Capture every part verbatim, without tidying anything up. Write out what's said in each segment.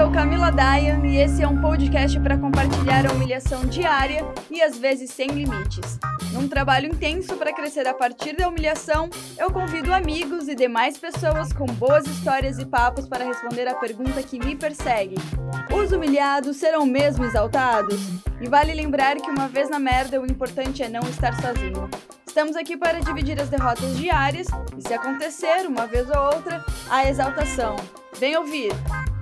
sou Camila Dayan e esse é um podcast para compartilhar a humilhação diária e às vezes sem limites. Num trabalho intenso para crescer a partir da humilhação, eu convido amigos e demais pessoas com boas histórias e papos para responder a pergunta que me persegue. Os humilhados serão mesmo exaltados? E vale lembrar que uma vez na merda o importante é não estar sozinho. Estamos aqui para dividir as derrotas diárias e, se acontecer, uma vez ou outra, a exaltação. Vem ouvir!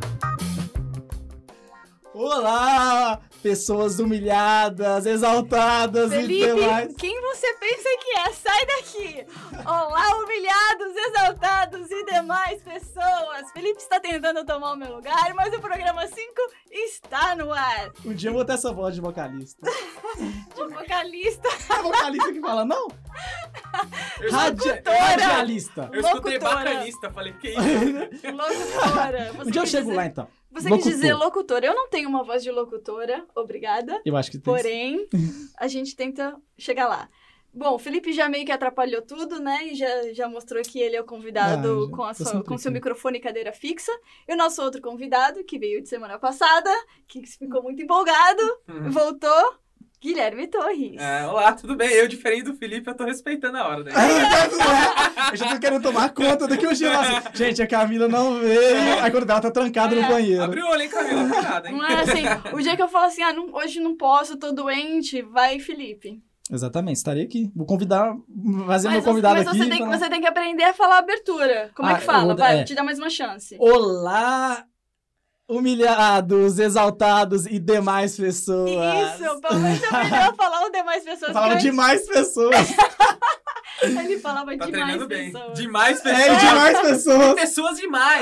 Olá, pessoas humilhadas, exaltadas Felipe, e demais. Quem você pensa que é? Sai daqui! Olá, humilhados, exaltados e demais pessoas! Felipe está tentando tomar o meu lugar, mas o programa cinco está no ar. Um dia eu vou ter essa voz de vocalista. De vocalista. É vocalista que fala, não? Radia, Locutora. radialista. Eu escutei Locutora. bacanista, falei, que isso? Locutora. Você Um dia eu quis chego dizer- lá, então. Você Locutor. quis dizer locutora. Eu não tenho uma voz de locutora, obrigada. Eu acho que tem. Porém, a gente tenta chegar lá. Bom, o Felipe já meio que atrapalhou tudo, né? E já, já mostrou que ele é o convidado Ah, já. com, a Tô sua, sempre com seu aqui. microfone e cadeira fixa. E o nosso outro convidado, que veio de semana passada, que ficou muito empolgado, voltou, Guilherme Torres. É, olá, tudo bem? Eu, diferente do Felipe, eu tô respeitando a hora, né? Eu já tô querendo tomar conta do que eu chego assim. Gente, a Camila não veio. Aí quando ela tá trancada no É. banheiro. Abriu o olho, hein, Camila? Cuidado, hein? Não é assim, o dia que eu falo assim, ah, não- hoje não posso, tô doente, vai Felipe. Exatamente, estarei aqui. Vou convidar, fazer Mas, meu você, convidado mas aqui. você, tem, que- falar- você tem que aprender a falar abertura. Como é Ah, que fala? eu- Vai, é. vou te dar mais uma chance. Olá, humilhados, exaltados e demais pessoas. Isso, pelo menos eu aprendeu a falar o demais pessoas. Eu falava que antes demais pessoas. Ele falava Tá demais treinando bem. pessoas. Demais pessoas. É, demais pessoas. Pessoas demais.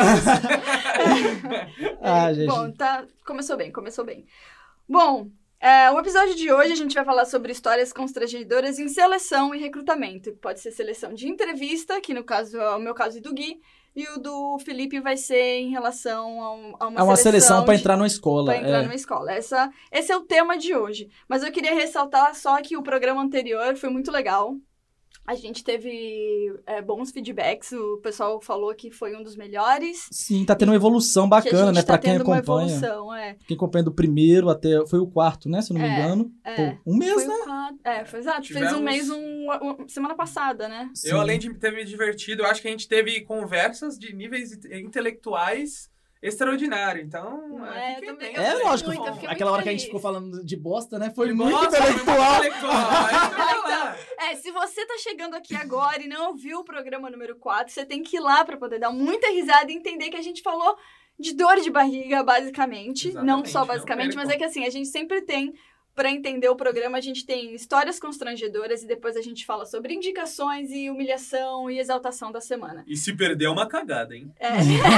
Ah, gente. Bom, tá, começou bem, começou bem. Bom, é, o episódio de hoje a gente vai falar sobre histórias constrangedoras em seleção e recrutamento. Pode ser seleção de entrevista, que no caso é o meu caso e do Gui, e o do Felipe vai ser em relação a, um- a uma, É uma seleção pra de- entrar numa escola. Pra entrar é. numa escola. Essa, esse é o tema de hoje. Mas eu queria ressaltar só que o programa anterior foi muito legal. A gente teve é, bons feedbacks. O pessoal falou que foi um dos melhores. Sim, tá tendo uma evolução que a bacana, gente né? tá Pra quem tendo uma acompanha. evolução, é. Quem acompanha do primeiro até. Foi o quarto, né? Se eu não me É, engano. é. Pô, um mês, Foi né? o quadro- É, foi exato. Tivemos- Fez um mês, um, um- semana passada, né? Sim. Eu, além de ter me divertido, eu acho que a gente teve conversas de níveis intelectuais extraordinários. Então, Não é, é, fiquem eu também- atentos É, aí. lógico. muito, eu fiquei Aquela muito hora que a gente feliz. ficou falando de bosta, né? Foi Nossa, muito foi muito intelectual. intelectual. Aí vai lá. É, se você tá chegando aqui agora e não ouviu o programa número quatro, você tem que ir lá pra poder dar muita risada e entender que a gente falou de dor de barriga, basicamente. Não Exatamente, só não basicamente, mas percam. é que assim, a gente sempre tem, pra entender o programa, a gente tem histórias constrangedoras e depois a gente fala sobre indicações e humilhação e exaltação da semana. E se perder é uma cagada, hein? É.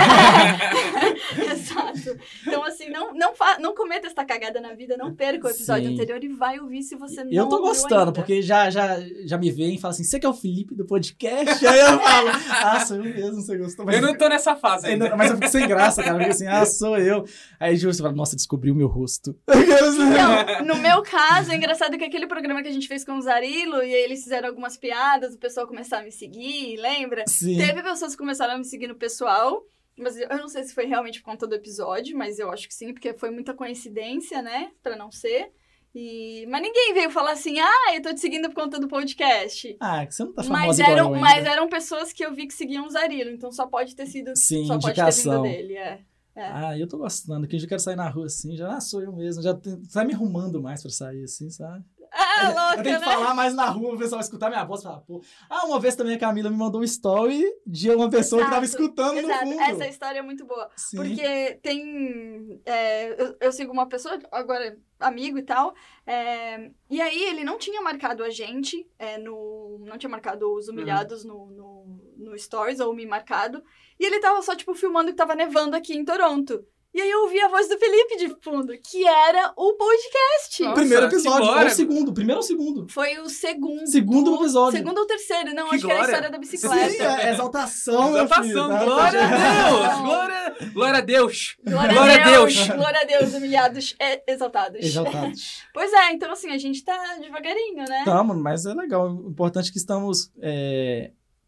Exato. Então, assim, não, não, fa- não cometa esta cagada na vida, não perca o episódio Sim. anterior e vai ouvir se você não Eu tô ouviu gostando, ainda. porque já, já, já me veem e falam assim: você que é o Felipe do podcast? Aí eu falo: ah, sou eu mesmo, você gostou. Mas Eu não tô nessa fase ainda. ainda- Mas eu fico sem graça, cara. Eu fico assim: ah, sou eu. Aí Ju, você fala: nossa, descobriu o meu rosto. Não, no meu caso, é engraçado que aquele programa que a gente fez com o Zarilo, e aí eles fizeram algumas piadas, o pessoal começou a me seguir, lembra? Sim. Teve pessoas que começaram a me seguir no pessoal, mas eu não sei se foi realmente por conta do episódio, mas eu acho que sim, porque foi muita coincidência, né? Pra não ser. E... Mas ninguém veio falar assim, ah, eu tô te seguindo por conta do podcast. Ah, que você não tá famosa Mas igual eram, eu ainda. mas eram pessoas que eu vi que seguiam o Zarilo, então só pode ter sido, Sim, só pode ter indicação. vindo dele, é. É. Ah, eu tô gostando. Que eu já quero sair na rua assim, já ah, sou eu mesmo. Já te- tá me arrumando mais pra sair assim, sabe? Ah, louca, eu tenho que né? falar mais na rua, o pessoal vai escutar minha voz e falar, pô. Ah, uma vez também a Camila me mandou um story de uma pessoa que tava Exato, escutando Exato, no fundo. essa história é muito boa. Sim. Porque tem. é, eu, eu sigo uma pessoa, agora amigo e tal, é, e aí ele não tinha marcado a gente, é, no, não tinha marcado os humilhados no, no, no Stories, ou me marcado, e ele tava só, tipo, filmando que tava nevando aqui em Toronto. E aí eu ouvi a voz do Felipe de fundo, que era o podcast. O Nossa, primeiro que episódio, ou glória. o segundo, primeiro ou segundo? Foi o segundo. Segundo episódio. Segundo ou terceiro, não, Que acho que era a glória. história da bicicleta. Sim, é exaltação, meu filho. Exaltação, tá? glória a Deus! Não. Glória, glória a Deus! Glória, Glória a a Deus, Deus. glória a Deus, humilhados e exaltados. Exaltados. Pois é, então assim, a gente tá devagarinho, né? Tamo, mas é legal. O importante é que estamos é,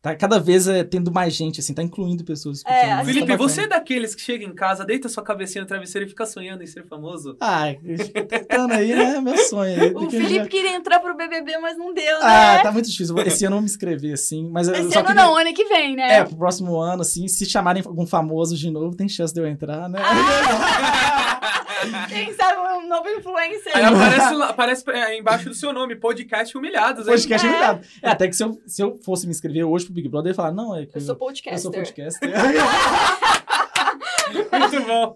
Tá cada vez é, tendo mais gente, assim, tá incluindo pessoas escutando. É, isso tá Felipe, bacana. você é daqueles que chega em casa, deita sua cabecinha no travesseiro e fica sonhando em ser famoso? Ah, tô tentando aí, né? Meu sonho. Aí, O porque Felipe já- queria entrar pro B B B, mas não deu, né? Ah, tá muito difícil. Eu vou- Esse ano eu vou me inscrever, assim. Mas eu Esse só ano queria... não, ano que vem, né? É, pro próximo ano, assim, se chamarem algum famoso de novo, tem chance de eu entrar, né? Quem sabe um novo influencer. Aí aparece, lá- aparece é, embaixo do seu nome, podcast humilhados. hein? Podcast É. humilhado. É, até que se eu, se eu fosse me inscrever hoje pro Big Brother, eu ia falar, não, é que Eu sou eu podcaster. sou podcaster. Muito bom.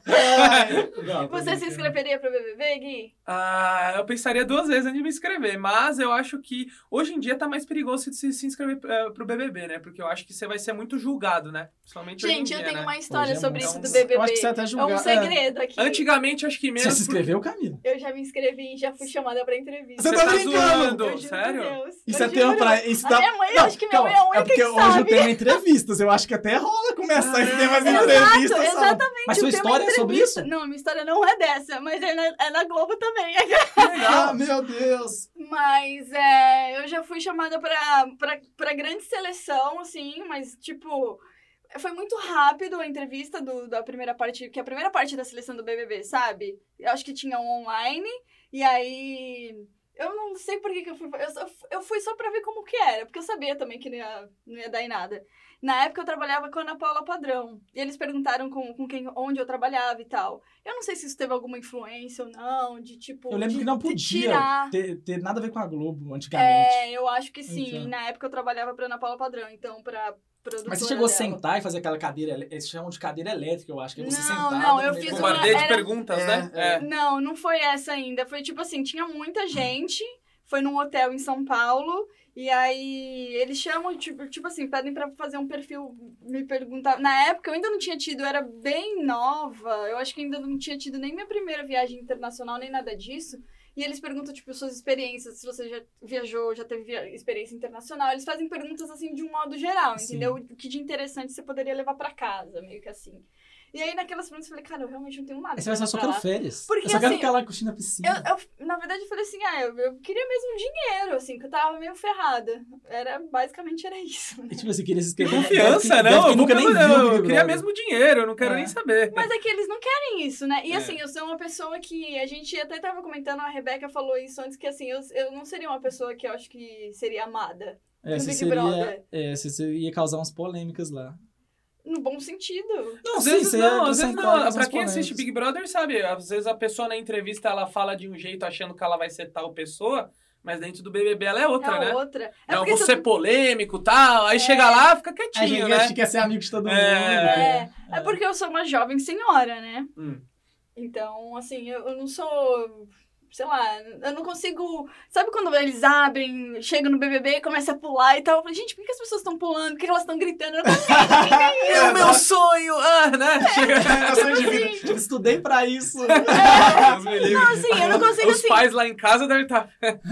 Não, tô Você se brincando. inscreveria pro B B B, Gui? Ah, eu pensaria duas vezes antes de me inscrever, mas eu acho que hoje em dia tá mais perigoso se, se inscrever uh, pro B B B, né? Porque eu acho que você vai ser muito julgado, né? Principalmente hoje em Gente, dia, eu tenho né? uma história Hoje é sobre muito- isso do Eu B B B. Eu acho que você até É julgar. um segredo aqui. Antigamente, acho que menos... Você se por- inscreveu, Camila? Eu já me inscrevi e já fui chamada pra entrevista. Você Você tá tá brincando? zoando? Eu juro Sério? por Deus. Isso Eu é tema juro. pra... Isso A dá... minha mãe, eu Não, acho que minha calma, mãe é a única é porque que hoje sabe. o tema é entrevistas. Eu acho que até rola começar esse tema de Exato, entrevistas. sabe? exatamente. Mas sua o tema história é sobre entrevista. isso? Não, minha história não é dessa, mas é na, é na Globo também. Ah, meu Deus. Mas é, eu já fui chamada pra, pra, pra grande seleção, assim, mas, tipo, foi muito rápido a entrevista do, da primeira parte, que é a primeira parte da seleção do B B B, sabe? Eu acho que tinha um online, e aí... Eu não sei por que, que eu fui... Eu, só- eu fui só pra ver como que era, porque eu sabia também que não ia, não ia dar em nada. Na época eu trabalhava com a Ana Paula Padrão, e eles perguntaram com, com quem, onde eu trabalhava e tal. Eu não sei se isso teve alguma influência ou não, de tipo... Eu lembro de, que não de podia tirar. ter, ter nada a ver com a Globo antigamente. É, eu acho que sim. Então. Na época eu trabalhava pra Ana Paula Padrão, então pra produtora Mas você chegou a dela. sentar e fazer aquela cadeira... ele- Eles chamam de cadeira elétrica, eu acho. Que é você Não, sentado não, eu no meio fiz da- uma- Bombardeio de era- perguntas, É, né? é. Não, não foi essa ainda. Foi tipo assim, tinha muita gente, foi num hotel em São Paulo, e aí eles chamam, tipo, tipo assim, pedem pra fazer um perfil, me perguntar. Na época eu ainda não tinha tido, eu era bem nova, eu acho que ainda não tinha tido nem minha primeira viagem internacional, nem nada disso. E eles perguntam, tipo, suas experiências, se você já viajou, já teve via- experiência internacional. Eles fazem perguntas, assim, de um modo geral, Sim. entendeu? O que de interessante você poderia levar pra casa, meio que assim. E aí, naquelas perguntas, eu falei, cara, eu realmente não tenho nada. Aí você vai pra só falar. quero férias. Porque, eu só quero assim, ficar lá curtindo a piscina. Eu, eu, na verdade, eu falei assim, ah, eu, eu queria mesmo dinheiro, assim, que eu tava meio ferrada. Era, basicamente, era isso. E, tipo assim, queria se inscrever. Confiança, Deve que- não. deve que Eu, nunca nunca nem viu o eu, Big eu queria Brother. mesmo dinheiro, eu não quero É. nem saber. Mas é que eles não querem isso, né? E É. assim, eu sou uma pessoa que... A gente até tava comentando, a Rebeca falou isso antes, que assim, eu, eu não seria uma pessoa que eu acho que seria amada. É, no você Big seria, Brother. é, você seria- ia causar umas polêmicas lá. No bom sentido. Não, Às vezes você não, ia às vezes acrescentar não. umas Pra quem polêmicas. assiste Big Brother, sabe? Às vezes a pessoa na entrevista, ela fala de um jeito achando que ela vai ser tal pessoa, mas dentro do B B B ela é outra, é né? outra. É Não, porque vou se ser eu- polêmico e tal, aí chega lá, fica A quietinho, gente né? acha que quer ser amigo de todo mundo. É. É, é porque eu sou uma jovem senhora, né? Hum. Então, assim, eu, eu não sou... Sei lá, eu não consigo... Sabe quando eles abrem, chegam no B B B e começam a pular e tal? Eu falei, gente, por que que as pessoas estão pulando? Por que que elas estão gritando? Eu não consigo entender É o meu sonho! Ah, né? Chega... Eu sou de vida. Tipo, estudei pra isso. Deus me livre. Não, assim, eu não consigo, Os assim... pais lá em casa devem estar...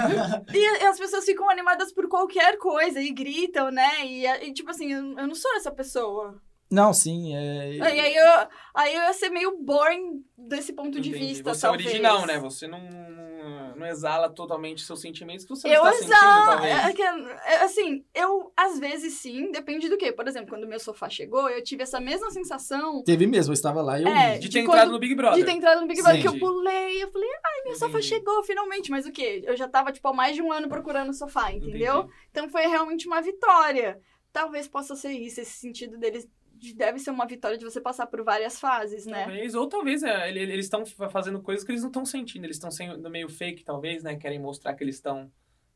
E, e as pessoas ficam animadas por qualquer coisa e gritam, né? E, e, tipo assim, eu, eu não sou essa pessoa. Não, sim, é... E aí eu, aí eu ia ser meio boring desse ponto de Entendi. vista, Você é talvez. original, né? Você não, não, não exala totalmente seus sentimentos que você Eu não está sentindo, exato. talvez. É que, é, assim, eu, às vezes, sim, depende do quê. Por exemplo, quando o meu sofá chegou, eu tive essa mesma sensação Teve mesmo, eu estava lá e eu É, vi. De de ter quando- entrado no Big Brother. de ter entrado no Big Brother, que eu Entendi. pulei. Eu falei, ai, meu sofá Entendi. chegou finalmente. Mas o quê? Eu já tava, tipo, há mais de um ano procurando o sofá, entendeu? Entendi. Então foi realmente uma vitória. Talvez possa ser isso, esse sentido deles. Deve ser uma vitória de você passar por várias fases, né? Talvez, ou talvez é, ele- eles estão fazendo coisas que eles não estão sentindo. Eles estão sendo meio fake, talvez, né? Querem mostrar que eles estão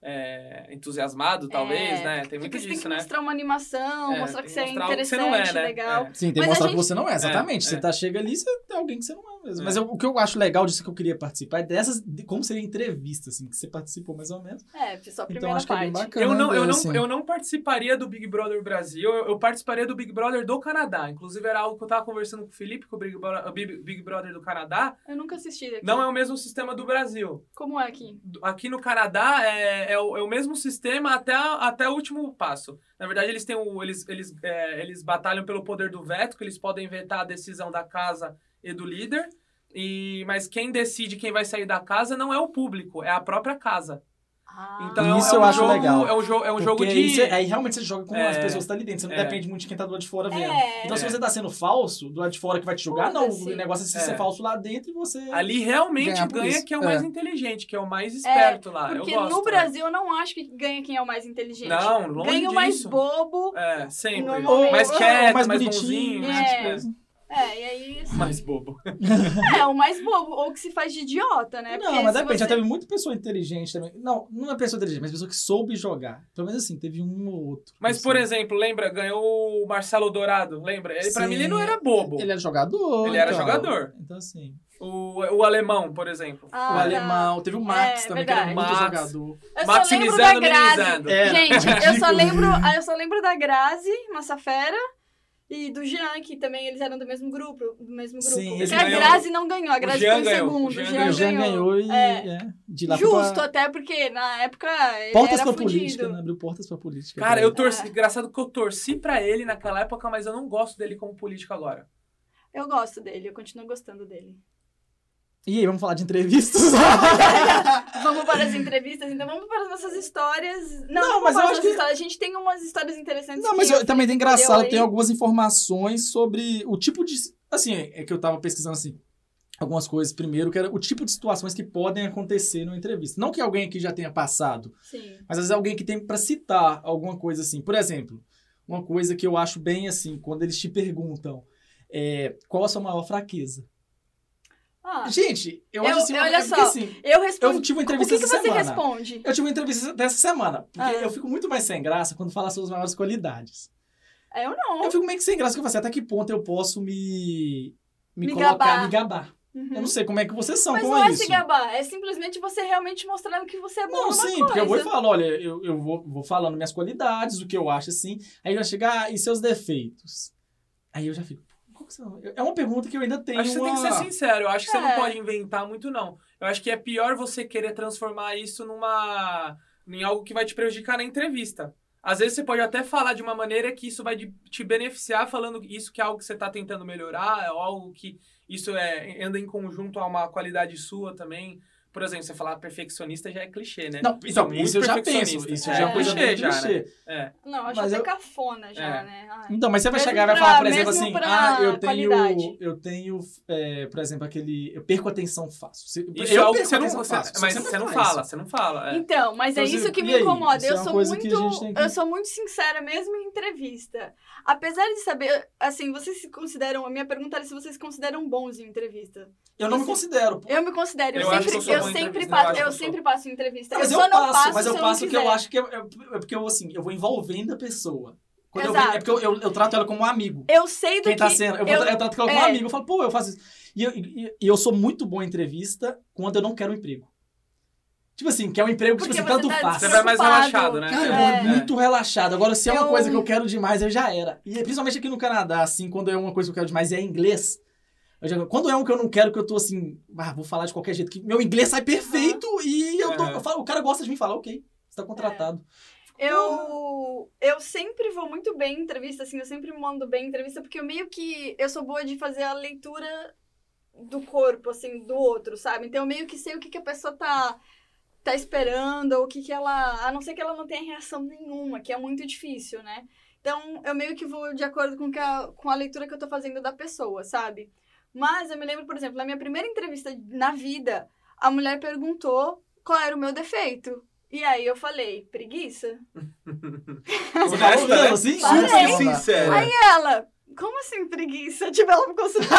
é, entusiasmados, talvez, É, né? Tem Porque muito você tem disso, que né? mostrar uma animação, É, mostrar tem que que você é mostrar algo que você interessante, não é, né? legal. É. Sim, tem que Mas a mostrar que gente- você não é, exatamente. É, Você é. tá, chega ali, você tem alguém que você não é mesmo. É. Mas eu- o que eu acho legal disso que eu queria participar é dessas, de como seria entrevista, assim, que você participou mais ou menos. É, só a Então primeira acho que é bem parte. bacana. Eu não, eu, não, assim. eu não participaria do Big Brother Brasil, eu, eu participaria do Big Brother do Canadá. Inclusive, era algo que eu tava conversando com o Felipe, com o Big, Bro- o Big, Big Brother do Canadá. Eu nunca assisti aqui. Não é o mesmo sistema do Brasil. Como é aqui? Aqui no Canadá é, é, o, é o mesmo sistema até, a- até o último passo. Na verdade, eles têm o, eles, eles, é, eles batalham pelo poder do veto, que eles podem vetar a decisão da casa e do líder. E, mas quem decide quem vai sair da casa não é o público, é a própria casa. Ah. Então Isso é um eu acho jogo, legal. É um, jo é um jogo Porque de... aí, você, aí realmente você joga com É, as pessoas que estão ali dentro. Você não é. depende muito de quem tá do lado de fora vendo. É. Então, se É. você tá sendo falso, do lado de fora que vai te julgar, não. Foda-se. O negócio é se É. ser falso lá dentro e você... Ali realmente Ganhar por ganha isso. quem é o mais É. inteligente, que é o mais esperto lá. Porque eu gosto, no né? Brasil eu não acho que ganha quem é o mais inteligente. Não, longe ganha o mais disso. bobo. É, sempre. Normalmente. Mais Ou- quieto, ou mais mais, bonitinho, bonzinho. né, né? tipo, É, e aí... assim, Mais bobo. É, o mais bobo. Ou que se faz de idiota, né? Não, Porque mas se depende. você- Já teve muita pessoa inteligente também. Não, não é pessoa inteligente, mas pessoa que soube jogar. Pelo menos assim, teve um ou outro. Mas, assim. por exemplo, lembra? Ganhou o Marcelo Dourado, lembra? Ele, pra Sim. mim, ele não era bobo. Ele era jogador. Ele era então. jogador. Então, assim... O, o alemão, por exemplo. Ah, o tá. alemão. Teve o Max É, também, que era verdade. muito Max. jogador. Eu só lembro da Maximizando, Grazi. minimizando. É. Gente, eu só Ridículo. lembro, ah, eu só lembro da Grazi, Massafera, e do Jean, que também eles eram do mesmo grupo, do mesmo grupo. Sim, Porque esse a ganhou. Grazi não ganhou, a Grazi Jean foi em ganhou, segundo. o Jean O ganhou. O Jean ganhou e... É. é, de lá foi Justo, pra... até porque na época ele Portas era pra fudido. política, né? Abriu portas pra política. Cara, eu torci. É. Engraçado que eu torci pra ele naquela época, mas eu não gosto dele como político agora. Eu gosto dele, eu continuo gostando dele. E aí, vamos falar de entrevistas? Vamos para as entrevistas, então vamos para as nossas histórias. Não, Não, não mas mas eu acho que- histórias. A gente tem umas histórias interessantes. Não, que mas eu- eu, também tem engraçado, aí. tem algumas informações sobre o tipo de... Assim, é que eu tava pesquisando, assim, algumas coisas. Primeiro, que era o tipo de situações que podem acontecer numa entrevista. Não que alguém aqui já tenha passado, Sim. mas às vezes alguém que tem pra citar alguma coisa assim. Por exemplo, uma coisa que eu acho bem assim, quando eles te perguntam é, qual a sua maior fraqueza? Ah, Gente, eu, Eu- acho assim, olha é porque, só, assim, eu respondo. eu tive uma O entrevista que, que essa você semana. responde? Eu tive uma entrevista dessa semana, porque Ah. eu fico muito mais sem graça quando fala suas maiores qualidades. Eu não. Eu fico meio que sem graça, porque eu falo assim, até que ponto eu posso me, me, Me colocar, gabar. me gabar. Uhum. Eu não sei como é que vocês são Mas com não é isso. se gabar, é simplesmente você realmente mostrando que você é bom Não, numa sim, coisa. porque eu vou e falo, olha, eu, eu vou, vou falando minhas qualidades, o que eu acho assim, aí vai chegar, ah, e seus defeitos? Aí eu já fico, qual que são? É uma pergunta que eu ainda tenho Acho que você uma... tem que ser sincero. Eu acho que você não É. pode inventar muito, não. Eu acho que é pior você querer transformar isso numa... em algo que vai te prejudicar na entrevista. Às vezes você pode até falar de uma maneira que isso vai de- te beneficiar, falando isso que é algo que você está tentando melhorar, é algo que isso é, anda em conjunto a uma qualidade sua também. Por exemplo, você falar perfeccionista já é clichê, né? Não, Sou então, muito isso eu já penso, perfeccionista. isso é, já é uma coisa clichê bem já, clichê. né? É. Não, acho Mas até eu- cafona já, É. né? Ai. Então, mas você vai Mesmo chegar e vai pra- falar, por exemplo, mesmo assim, pra ah, eu tenho, qualidade. eu tenho, é, por exemplo, aquele, eu perco atenção fácil. Se- Isso eu é algo que perco você não, atenção você, fácil, só mas que você não faz. fala, você não fala. É. Então, mas Então, é assim, isso que e me aí? incomoda. Isso Eu é uma sou coisa que a muito, gente tem que- eu sou muito sincera mesmo em entrevista. Apesar de saber, assim, vocês se consideram, a minha pergunta era se vocês se consideram bons em entrevista. Eu não me Você- considero. Eu me considero, eu, Eu acho sempre, que eu sou eu bom em sempre entrevista, passo, eu acho eu, que eu sou. sempre passo em entrevista. Não, mas eu eu só não passo, passo mas eu se passo eu o não que eu quiser. acho que é, é- é porque eu, assim, eu vou envolvendo a pessoa. Quando eu, Exato. venho- é porque eu, eu, eu trato ela como um amigo. Eu sei do Quem que... tá sendo, eu, vou eu- tra- eu trato ela como um é. amigo. Eu falo, pô, eu faço isso. E eu, e- e eu sou muito bom em entrevista quando eu não quero um emprego. Tipo assim, que é um emprego que, tipo Porque assim, você tanto tá faz. Você vai mais Despreocupado. relaxado, né? Cara, eu É. vou muito relaxado. Agora, se é uma Eu- coisa que eu quero demais, eu já era. E principalmente aqui no Canadá, assim, quando é uma coisa que eu quero demais e é inglês. Eu já- quando é um que eu não quero, que eu tô assim, ah, vou falar de qualquer jeito, que meu inglês sai perfeito e eu tô, Aham. eu falo, o cara gosta de mim e fala, ok, você tá contratado. Eu, eu sempre vou muito bem em entrevista, assim, eu sempre mando bem em entrevista, porque eu meio que, eu sou boa de fazer a leitura do corpo, assim, do outro, sabe? Então eu meio que sei o que, que a pessoa tá, tá esperando, ou o que que ela, a não ser que ela não tenha reação nenhuma, que é muito difícil, né? Então eu meio que vou de acordo com, que a, com a leitura que eu tô fazendo da pessoa, sabe? Mas eu me lembro, por exemplo, na minha primeira entrevista na vida, a mulher perguntou qual era o meu defeito. E aí eu falei, preguiça? Você tá Honesta, olhando né? assim? Falei. Super sincero. Aí ela, como assim preguiça? Tipo, ela ficou super...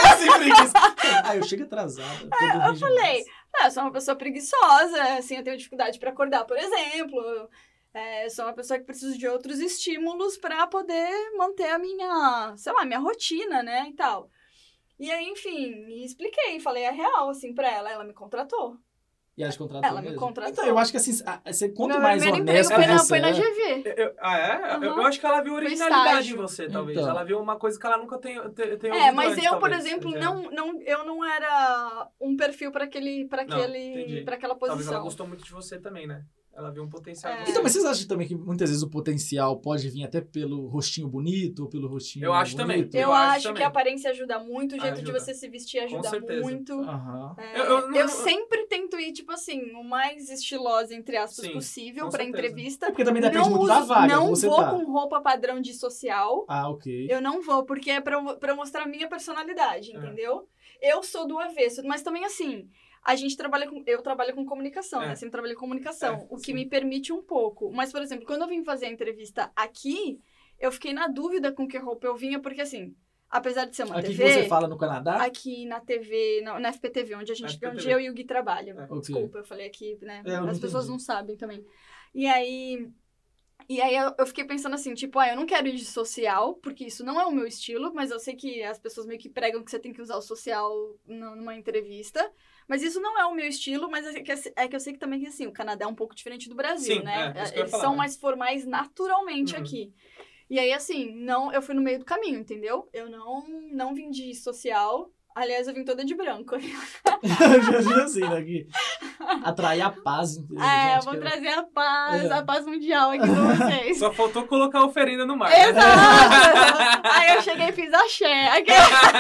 Ah, eu chego atrasada. eu falei, ah, eu sou uma pessoa preguiçosa, assim, eu tenho dificuldade pra acordar, por exemplo. É, sou uma pessoa que precisa de outros estímulos pra poder manter a minha, sei lá, minha rotina, né, e tal. E aí, enfim, me expliquei, falei a real, assim, pra ela, ela me contratou. E ela te contratou Ela me mesmo? contratou. Então, eu acho que assim, a- você, quanto Meu mais primeiro honesto emprego foi na, você foi na é... G V. Eu- ah, é? Eu, Uhum. eu acho que ela viu Foi originalidade em estágio. você, talvez. Então. Ela viu uma coisa que ela nunca tem, tem, tem É, ouvido mas antes, eu, por talvez. exemplo, É. não, não, eu não era um perfil pra aquele, pra Não, aquele, entendi. pra aquela Talvez ela posição. gostou muito de você também, né? Ela viu um potencial É. em você. Então, mas vocês acham também que muitas vezes o potencial pode vir até pelo rostinho bonito ou pelo rostinho Eu acho também. bonito? Eu, Eu acho acho também. que a aparência ajuda muito, o jeito de Ajuda. você se vestir ajuda certeza. muito. Aham. É, Eu- eu eu não- sempre tento ir, tipo assim, o mais estilosa, entre aspas, Sim, possível com pra certeza. entrevista. É porque também depende Não muito uso- da vaga. Não você vou tá. com roupa padrão de social. Ah, ok. Eu não vou, porque é pra, eu- pra eu mostrar a minha personalidade, É. entendeu? Eu sou do avesso, mas também assim, a gente trabalha com. Eu trabalho com comunicação, É. né? Sempre trabalhei com comunicação, É, o que sim. me permite um pouco. Mas, por exemplo, quando eu vim fazer a entrevista aqui, eu fiquei na dúvida com que roupa eu vinha, porque assim, apesar de ser uma Aqui T que V. você fala no Canadá? Aqui na T V, na, na F P T V, onde a gente, F P T V. onde eu e o Gui trabalham. É. Ok. Desculpa, eu falei aqui, né? É, eu não As pessoas entendi. não sabem também. E aí, e aí eu, eu fiquei pensando assim, tipo, ah, eu não quero ir de social, porque isso não é o meu estilo, mas eu sei que as pessoas meio que pregam que você tem que usar o social nu- numa entrevista. Mas isso não é o meu estilo, mas é que, é que eu sei que também, assim, o Canadá é um pouco diferente do Brasil, Sim, né? é, isso que eu ia Eles falar, são né? mais formais naturalmente Uhum. aqui. E aí, assim, não, eu fui no meio do caminho, entendeu? Eu não, não vim de social. Aliás, eu vim toda de branco. Já vi assim, né? Que atrair a paz. entendeu, É, eu gente, vou que eu- trazer a paz, É. a paz mundial aqui pra vocês. Só faltou colocar a oferenda no mar. né? Exato! Aí eu cheguei e fiz axé. Aqui.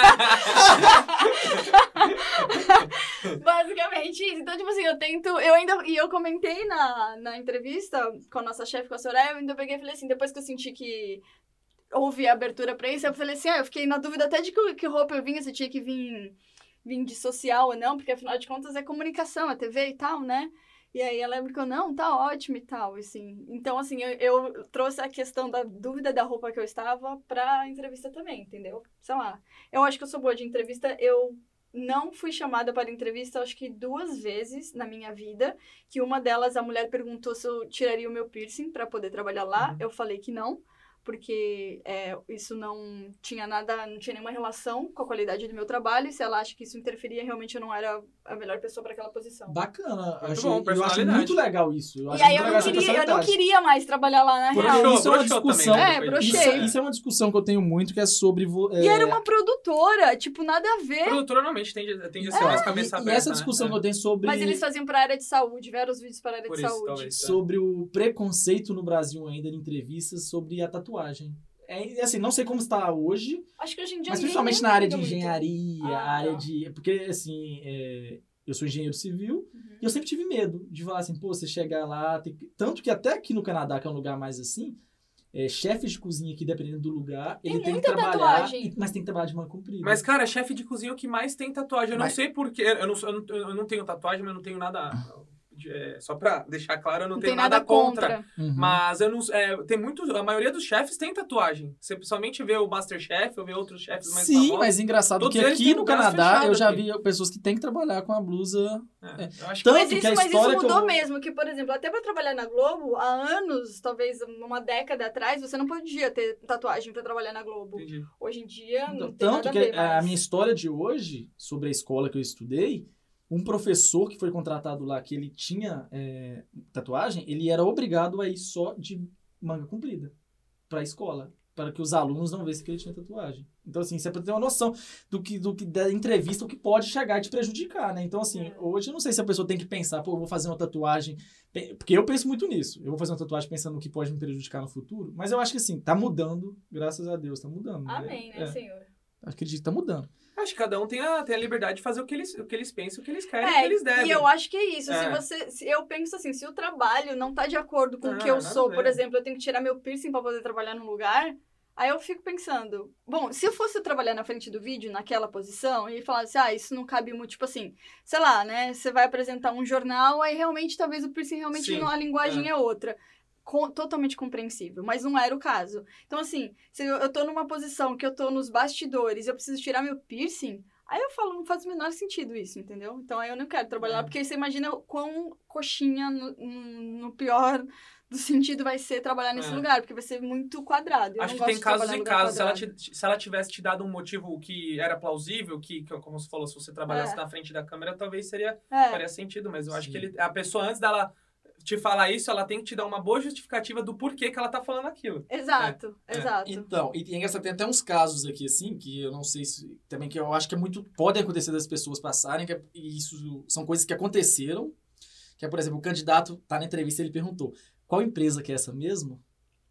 Basicamente isso. Então, tipo assim, eu tento... Eu ainda... E eu comentei na, na entrevista com a nossa chefe, com a Soraya, eu ainda peguei e falei assim, depois que eu senti que houve a abertura pra isso, eu falei assim, ah, eu fiquei na dúvida até de que, que roupa eu vinha, se eu tinha que vir, vir de social ou não, porque afinal de contas é comunicação, é T V e tal, né? E aí ela brincou, não, tá ótimo e tal, assim. Então, assim, eu, eu trouxe a questão da dúvida da roupa que eu estava pra entrevista também, entendeu? Sei lá. Eu acho que eu sou boa de entrevista. Eu não fui chamada para entrevista, acho que duas vezes na minha vida. Que uma delas, a mulher perguntou se eu tiraria o meu piercing pra poder trabalhar lá. Uhum. Eu falei que não. Porque é, isso não tinha nada, não tinha nenhuma relação com a qualidade do meu trabalho. E se ela acha que isso interferia, realmente eu não era a melhor pessoa para aquela posição. Bacana. Muito Achei- bom, eu acho personalidade. muito legal isso. Eu acho E aí muito eu legal não, essa queria, eu não personalidade. queria mais trabalhar lá, na Porque real. Broxou, isso é uma broxou discussão. também, É, depois disso. brochei. Isso, isso é uma discussão que eu tenho muito, que é sobre... vo- E é, era uma produtora, tipo, nada a ver. Produtora normalmente tende, tende a ser É, mais cabeça e, aberta. e essa né? discussão É. que eu tenho sobre, Mas eles faziam pra área de saúde, vários vídeos para a área Por de isso, saúde. talvez. sobre o preconceito no Brasil ainda em entrevistas sobre a tatuagem. É, assim, não sei como está hoje, Acho que hoje em dia mas ninguém principalmente nem na área de liga muito. engenharia, Ah, a área tá. de... Porque, assim, é, eu sou engenheiro civil Uhum. e eu sempre tive medo de falar assim, pô, você chegar lá... Tem que... Tanto que até aqui no Canadá, que é um lugar mais assim, é, chefes de cozinha aqui, dependendo do lugar, Tem ele tem que muita trabalhar, tatuagem. e- mas tem que trabalhar de manga comprida. Mas, cara, chefe de cozinha é o que mais tem tatuagem. Eu não Mas- sei porquê. Eu não, eu, não, eu não tenho tatuagem, mas eu não tenho nada... de- é, só pra deixar claro, eu não, Não tenho tem nada contra. Uhum. Mas eu não, é, tem muito, a maioria dos chefes tem tatuagem. Você principalmente vê o Masterchef, ou vê outros chefes mais Sim, famosos. mas engraçado Todos que eles aqui têm no um braço Canadá fechado eu já aqui. vi pessoas que têm que trabalhar com a blusa. É, eu acho que Tanto Mas que isso, a mas história isso que eu- mudou mesmo, que, por exemplo, até pra trabalhar na Globo, há anos, talvez uma década atrás, você não podia ter tatuagem pra trabalhar na Globo. entendi. Hoje em dia, não Então, tem tanto nada que a ver a, a mais. minha história de hoje, sobre a escola que eu estudei, um professor que foi contratado lá, que ele tinha é, tatuagem, ele era obrigado a ir só de manga comprida para a escola, para que os alunos não vissem que ele tinha tatuagem. Então, assim, isso é para ter uma noção do que, do que da entrevista, o que pode chegar e te prejudicar, né? Então, assim, É. hoje eu não sei se a pessoa tem que pensar, pô, eu vou fazer uma tatuagem, pe- porque eu penso muito nisso. Eu vou fazer uma tatuagem pensando no que pode me prejudicar no futuro, mas eu acho que, assim, tá mudando, graças a Deus, tá mudando. Amém, né, É. senhor? Acredito que tá mudando. Acho que cada um tem a, tem a liberdade de fazer o que eles, o que eles pensam, o que eles querem, o É, que eles devem. e eu acho que é isso. É. Se você, se eu penso assim, se o trabalho não tá de acordo com Ah, o que eu nada a sou, ver. por exemplo, eu tenho que tirar meu piercing pra poder trabalhar num lugar, aí eu fico pensando, bom, se eu fosse trabalhar na frente do vídeo, naquela posição, e falasse, ah, isso não cabe muito, tipo assim, sei lá, né, você vai apresentar um jornal, aí realmente, talvez o piercing realmente, Sim, não, a linguagem é, outra. Com- totalmente compreensível, mas não era o caso. Então, assim, se eu, eu tô numa posição que eu tô nos bastidores e eu preciso tirar meu piercing, aí eu falo, não faz o menor sentido isso, entendeu? Então, aí eu não quero trabalhar lá, É. porque você imagina o quão coxinha, no, no pior do sentido, vai ser trabalhar nesse É. lugar, porque vai ser muito quadrado. Eu Acho não que gosto tem de casos trabalhar em e lugar casos. Se ela, quadrado. te- se ela tivesse te dado um motivo que era plausível, que, que, como você falou, se você trabalhasse É. na frente da câmera, talvez seria, É. faria sentido. Mas eu acho Sim. que ele, a pessoa, antes dela te falar isso, ela tem que te dar uma boa justificativa do porquê que ela tá falando aquilo. Exato, É. exato. Então, e é engraçado, tem até uns casos aqui, assim, que eu não sei se... Também que eu acho que é muito... Podem acontecer das pessoas passarem, que é, e isso são coisas que aconteceram, que é, por exemplo, o candidato tá na entrevista e ele perguntou, qual empresa que é essa mesmo?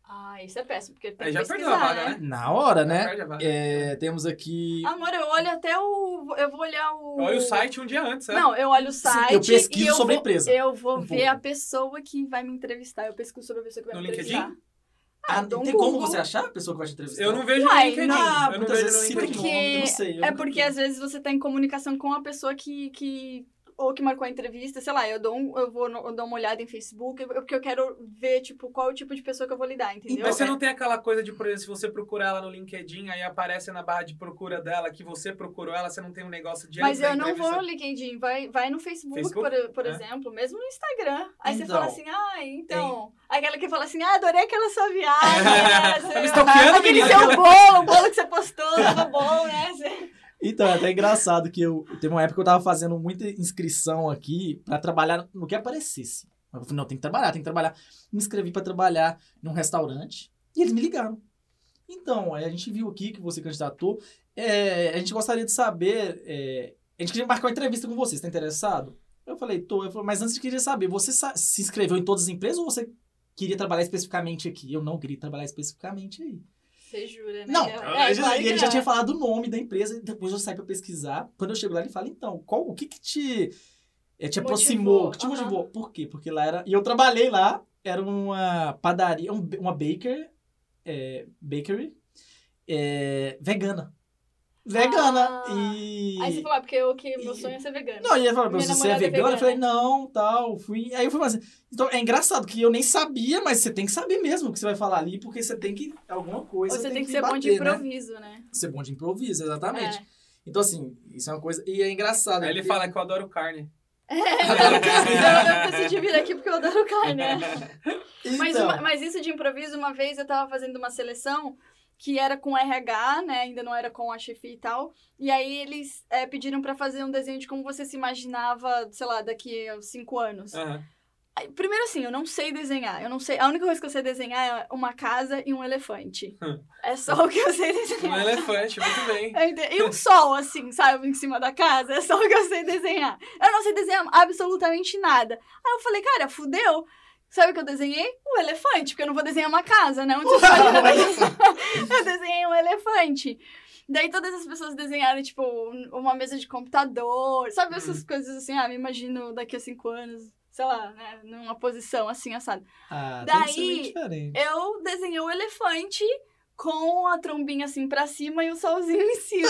Ah, isso é péssimo, porque tem Aí que já pesquisar, perdeu a vaga, né? né? Na hora, Já né? perde a vaga. É, temos aqui... Amor, eu olho até o... Eu vou olhar o... Olha o site um dia antes, né? Não, eu olho o site eu pesquiso e eu sobre a vou, empresa, eu vou um ver pouco. a pessoa que vai me entrevistar. Eu pesquiso sobre a pessoa que vai No me LinkedIn? entrevistar. Ah, dou um tem como Google. você achar a pessoa que vai te entrevistar? Eu não vejo Uai, no LinkedIn. não, eu não muitas vejo vezes no cita LinkedIn. nome, eu não Porque, sei, eu é nunca porque vi. às vezes você tá em comunicação com a pessoa que... que ou que marcou a entrevista, sei lá, eu dou, um, eu vou no, eu dou uma olhada em Facebook, eu- porque eu quero ver, tipo, qual é o tipo de pessoa que eu vou lidar, entendeu? Mas você é- não tem aquela coisa de, por exemplo, se você procurar ela no LinkedIn, aí aparece na barra de procura dela que você procurou ela, você não tem um negócio de Mas antes da eu não vou no entrevista? LinkedIn, vai, vai no Facebook, Facebook? por, por É. exemplo, mesmo no Instagram. Aí você Então, fala assim, ah, então... Aquela que fala assim, ah, adorei aquela sua viagem, né? Tá me stalkeando, Aquele menina? seu bolo, o bolo que você postou, tava bom, né? Você- Então, é até engraçado que eu... Teve uma época que eu tava fazendo muita inscrição aqui pra trabalhar no que aparecesse. Eu falei, não, tem que trabalhar, tem que trabalhar. Me inscrevi pra trabalhar num restaurante e eles me ligaram. Então, aí a gente viu aqui que você candidatou. É, a gente gostaria de saber... é, a gente queria marcar uma entrevista com você, você tá interessado? Eu falei, tô. Eu falei, mas antes eu queria saber, você sa- se inscreveu em todas as empresas ou você queria trabalhar especificamente aqui? Eu não queria trabalhar especificamente aí. Você jura, né? Não, É, eu já- claro e que ele já não. tinha falado o nome da empresa, e depois eu saí pra pesquisar. Quando eu chego lá, ele fala, então, qual, o que que te, eh, te aproximou? Motivou, O que te aham. motivou? Por quê? Porque lá era... E eu trabalhei lá, era uma padaria, um- uma baker, é, bakery, é, vegana. Vegana. Ah. E... Aí você falou, ah, porque o que meu e- sonho é ser vegano. Não, e ele falou, Minha você é namorada é vegana? Eu falei, vegana. não, tal, fui... Aí eu fui assim, então é engraçado que eu nem sabia, mas você tem que saber mesmo o que você vai falar ali, porque você tem que, alguma coisa Ou você tem que que ser bom de bater, né? improviso, né? Ser bom de improviso, exatamente. É. Então, assim, isso é uma coisa... E é engraçado. Aí ele porque- fala que eu adoro carne. Adoro carne. Eu, eu decidi vir aqui porque eu adoro carne, né? Mas, Então, uma- mas isso de improviso, uma vez eu tava fazendo uma seleção que era com R H, né? Ainda não era com a chefia e tal. E aí eles é, pediram pra fazer um desenho de como você se imaginava, sei lá, daqui a cinco anos. Aham. Aí, primeiro assim, eu não sei desenhar. Eu não sei. A única coisa que eu sei desenhar é uma casa e um elefante. Hum. É só o que eu sei Um desenhar. elefante, muito bem. Eu entendo. E um sol, assim, sabe, em cima da casa. É só o que eu sei desenhar. Eu não sei desenhar absolutamente nada. Aí eu falei, cara, fudeu. Sabe o que eu desenhei? Um elefante, porque eu não vou desenhar uma casa, né? Onde você imagina desenhar? Eu desenhei um elefante. Daí todas as pessoas desenharam, tipo, uma mesa de computador. Sabe essas coisas assim? Ah, me imagino daqui a cinco anos, sei lá, né? Numa posição assim, assado. ah, daí- tem que ser meio diferente. Eu desenhei um elefante com a trombinha assim pra cima e o solzinho em cima.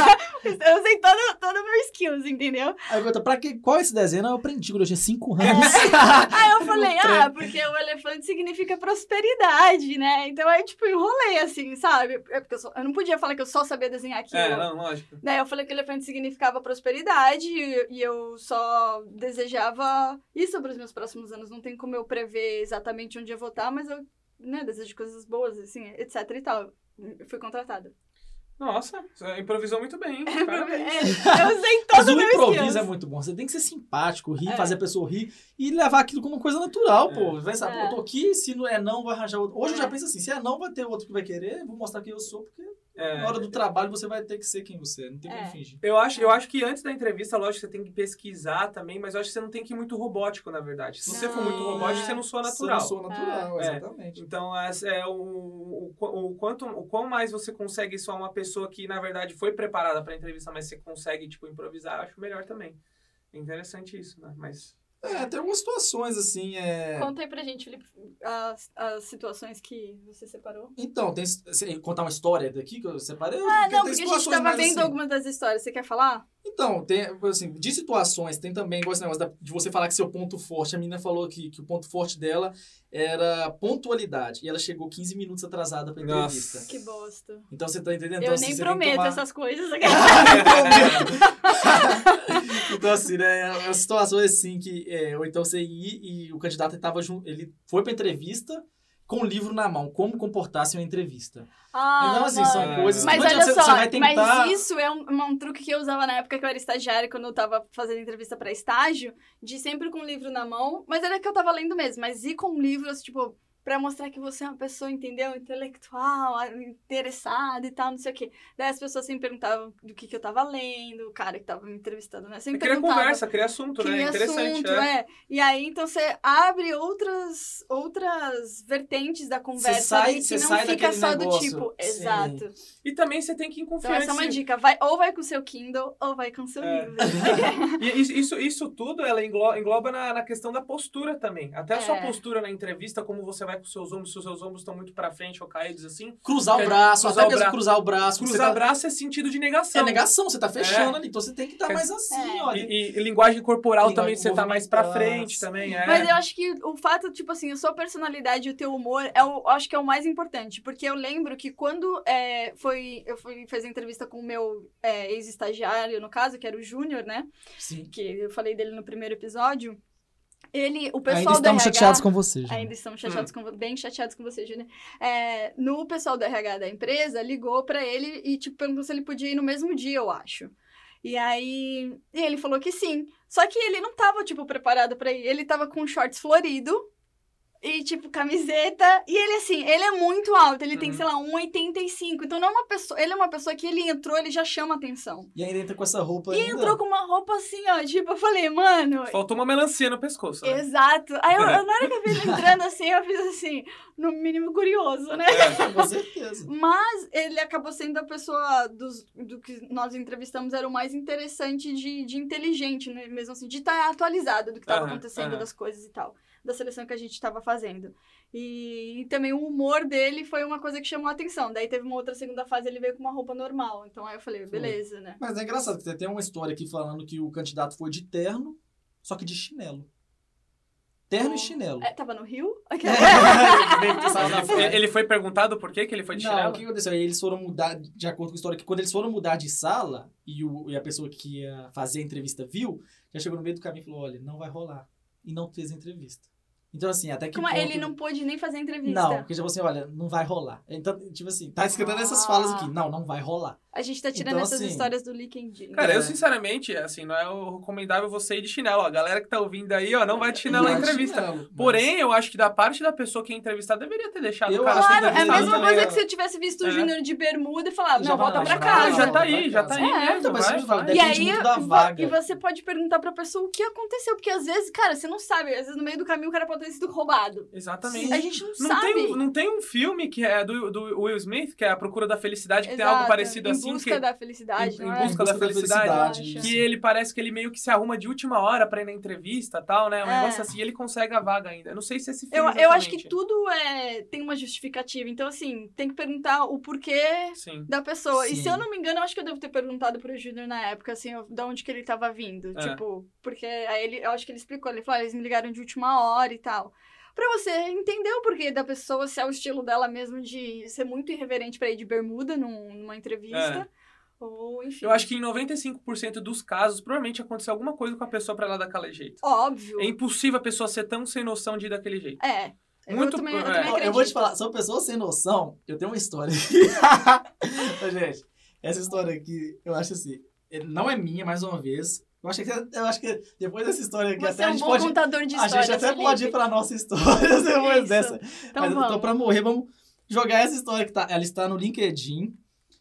Eu usei todo, todo o meu skills, entendeu? Aí eu pergunto, pra que, qual é esse desenho? Eu aprendi quando eu tinha cinco anos. Aí eu falei, ah, porque o elefante significa prosperidade, né? Então aí, tipo, enrolei assim, sabe? É porque eu, só- eu não podia falar que eu só sabia desenhar aquilo. É, não, lógico. Daí eu falei que o elefante significava prosperidade e, e eu só desejava isso para os meus próximos anos. Não tem como eu prever exatamente onde eu vou estar, mas eu, né, desejo coisas boas, assim, etc e tal. Eu fui contratada. Nossa, você improvisou muito bem, hein? É, Parabéns. eu usei Mas todo o o meu improviso skills. é muito bom. Você tem que ser simpático, rir, É. fazer a pessoa rir e levar aquilo como uma coisa natural, É. pô. Vai saber, É. eu tô aqui, se não é não, vai arranjar outro. Hoje eu já É. penso assim, se é não, vai ter outro que vai querer, vou mostrar quem eu sou, porque É. na hora do trabalho você vai ter que ser quem você é, não tem como É. fingir. Eu acho, eu acho que antes da entrevista, lógico, você tem que pesquisar também, mas eu acho que você não tem que ir muito robótico, na verdade. Se você for muito Não, robótico, é. você não soa Você natural. não sou natural, É. exatamente. Então, é, é o, o, o, quanto, o quão mais você consegue soar uma pessoa que, na verdade, foi preparada para a entrevista, mas você consegue, tipo, improvisar, eu acho melhor também. É interessante isso, né? Mas... É, tem algumas situações assim, é... Conta aí pra gente, Felipe, as, as situações que você separou. Então, tem você contar uma história daqui que eu separei? Ah, Porque não, tem porque a gente situações tava mais vendo assim. algumas das histórias. Você quer falar? Então, tem, assim, de situações, tem também igual esse negócio da- de você falar que seu ponto forte. A menina falou que, que o ponto forte dela era pontualidade. E ela chegou quinze minutos atrasada pra Nossa. entrevista. Que bosta. Então você tá entendendo? Eu Então, assim, nem você tem que prometo tomar- essas coisas. Então, assim, né? É uma situação assim que. É, ou então você ir e o candidato tava junto. Ele foi pra entrevista com o livro na mão, como comportar-se em uma entrevista. Ah, então, assim, não. são coisas Mas que não olha adianta, só, você vai tentar. mas isso é um, um truque que eu usava na época que eu era estagiária, quando eu tava fazendo entrevista pra estágio, de sempre com o livro na mão, mas era que eu tava lendo mesmo, mas ir com livros, tipo, pra mostrar que você é uma pessoa, entendeu? Intelectual, interessada e tal, não sei o quê. Daí as pessoas sempre perguntavam do que, que eu tava lendo, o cara que tava me entrevistando, né? Sempre Cria perguntava. conversa, cria assunto, Cria né? Interessante, assunto, né? é. E aí, então, você abre outras, outras vertentes da conversa sai- ali, você que não sai fica daquele só do negócio. tipo, Sim. exato. E também você tem que ir Então, confiante. essa é uma se- dica. Vai, ou vai com o seu Kindle, ou vai com o seu É. livro. E isso, isso, isso tudo, ela engloba, engloba na, na questão da postura também. Até a sua É. postura na entrevista, como você vai com os seus ombros, se os seus ombros estão muito pra frente ou caídos assim. Cruzar Quer- o braço, cruzar até o mesmo bra- cruzar o braço. Cruzar você tá- braço é sentido de negação. É negação, você tá fechando É. ali, então você tem que estar Quer- mais assim, É. ó. E, e- e linguagem corporal Linguagem também, você tá mais pra movimentada. frente também, é. Mas eu acho que o fato, tipo assim, a sua personalidade e o teu humor, é o, acho que é o mais importante. Porque eu lembro que quando é, foi, eu fui fazer entrevista com o meu é, ex-estagiário, no caso, que era o Júnior, né? Sim. Que eu falei dele no primeiro episódio. Ele, o pessoal Ainda do estamos R H, chateados com você, gente. Ainda estamos chateados com, bem chateados com você, Júnior. É, no pessoal do R H da empresa, ligou pra ele e, tipo, perguntou se ele podia ir no mesmo dia, eu acho. E aí, ele falou que sim. Só que ele não tava, tipo, preparado pra ir. Ele tava com shorts florido e, tipo, camiseta. E ele, assim, ele é muito alto. Ele tem, Uhum. sei lá, um e oitenta e cinco. Então, não é uma pessoa... Ele é uma pessoa que ele entrou, ele já chama atenção. E ainda entra com essa roupa E ainda. entrou com uma roupa assim, ó. Tipo, eu falei, mano... Faltou uma melancia no pescoço, né? Exato. Aí, eu, eu- na hora que eu vi ele entrando assim, eu fiz assim, no mínimo curioso, né? Com certeza. Mas ele acabou sendo a pessoa dos, do que nós entrevistamos, era o mais interessante de, de inteligente, né? Mesmo assim, de estar atualizado do que estava Aham, acontecendo, aham. das coisas e tal, da seleção que a gente estava fazendo. E, e também o humor dele foi uma coisa que chamou a atenção. Daí teve uma outra segunda fase, ele veio com uma roupa normal. Então aí eu falei, beleza, né? Mas é engraçado, que tem uma história aqui falando que o candidato foi de terno, só que de chinelo. Terno Oh. e chinelo. É, tava no Rio? Ele foi, ele foi perguntado por que que ele foi de Não, chinelo? o que aconteceu? Eles foram mudar, de acordo com a história, que quando eles foram mudar de sala e, o, e a pessoa que ia fazer a entrevista viu, já chegou no meio do caminho e falou, olha, não vai rolar. E não fez a entrevista. Então, assim, até que Como ponto... ele não pôde nem fazer entrevista. Não, porque já falou assim, olha, não vai rolar. Então, tipo assim, tá escrito nessas Ah. falas aqui, não, não vai rolar. A gente tá tirando Então, essas assim, histórias do LinkedIn. Cara, É. eu sinceramente, assim, não é o recomendável você ir de chinelo. Ó. A galera que tá ouvindo aí, ó, não vai de chinelo na Não vai de entrevista. chinelo, mas- Porém, eu acho que da parte da pessoa que é entrevistada deveria ter deixado Eu o cara acho ser Claro, é a entrevistado mesma também. coisa que se eu tivesse visto o É. Júnior de bermuda e falado, Já não, vai, volta pra já casa. Ah, já tá Volta aí, pra já casa. tá aí É. mesmo. Então, mas vai, isso fala, vai. E depende aí, muito da vo- vaga. e você pode perguntar pra pessoa o que aconteceu, porque às vezes, cara, você não sabe, às vezes no meio do caminho o cara pode ter sido roubado. Exatamente. A gente não, Não sabe. tem, um, não tem um filme que é do, do Will Smith, que é A Procura da Felicidade, que tem algo Exato, parecido em assim. busca que, da felicidade, em- não em é? busca da felicidade, isso. que ele parece que ele meio que se arruma de última hora pra ir na entrevista e tal, né? Um É. negócio assim, e ele consegue a vaga ainda. Eu não sei se esse filme Eu, eu acho que exatamente. tudo é, tem uma justificativa. Então, assim, tem que perguntar o porquê Sim. da pessoa. E Sim. se eu não me engano, eu acho que eu devo ter perguntado pro Júnior na época, assim, eu- de onde que ele tava vindo. É. Tipo, porque aí ele, eu acho que ele explicou, ele falou, ah, eles me ligaram de última hora e tal. Pra você entender o porquê da pessoa, se é o estilo dela mesmo de ser muito irreverente pra ir de bermuda num- numa entrevista. Ou, enfim. Eu acho que em noventa e cinco por cento dos casos, provavelmente aconteceu alguma coisa com a pessoa pra ela daquele jeito. Óbvio. É impossível a pessoa ser tão sem noção de ir daquele jeito. É. Muito- eu também, eu é. também Ó, acredito. eu vou te falar, são pessoas sem noção. Eu tenho uma história aqui. Ô, gente, essa história aqui, eu acho assim, não é minha, mais uma vez. Eu acho que, eu acho que depois dessa história aqui, Você até é a um gente bom pode. contador de A histórias, gente até Felipe. pode ir pra nossa história depois Isso. dessa. Então Mas vamos. então, pra morrer, vamos jogar essa história que tá. Ela está no LinkedIn.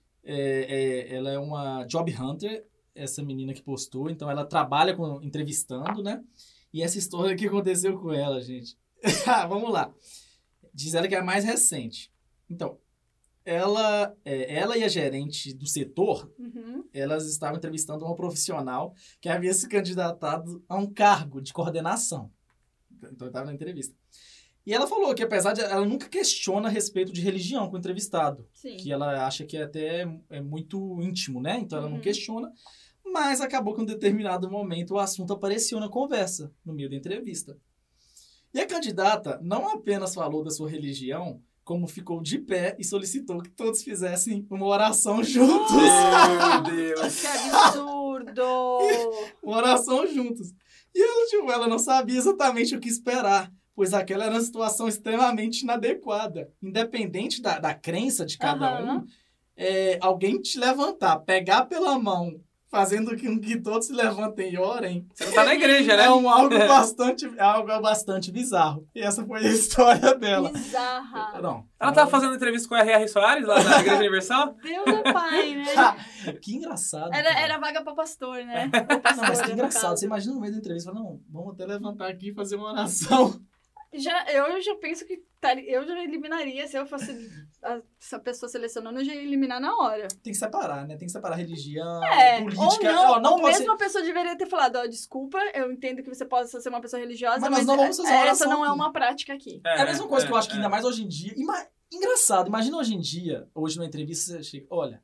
É, é, ela é uma job hunter, essa menina que postou. Então, ela trabalha com entrevistando, né? E essa história que aconteceu com ela, gente. Vamos lá. Diz ela que é a mais recente. Então, ela, é, ela e a gerente do setor, Uhum. elas estavam entrevistando uma profissional que havia se candidatado a um cargo de coordenação. Então, estava na entrevista. E ela falou que, apesar de... Ela nunca questiona a respeito de religião com o entrevistado. Sim. Que ela acha que é até é muito íntimo, né? Então, ela não Uhum. questiona. Mas acabou que, em um determinado momento, o assunto apareceu na conversa, no meio da entrevista. E a candidata não apenas falou da sua religião, como ficou de pé e solicitou que todos fizessem uma oração juntos. Meu Deus. Que absurdo! Uma oração juntos. E ela, tipo, ela não sabia exatamente o que esperar, pois aquela era uma situação extremamente inadequada. Independente da, da crença de cada Aham. um, é, alguém te levantar, pegar pela mão, fazendo com que todos se levantem e orem. Você não tá na igreja, né? É um, algo, bastante, é algo bastante bizarro. E essa foi a história dela. Bizarra. Não. Ela tava fazendo entrevista com o R R Soares lá na Igreja Universal? Deus é pai, né? Que engraçado. Era, cara. era vaga pra pastor, né? Não, Pastor, mas que no engraçado. caso. Você imagina no meio da entrevista, fala, não, vamos até levantar aqui e fazer uma oração. Já, eu já penso que tar- eu já eliminaria, se eu fosse a, essa pessoa selecionando, eu já ia eliminar na hora. Tem que separar, né? Tem que separar religião, É, política. ou não, Ó, não ou pode mesmo ser... a pessoa deveria ter falado, ó, desculpa, eu entendo que você possa ser uma pessoa religiosa, Mas mas, nós não vamos fazer é- oração essa não é aqui. uma prática aqui. É a mesma coisa que eu acho que é. ainda mais hoje em dia... Ima... Engraçado, imagina hoje em dia, hoje numa entrevista, você chega, olha,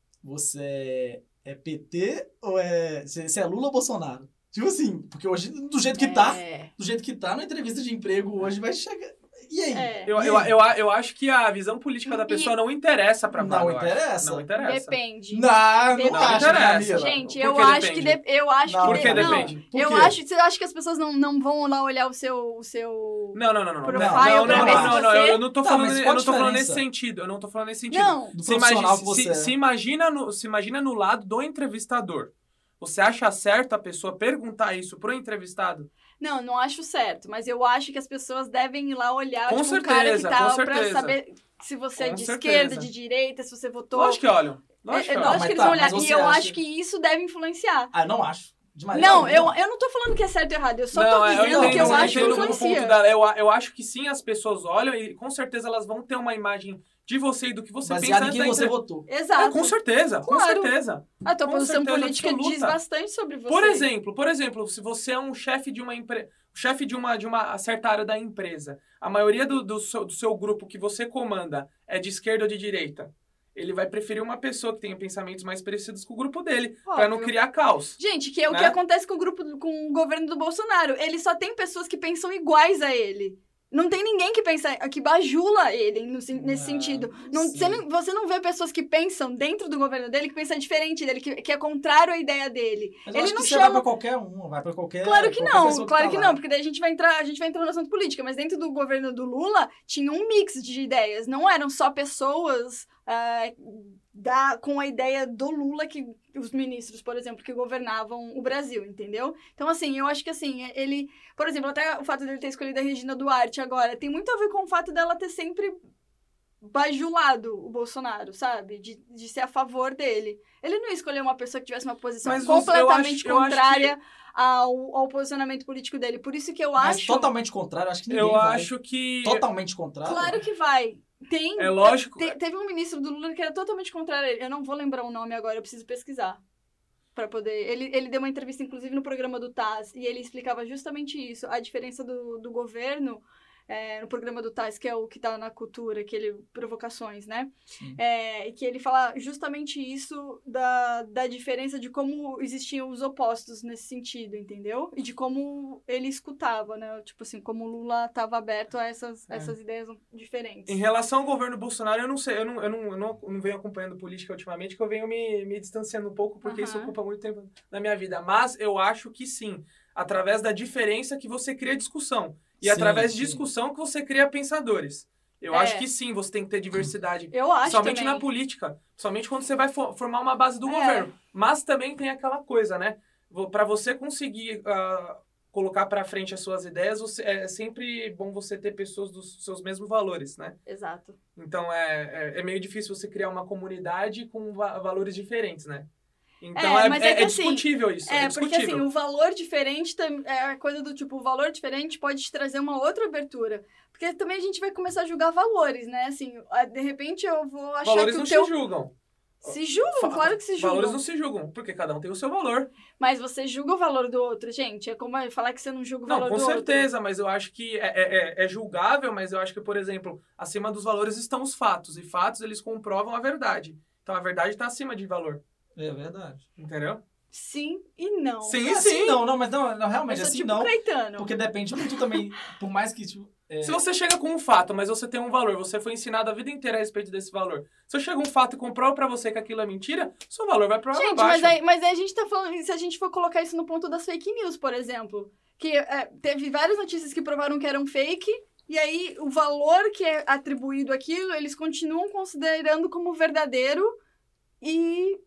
você é P T ou é... Você é Lula ou Bolsonaro? Tipo assim, porque hoje, do jeito que tá, É, do jeito que tá, na entrevista de emprego hoje vai chegar... E aí? é. Eu, E eu, aí? eu, eu acho que a visão política da pessoa não interessa pra Não vaga, eu acho. interessa. Não interessa. Depende. Não, não Depende. acho, Interessa. Camila. Gente, Por eu que acho depende? que de- eu acho Não, que Por que de- não, depende? Por eu quê? acho, você acha que as pessoas não, não vão lá olhar o seu o seu Não, não, não, não. Não, Profile não, pra não, ver não, se não, não, você- eu não tô Tá, falando, mas eu qual a não tô falando diferença? nesse sentido. Eu não tô falando nesse sentido. Não. Do Se, profissional imagi- que você se, é. se imagina no, se imagina no lado do entrevistador. Você acha certo a pessoa perguntar isso pro entrevistado? Não, não acho certo, mas eu acho que as pessoas devem ir lá olhar Com tipo, um cara que certeza, tá com pra certeza. saber se você é Com de certeza. esquerda, de direita, se você votou. Lógico que olham. É, Lógico é, que lógico olham. mas que eles tá, vão olhar. mas E você eu acha- acho que isso deve influenciar. Ah, não acho. De maneira Não, eu, alguma. eu não tô falando que é certo ou errado, eu só não, tô é, dizendo eu entendo, que eu eu acho que entendo o influencia. ponto dela. Eu, eu acho que sim, as pessoas olham e com certeza elas vão ter uma imagem de você e do que você Baseado pensa em antes quem da você entre- votou. Exato. É, com certeza, com Claro. certeza. A tua com posição certeza política absoluta. diz bastante sobre você. Por exemplo, por exemplo, se você é um chefe de uma empresa, chefe de uma, de uma certa área da empresa, a maioria do, do, seu, do seu grupo que você comanda é de esquerda ou de direita, ele vai preferir uma pessoa que tenha pensamentos mais parecidos com o grupo dele, para não Óbvio. criar caos. Gente, que é o Né? que acontece com o grupo, do- com o governo do Bolsonaro. Ele só tem pessoas que pensam iguais a ele. Não tem ninguém que pensa, que bajula ele no sen- nesse Ah, sentido. não Não, sei. você, não, você não vê pessoas que pensam dentro do governo dele, que pensam diferente dele, que, que é contrário à ideia dele. Mas eu Ele acho não que você vai chama... pra qualquer um, vai pra qualquer Claro que qualquer não, pessoa claro tá que lá. não, porque daí a gente vai entrar, a gente vai entrar no assunto política, mas dentro do governo do Lula tinha um mix de ideias, não eram só pessoas ah, da, com a ideia do Lula, que os ministros, por exemplo, que governavam o Brasil, entendeu? Então, assim, eu acho que assim, ele, por exemplo, até o fato dele ter escolhido a Regina Duarte agora, tem muito a ver com o fato dela ter sempre bajulado o Bolsonaro, sabe? De, de ser a favor dele. Ele não escolheu uma pessoa que tivesse uma posição Mas você- eu completamente acho- eu acho contrária ao, ao posicionamento político dele. Por isso que eu Mas acho... totalmente contrário, acho que ninguém Eu vai. acho que Totalmente contrário. Claro que vai. Tem... é lógico. te- teve um ministro do Lula que era totalmente contrário a ele. Eu não vou lembrar o nome agora, eu preciso pesquisar. Pra poder... Ele, ele deu uma entrevista, inclusive, no programa do Taz, e ele explicava justamente isso. A diferença do, do governo... É, no programa do Taz, que é o que tá na cultura, aquele Provocações, né? Sim. É, e que ele fala justamente isso da, da diferença de como existiam os opostos nesse sentido, entendeu? E de como ele escutava, né? Tipo assim, como o Lula estava aberto a essas, É. essas ideias diferentes. Em relação ao governo Bolsonaro, eu não sei, eu não, eu não, eu não, eu não venho acompanhando política ultimamente, que eu venho me, me distanciando um pouco, porque isso Aham. ocupa muito tempo na minha vida. Mas eu acho que sim, através da diferença que você cria discussão. E Sim, através de sim. discussão que você cria pensadores. Eu É. acho que sim, você tem que ter diversidade. Eu acho Somente também. na política. Somente quando você vai fo- formar uma base do É. governo. Mas também tem aquela coisa, né? Para você conseguir ah, colocar para frente as suas ideias, você- é sempre bom você ter pessoas dos seus mesmos valores, né? Exato. Então é, é, é meio difícil você criar uma comunidade com va- valores diferentes, né? Então É, é, mas é, é que é assim, discutível isso. É, É, porque discutível. assim, o valor diferente tam- é a coisa do tipo, o valor diferente pode te trazer uma outra abertura. Porque também a gente vai começar a julgar valores, né? Assim, ah, de repente eu vou achar Valores que não o teu... se julgam. Se julgam, Fa- claro que se julgam. Valores não se julgam, porque cada um tem o seu valor. Mas você julga o valor do outro, gente. É como falar que você não julga o Não, valor com do outro. certeza, mas eu acho que é, é, é- é julgável, mas eu acho que, por exemplo, acima dos valores estão os fatos. E fatos, eles comprovam a verdade. Então, a verdade está acima de valor. É verdade. Entendeu? Sim e não. Sim, Assim sim. não, não, mas não, não Eu realmente sou assim tipo não. Caetano. Porque depende muito também, por mais que, tipo... é, Se você chega com um fato, mas você tem um valor, você foi ensinado a vida inteira a respeito desse valor. Se eu chego um fato e comprova pra você que aquilo é mentira, seu valor vai pra lá Gente, abaixo. mas aí, mas aí a gente tá falando... Se a gente for colocar isso no ponto das fake news, por exemplo. Que é, teve várias notícias que provaram que eram fake... E aí, o valor que é atribuído àquilo, eles continuam considerando como verdadeiro e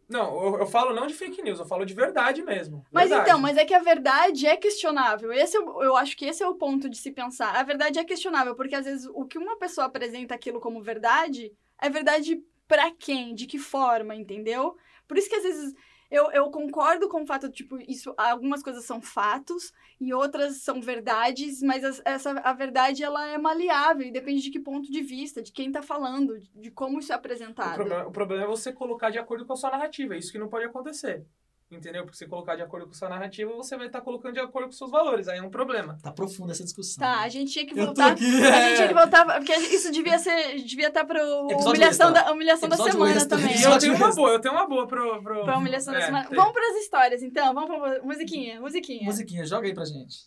Não, eu, eu falo não de fake news, eu falo de verdade mesmo. Mas Verdade. então, mas é que a verdade é questionável. Esse é o- eu acho que esse é o ponto de se pensar. A verdade é questionável, porque às vezes o que uma pessoa apresenta aquilo como verdade, é verdade pra quem? De que forma, entendeu? Por isso que às vezes eu, eu concordo com o fato, tipo, isso, algumas coisas são fatos e outras são verdades, mas as- essa, a verdade, ela é maleável e depende de que ponto de vista, de quem tá falando, de, de como isso é O apresentado. problema, o problema é você colocar de acordo com a sua narrativa. É isso que não pode acontecer. Entendeu? Porque se colocar de acordo com a sua narrativa, você vai estar colocando de acordo com os seus valores. Aí é um problema. Tá profunda essa discussão. Tá, a gente tinha que Eu tô voltar. aqui, A é. gente tinha que voltar, porque isso devia ser, devia estar para Episódio humilhação extra. da humilhação da Episódio semana extra. também. E Episódio eu tenho uma extra. boa, eu tenho uma boa pro... pro... Pra humilhação da É, semana. tem. Vamos pras histórias, então. Vamos pra musiquinha, musiquinha. Musiquinha, joga aí pra gente.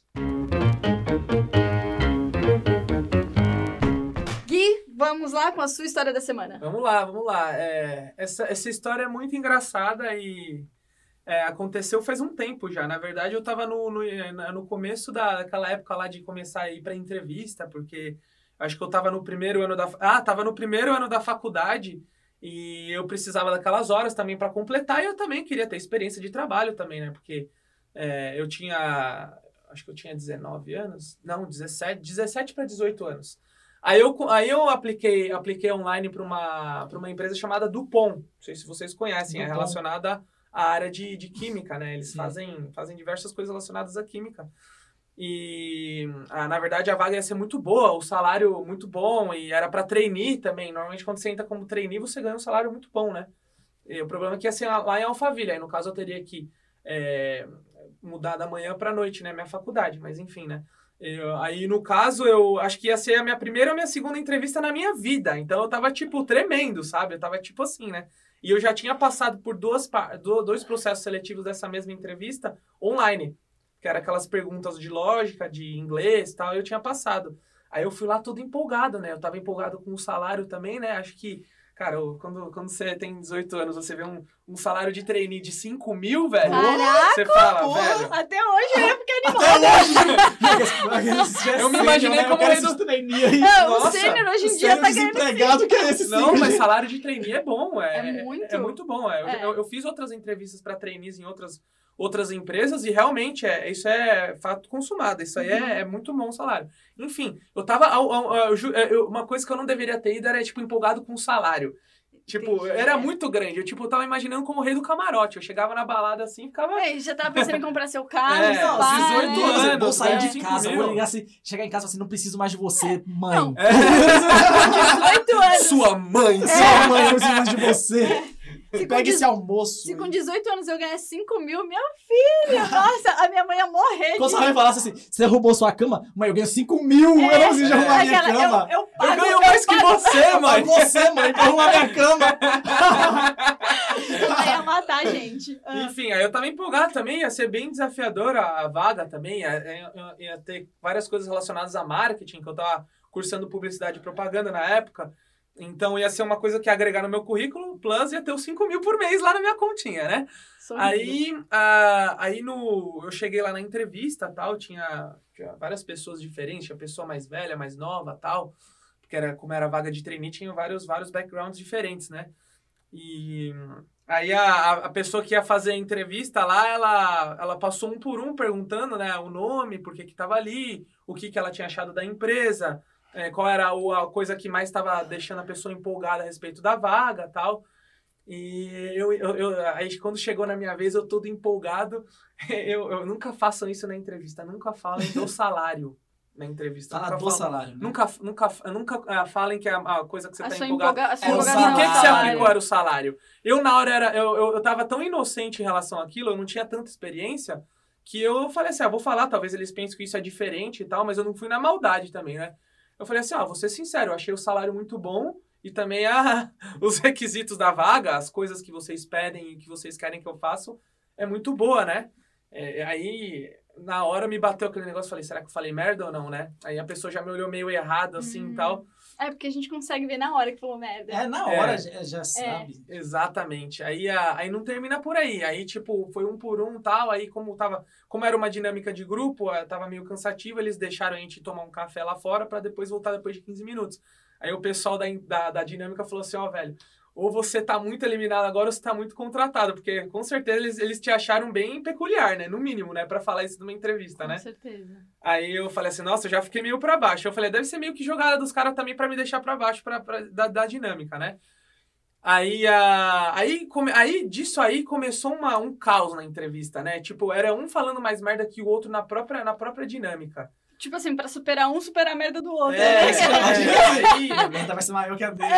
Gui, vamos lá com a sua história da semana. Vamos lá, vamos lá. É, essa, essa história é muito engraçada e é, aconteceu faz um tempo já. Na verdade, eu tava no, no, no começo da, daquela época lá de começar a ir pra entrevista, porque acho que eu tava no primeiro ano da... Ah, tava no primeiro ano da faculdade e eu precisava daquelas horas também pra completar e eu também queria ter experiência de trabalho também, né? Porque é, eu tinha... Acho que eu tinha dezenove anos. Não, dezessete, dezessete para dezoito anos. Aí eu, aí eu apliquei, apliquei online para uma, para uma empresa chamada Dupont. Não sei se vocês conhecem, é Dupont. relacionada à área de, de química, né? Eles Sim. fazem, fazem diversas coisas relacionadas à química. E, ah, na verdade, a vaga ia ser muito boa, o salário muito bom, e era para trainee também. Normalmente, quando você entra como trainee, você ganha um salário muito bom, né? E o problema é que ia ser lá em Alphaville. Aí, no caso, eu teria que é, mudar da manhã para noite, né? Minha faculdade, mas enfim, né? Eu, aí, no caso, eu acho que ia ser a minha primeira ou minha segunda entrevista na minha vida. Então, eu tava, tipo, tremendo, sabe? Eu tava, tipo, assim, né? E eu já tinha passado por duas, do- dois processos seletivos dessa mesma entrevista online. Que era aquelas perguntas de lógica, de inglês e tal. Eu tinha passado. Aí, eu fui lá todo empolgado, né? Eu tava empolgado com o salário também, né? Acho que... Cara, eu- quando, quando você tem dezoito anos, você vê um, um salário de trainee de cinco mil, velho. Caraca, Você fala, porra. velho... Até hoje eu ia ficar Eu me imaginei como ele ele do- trainee aí. Não, o Nossa, sênior hoje em O dia sênior tá ganhando desempregado que é esse Não, sim. mas salário de trainee é bom. É, É muito. É, muito bom. É. Eu, É. eu, eu fiz outras entrevistas para trainees em outras, outras empresas e realmente é, isso é fato consumado. Isso aí Uhum. é, é muito bom o salário. Enfim, eu tava... ao- ao- ao- eu ju- eu- uma coisa que eu não deveria ter ido era, tipo, empolgado com o salário. Tipo, Entendi, era é. muito grande. Eu, tipo, eu tava imaginando como o rei do camarote. Eu chegava na balada assim e ficava... Ué, já tava pensando em comprar seu carro, É, seu aos pai, dezoito né? anos, Vou sair né? de cinco casa, mil. vou ligar assim, chegar em casa assim, não preciso mais de você, mãe. Não. É. dezoito anos. Sua mãe! Sua mãe, eu preciso mais de você. Se com Pega dezo- esse almoço. Se com dezoito anos eu ganhar cinco mil, meu filho, nossa, a minha mãe ia morrer. Quando de- sua mãe falasse assim, você roubou sua cama? Mãe, eu ganho cinco mil, eu não preciso de arrumar minha Aquela, cama. Eu, eu, Eu pago, ganho mais que você, Mas mãe! você, mãe, pra arrumar minha cama. Ela ia matar a gente. Ah. Enfim, aí eu tava empolgado também, ia ser bem desafiadora a vaga também, ia, ia- ia ter várias coisas relacionadas a marketing, que eu tava cursando publicidade e propaganda na época, então ia ser uma coisa que ia agregar no meu currículo, plus ia ter os cinco mil por mês lá na minha continha, né? Sorrindo. Aí, ah, aí no, eu cheguei lá na entrevista, tal, tinha, tinha várias pessoas diferentes, tinha pessoa mais velha, mais nova, tal, porque era, como era vaga de trainee, tinha vários, vários backgrounds diferentes, né? E aí a, a- a pessoa que ia fazer a entrevista lá, ela, ela passou um por um perguntando, né, o nome, por que que tava ali, o que que ela tinha achado da empresa, é, qual era o- a coisa que mais estava deixando a pessoa empolgada a respeito da vaga, tal. E eu, eu, eu- aí quando chegou na minha vez, eu todo empolgado, eu, eu nunca faço isso na entrevista, nunca falem do salário na entrevista. Fala nunca do falam- salário, né? Nunca, nunca, nunca ah, falem que a, a coisa que você A está sua empolgado empolga- a sua É o por empolgação que, é que o você salário. aplicou era o salário? Eu, na hora, era, eu, eu, eu tava tão inocente em relação àquilo, eu não tinha tanta experiência, que eu falei assim, ah, vou falar, talvez eles pensem que isso é diferente e tal, mas eu não fui na maldade também, né? Eu falei assim, ó, vou ser sincero, eu achei o salário muito bom e também a, os requisitos da vaga, as coisas que vocês pedem e que vocês querem que eu faça, é muito boa, né? É, aí, na hora me bateu aquele negócio, falei, será que eu falei merda ou não, né? Aí a pessoa já me olhou meio errado, assim, Hum. e tal. É, porque a gente consegue ver na hora que falou merda. É, na hora já, já sabe. Exatamente. Aí, a, aí não termina por aí. Aí, tipo, foi um por um e tal. Aí, como tava, como era uma dinâmica de grupo, eh, tava meio cansativo, eles deixaram a gente tomar um café lá fora pra depois voltar depois de quinze minutos. Aí o pessoal da, da, da dinâmica falou assim, ó, velho, ou você tá muito eliminado agora ou você tá muito contratado, porque com certeza eles, eles te acharam bem peculiar, né? No mínimo, né? Pra falar isso numa entrevista, Com né? Com certeza. Aí eu falei assim, nossa, eu já fiquei meio pra baixo. Eu falei, deve ser meio que jogada dos caras também pra me deixar pra baixo pra, pra, da, da dinâmica, né? Aí, a, aí, come, aí, disso aí, começou uma, um caos na entrevista, né? Tipo, era um falando mais merda que o outro na própria, na própria dinâmica. Tipo assim, pra superar um, superar a merda do outro. É, né? é, aí, A merda vai ser maior que a dele.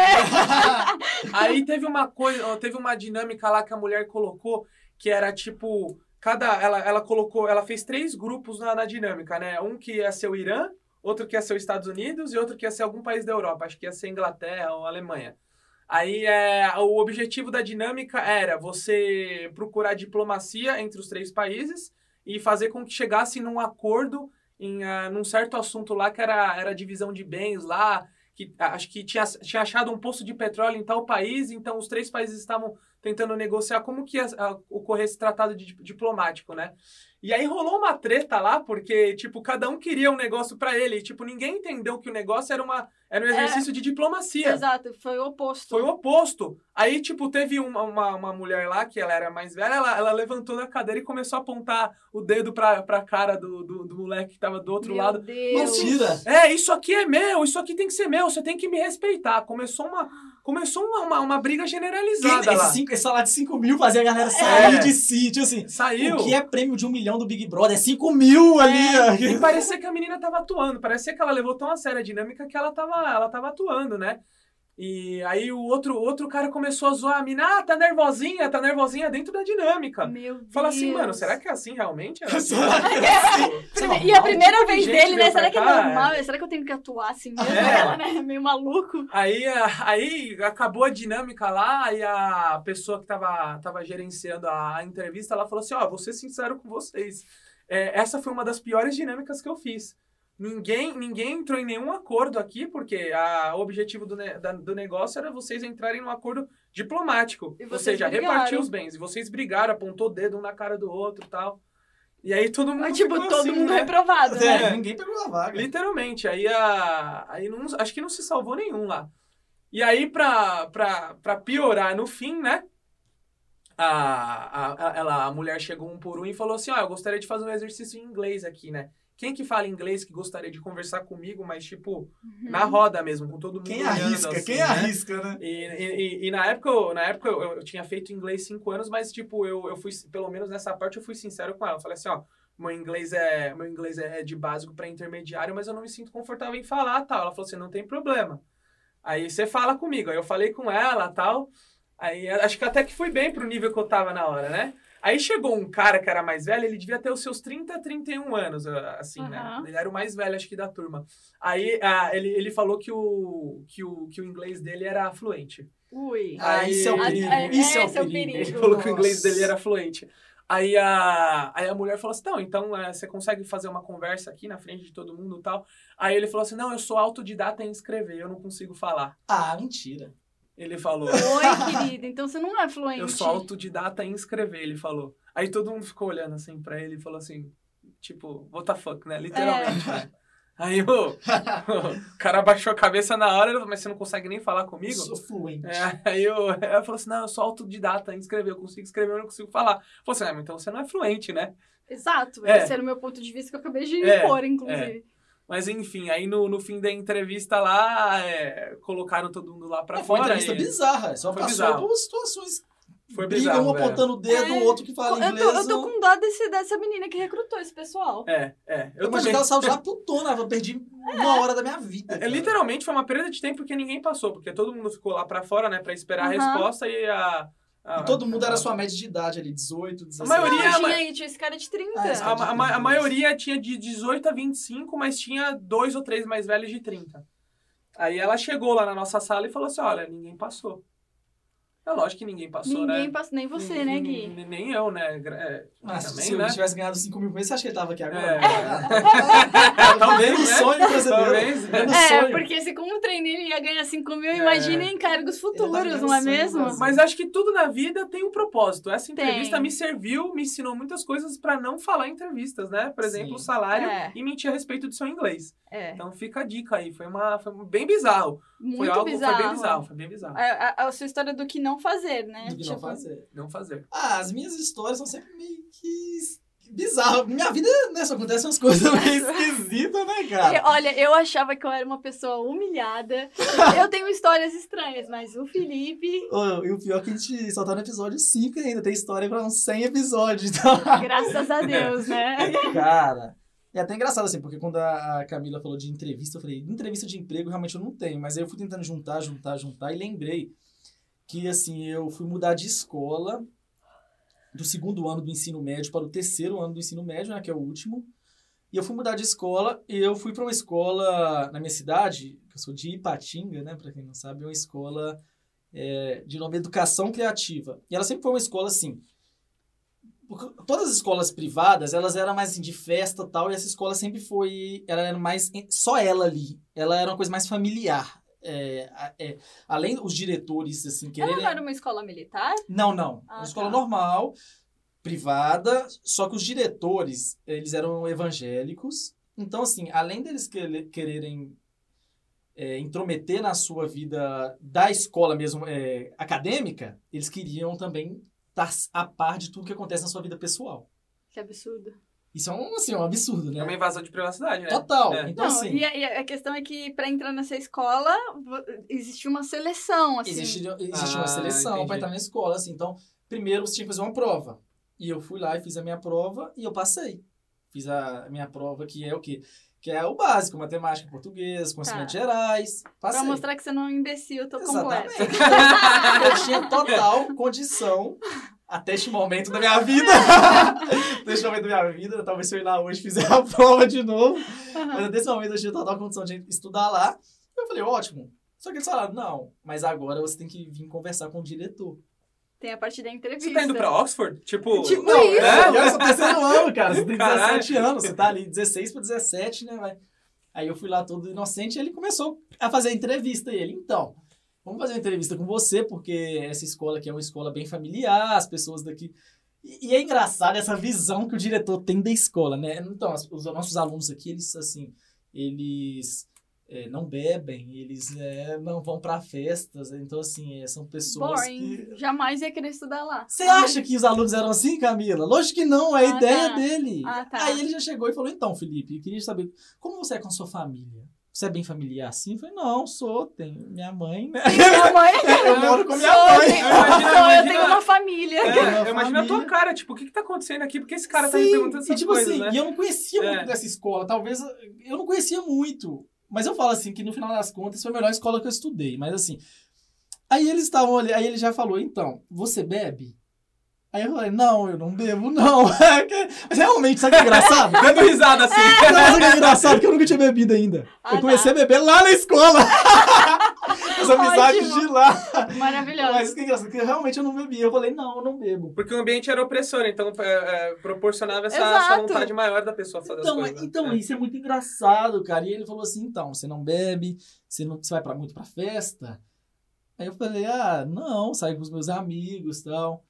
aí teve uma coisa, teve uma dinâmica lá que a mulher colocou, que era tipo, cada, ela, ela colocou, ela fez três grupos na, na dinâmica, né? Um que ia ser o Irã, outro que ia ser os Estados Unidos e outro que ia ser algum país da Europa, acho que ia ser Inglaterra ou Alemanha. Aí é, o objetivo da dinâmica era você procurar diplomacia entre os três países e fazer com que chegasse num acordo em uh, num certo assunto lá que era, era divisão de bens lá, que acho que tinha, tinha achado um poço de petróleo em tal país, então os três países estavam tentando negociar como que ia uh, ocorrer esse tratado de, diplomático, né? E aí rolou uma treta lá, porque, tipo, cada um queria um negócio pra ele, e, tipo, ninguém entendeu que o negócio era, uma, era um exercício é, de diplomacia. Exato, foi o oposto. Foi o oposto. Aí, tipo, teve uma, uma, uma mulher lá, que ela era mais velha, ela, ela levantou da cadeira e começou a apontar o dedo pra, pra cara do, do, do moleque que tava do outro Meu lado. Deus. Mentira! É, isso aqui é meu, isso aqui tem que ser meu, você tem que me respeitar. Começou uma, começou uma, uma, uma briga generalizada Quem, lá. esse, cinco, esse salário de cinco mil fazia a galera sair É. de sítio, assim. Saiu. O que é prêmio de um milhão do Big Brother? É cinco mil ali. É, e parecia que a menina tava atuando, parecia que ela levou tão a sério a dinâmica que ela tava, ela tava atuando, né? E aí o outro, outro cara começou a zoar a mina, ah, tá nervosinha, tá nervosinha dentro da dinâmica. Meu Deus. Fala assim, mano, será que é assim realmente? É assim? Será que é assim? Prime- E a primeira vez gente dele, né? veio Será pra que é cá, normal? Será que eu tenho que atuar assim mesmo? É. Ela, né? Meio maluco. Aí, a- aí acabou a dinâmica lá e a pessoa que tava, tava gerenciando a, a entrevista, ela falou assim, ó, vou ser sincero com vocês. É, essa foi uma das piores dinâmicas que eu fiz. Ninguém, ninguém entrou em nenhum acordo aqui, porque a, o objetivo do, ne, da, do negócio era vocês entrarem num acordo diplomático. E Ou vocês seja, brigaram. repartir os bens. E vocês brigaram, apontou o dedo um na cara do outro e tal. E aí todo mundo Mas, tipo, ficou todo assim, mundo né? reprovado, É, né? ninguém pegou a vaga. Literalmente. Aí, a, aí não, acho que não se salvou nenhum lá. E aí, pra, pra, pra piorar no fim, né? A, a, a, ela, a mulher chegou um por um e falou assim, ó, eu gostaria de fazer um exercício em inglês aqui, né? Quem que fala inglês que gostaria de conversar comigo, mas, tipo, Uhum. na roda mesmo, com todo mundo Quem olhando, arrisca? assim, Quem né? arrisca, né? E, e, e- e na época, eu, na época eu, eu tinha feito inglês cinco anos, mas, tipo, eu, eu fui, pelo menos nessa parte, eu fui sincero com ela. Eu falei assim, ó, meu inglês é, meu inglês é de básico para intermediário, mas eu não me sinto confortável em falar, tal. Ela falou assim, não tem problema. Aí você fala comigo. Aí eu falei com ela, tal. Aí acho que até que fui bem pro nível que eu tava na hora, né? Aí chegou um cara que era mais velho, ele devia ter os seus trinta, trinta e um anos, assim, né? Aham. Ele era o mais velho, acho que, da turma. Aí ah, ele, ele falou que o, que, o, que o inglês dele era fluente. Ui. Ah, Aí- isso é o Ah, perigo. é, Isso é o esse é o perigo. perigo. Ele falou que o inglês Nossa. dele era fluente. Aí a, aí a mulher falou assim, não, então é, você consegue fazer uma conversa aqui na frente de todo mundo e tal? Aí ele falou assim, não, eu sou autodidata em escrever, eu não consigo falar. Ah, mentira. Ele falou, Oi, querida. Então você não é fluente. eu sou autodidata em escrever, ele falou. Aí todo mundo ficou olhando assim pra ele e falou assim, tipo, what the fuck, né? Literalmente, né? Aí o, o cara abaixou a cabeça na hora, ele falou, mas você não consegue nem falar Eu comigo? sou fluente. É, aí eu, ela falou assim, não, eu sou autodidata em escrever, eu consigo escrever, eu não consigo falar. Eu falei assim, ah, mas então você não é fluente, né? Exato. É. Esse era o meu ponto de vista que eu acabei de É, impor, inclusive. Mas enfim, aí no, no fim da entrevista lá, é, colocaram todo mundo lá pra É, foi uma fora. entrevista e- bizarra. Só Foi passou bizarro. por situações. Foi Briga, bizarro, um velho. apontando o dedo, É. o outro que fala Eu inglês. tô, eu tô um- com dó desse, dessa menina que recrutou esse pessoal. É, é. Eu Eu imagino também. que ela saiu já putona. Eu perdi uma hora da minha vida. É, cara. literalmente foi uma perda de tempo porque ninguém passou, porque todo mundo ficou lá pra fora, né, pra esperar Aham. a resposta e a... a- E todo mundo a- era sua média de idade ali, dezoito, dezesseis. maioria- Não, ma- tinha, tinha esse cara de trinta. Ah, esse A, a, ma- a maioria tinha de dezoito a vinte e cinco, mas tinha dois ou três mais velhos de trinta. Aí ela chegou lá na nossa sala e falou assim, olha, ninguém passou. É lógico que ninguém passou, Ninguém né? passou, nem você, nem, né, Gui? Nem, nem eu, né? É, Mas também, se né? eu tivesse ganhado cinco mil por mês, você acha que ele tava aqui agora? É. Talvez um né? sonho brasileiro. Talvez. Vendo É, sonho. porque se como trainee ele ia ganhar cinco mil, É. imagina em cargos futuros, ganhando não é sonho mesmo? brasileiro. Mas acho que tudo na vida tem um propósito. Essa entrevista Tem. me serviu, me ensinou muitas coisas pra não falar em entrevistas, né? Por exemplo, Sim. o salário É. e mentir a respeito do seu inglês. É, Então fica a dica aí. Foi, uma, foi bem bizarro. muito foi algo, bizarro. Foi bem bizarro, foi bem bizarro. A, a- a sua história do que não fazer, né? Do que não Tipo, fazer. Não fazer. Ah, as minhas histórias são sempre meio que bizarras. Minha vida, né, só acontecem umas coisas meio esquisitas, né, cara? eu- Olha, eu achava que eu era uma pessoa humilhada. Eu tenho histórias estranhas, mas o Felipe, Ô, e o pior é que a gente só tá no episódio cinco ainda. Tem história pra uns cem episódios. Então, graças a Deus, né? cara... É até engraçado, assim, porque quando a Camila falou de entrevista, eu falei, entrevista de emprego realmente eu não tenho. Mas aí eu fui tentando juntar, juntar, juntar e lembrei que, assim, eu fui mudar de escola do segundo ano do ensino médio para o terceiro ano do ensino médio, né, que é o último. E eu fui mudar de escola e eu fui para uma escola na minha cidade, que eu sou de Ipatinga, né, para quem não sabe, é uma escola é, de nome Educação Criativa. E ela sempre foi uma escola, assim... Porque todas as escolas privadas, elas eram mais assim, de festa e tal, e essa escola sempre foi, ela era mais, só ela ali, ela era uma coisa mais familiar. É, é, além dos diretores, assim, Ela quererem... não era uma escola militar? Não, não, Ah, uma escola tá. normal, privada, só que os diretores, eles eram evangélicos, então, assim, além deles querer- quererem é, intrometer na sua vida da escola mesmo, é, acadêmica, eles queriam também estar a par de tudo que acontece na sua vida pessoal. Que absurdo. Isso é um, assim, um absurdo, né? É uma invasão de privacidade, né? Total. É. Então, Não, assim, e, a, e a questão é que pra entrar nessa escola vo- existe uma seleção, assim. existe, existe Ah, uma seleção entendi. para entrar na escola, assim. Então, primeiro você tinha que fazer uma prova. E eu fui lá e fiz a minha prova e eu passei. Fiz a minha prova, que é o quê? Que é o básico, matemática, português, conhecimentos Tá. gerais. Passei. Pra mostrar que você não é um imbecil, eu tô completa. Exatamente. Eu tinha total condição até este momento da minha vida. Até este momento da minha vida. Talvez se eu ir lá hoje fizer a prova de novo. Mas até esse momento eu tinha total condição de estudar lá. Eu falei, ótimo. Só que eles falaram, não, mas agora você tem que vir conversar com o diretor. Tem a parte da entrevista. Você tá indo pra Oxford? Tipo... Tipo não, isso. é, eu sou terceiro ano, cara. Você tem Caralho. dezessete anos. Você tá ali dezesseis para dezessete, né? Vai. Aí eu fui lá todo inocente e ele começou a fazer a entrevista. E ele, então, vamos fazer uma entrevista com você, porque essa escola aqui é uma escola bem familiar, as pessoas daqui... E, e é engraçado essa visão que o diretor tem da escola, né? Então, as- os nossos alunos aqui, eles, assim, eles... é, não bebem, eles é, não vão pra festas, então assim, é, são pessoas Boring. que... Jamais ia querer estudar lá. Você acha que os alunos eram assim, Camila? Lógico que não, é a Ah, ideia tá. dele. Ah, tá. Aí ele já chegou e falou, então, Felipe, eu queria saber, como você é com a sua família? Você é bem familiar assim? Eu falei, não, sou, tenho minha mãe, né? Minha mãe. Eu moro com minha Sou, mãe. tenho- Imagina, sou, eu imagina. tenho uma família. É, Tem uma eu imagino a tua família. cara, tipo, o que que tá acontecendo aqui? Por que esse cara tá me Sim, perguntando essas e tipo coisas, assim, né? e eu não conhecia É. muito dessa escola, talvez, eu não conhecia muito, mas eu falo assim, que no final das contas foi a melhor escola que eu estudei, mas assim, aí eles estavam ali, aí ele já falou, então, você bebe? Aí eu falei, não, eu não bebo, não. Mas realmente, sabe o que é engraçado? Dando risada assim. Não, sabe o que é engraçado? Que eu nunca tinha bebido ainda. Ah, eu comecei tá. a beber lá na escola. As amizades Ótimo. de lá. Maravilhoso. Mas o que é engraçado? Que realmente eu não bebi. Eu falei, não, eu não bebo. Porque o ambiente era opressor, então é, é, proporcionava essa, Exato. essa vontade maior da pessoa fazer Então, as coisas. então né? isso é muito engraçado, cara. E ele falou assim, então, você não bebe, você, não, você vai pra, muito pra festa? Aí eu falei, ah, não, saio com os meus amigos e tal.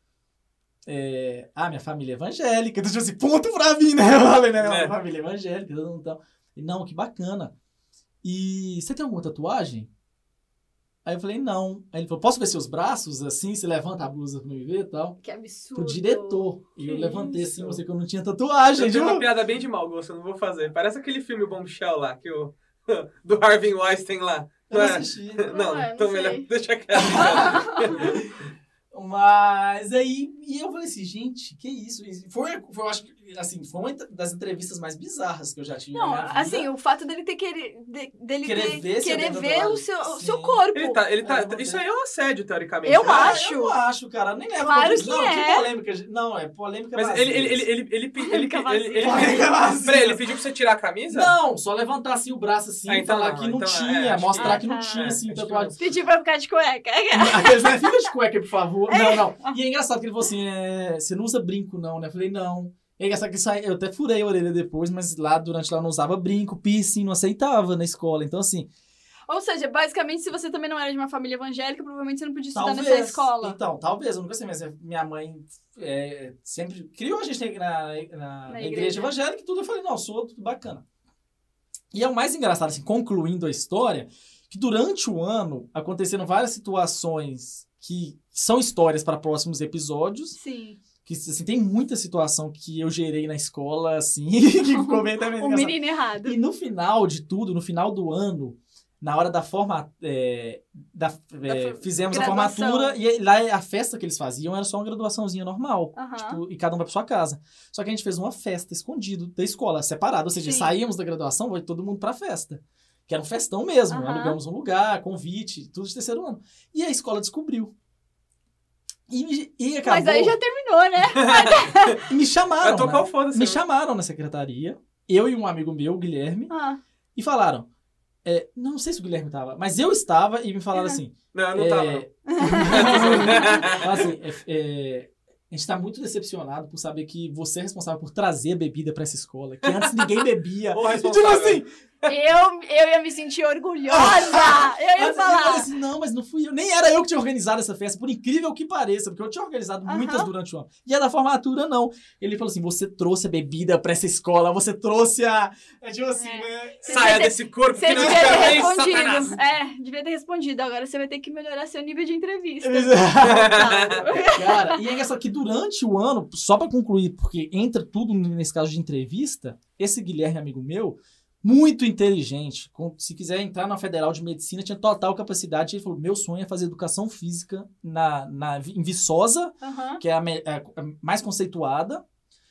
É, ah, minha família é evangélica. Então, tipo assim, ponto pra mim, né? Eu falei, né? Minha É. família é evangélica, todo mundo tal. E, não, que bacana. E você tem alguma tatuagem? Aí eu falei, não. Aí ele falou, posso ver seus braços, assim? Você levanta a blusa pra me ver e tal. Que absurdo. Pro diretor. E eu Que levantei isso? assim, você que eu não tinha tatuagem. Eu tenho uma tipo, piada bem de mau gosto, eu não vou fazer. Parece aquele filme Bombshell lá, que o, do Harvey Weinstein lá. eu não é? assisti. Não, Não é, não então sei. melhor deixa quieto. Mas aí, e eu falei assim, gente, que isso? Foi, foi, eu acho que, assim, foi uma das entrevistas mais bizarras que eu já tive Não, na minha vida. assim, o fato dele ter querer, de, dele Querer ter, ver, querer seu ver o seu, o seu corpo. Ele tá, ele tá, É, isso aí é um assédio, teoricamente. Eu né? acho. Eu não acho, cara. Nem lembro. Claro porque- que não, é. que polêmica. Não, é polêmica Mas vazia. ele, ele, ele, ele, ele, ele, ele, Polêmica ele, ele, Polêmica vazia. Peraí, ele pediu pra você tirar a camisa? Não, só levantar assim o braço assim Ah, e então falar não, que não então, tinha, é, acho mostrar que- que não Ah, tinha, tá. assim, É, acho que tatuagem. Pediu pra ficar de cueca. Aqueles, né? Fica de cueca, por favor. Não, não. E é engraçado que ele falou assim, é, você não usa brinco, não, né? Eu falei, não. É engraçado que isso aí, eu até furei a orelha depois, mas lá, durante lá, eu não usava brinco, piercing, não aceitava na escola. Então, assim, Ou seja, basicamente, se você também não era de uma família evangélica, provavelmente você não podia estudar talvez. nessa escola. Então, talvez, eu nunca sei, mas minha mãe é, sempre criou a gente na, na, na, na igreja. igreja. evangélica e tudo. Eu falei, não, sou tudo bacana. E é o mais engraçado, assim, concluindo a história, que durante o ano aconteceram várias situações que são histórias para próximos episódios. Sim. Que, assim, tem muita situação que eu gerei na escola, assim, que ficou bem também O engraçado. menino errado. E no final de tudo, no final do ano, na hora da forma, é, da, é, Da fizemos a graduação. formatura e lá a festa que eles faziam era só uma graduaçãozinha normal. Aham. Tipo, e cada um vai pra sua casa. Só que a gente fez uma festa escondido da escola, separado. Ou seja, Sim. saímos da graduação, vai todo mundo pra festa. Que era um festão mesmo. Aham. Alugamos um lugar, convite, tudo de terceiro ano. E a escola descobriu. E, e acabou. Mas aí já terminou, né? E me chamaram. Vai tocar né? o foda-se. Me né? chamaram na secretaria, eu e um amigo meu, o Guilherme, Ah, e falaram. é, não sei se o Guilherme estava, mas eu estava e me falaram Uhum. assim. Não, eu não é, tava. não. falaram assim é, é, a gente está muito decepcionado por saber que você é responsável por trazer bebida para essa escola, que antes ninguém bebia. Ô, E, tipo responsável. assim, eu, eu ia me sentir orgulhosa. Eu ia antes eu falei falar. assim, não, mas não fui eu. Nem era eu que tinha organizado essa festa, por incrível que pareça, porque eu tinha organizado Aham. muitas durante o ano. E a da formatura, não. Ele falou assim, você trouxe a bebida pra essa escola, você trouxe a... É tipo assim, É. né? Você Saia devia ter- desse corpo Você que não devia te ter pertence, Satanás. respondido. É, devia ter respondido. Agora você vai ter que melhorar seu nível de entrevista. Cara, e é engraçado que durante o ano, só pra concluir, porque entra tudo nesse caso de entrevista, esse Guilherme, amigo meu, muito inteligente, com- se quiser entrar na Federal de Medicina, tinha total capacidade. Ele falou, meu sonho é fazer educação física na, na, em Viçosa, Aham. que é a, me- a- a mais conceituada.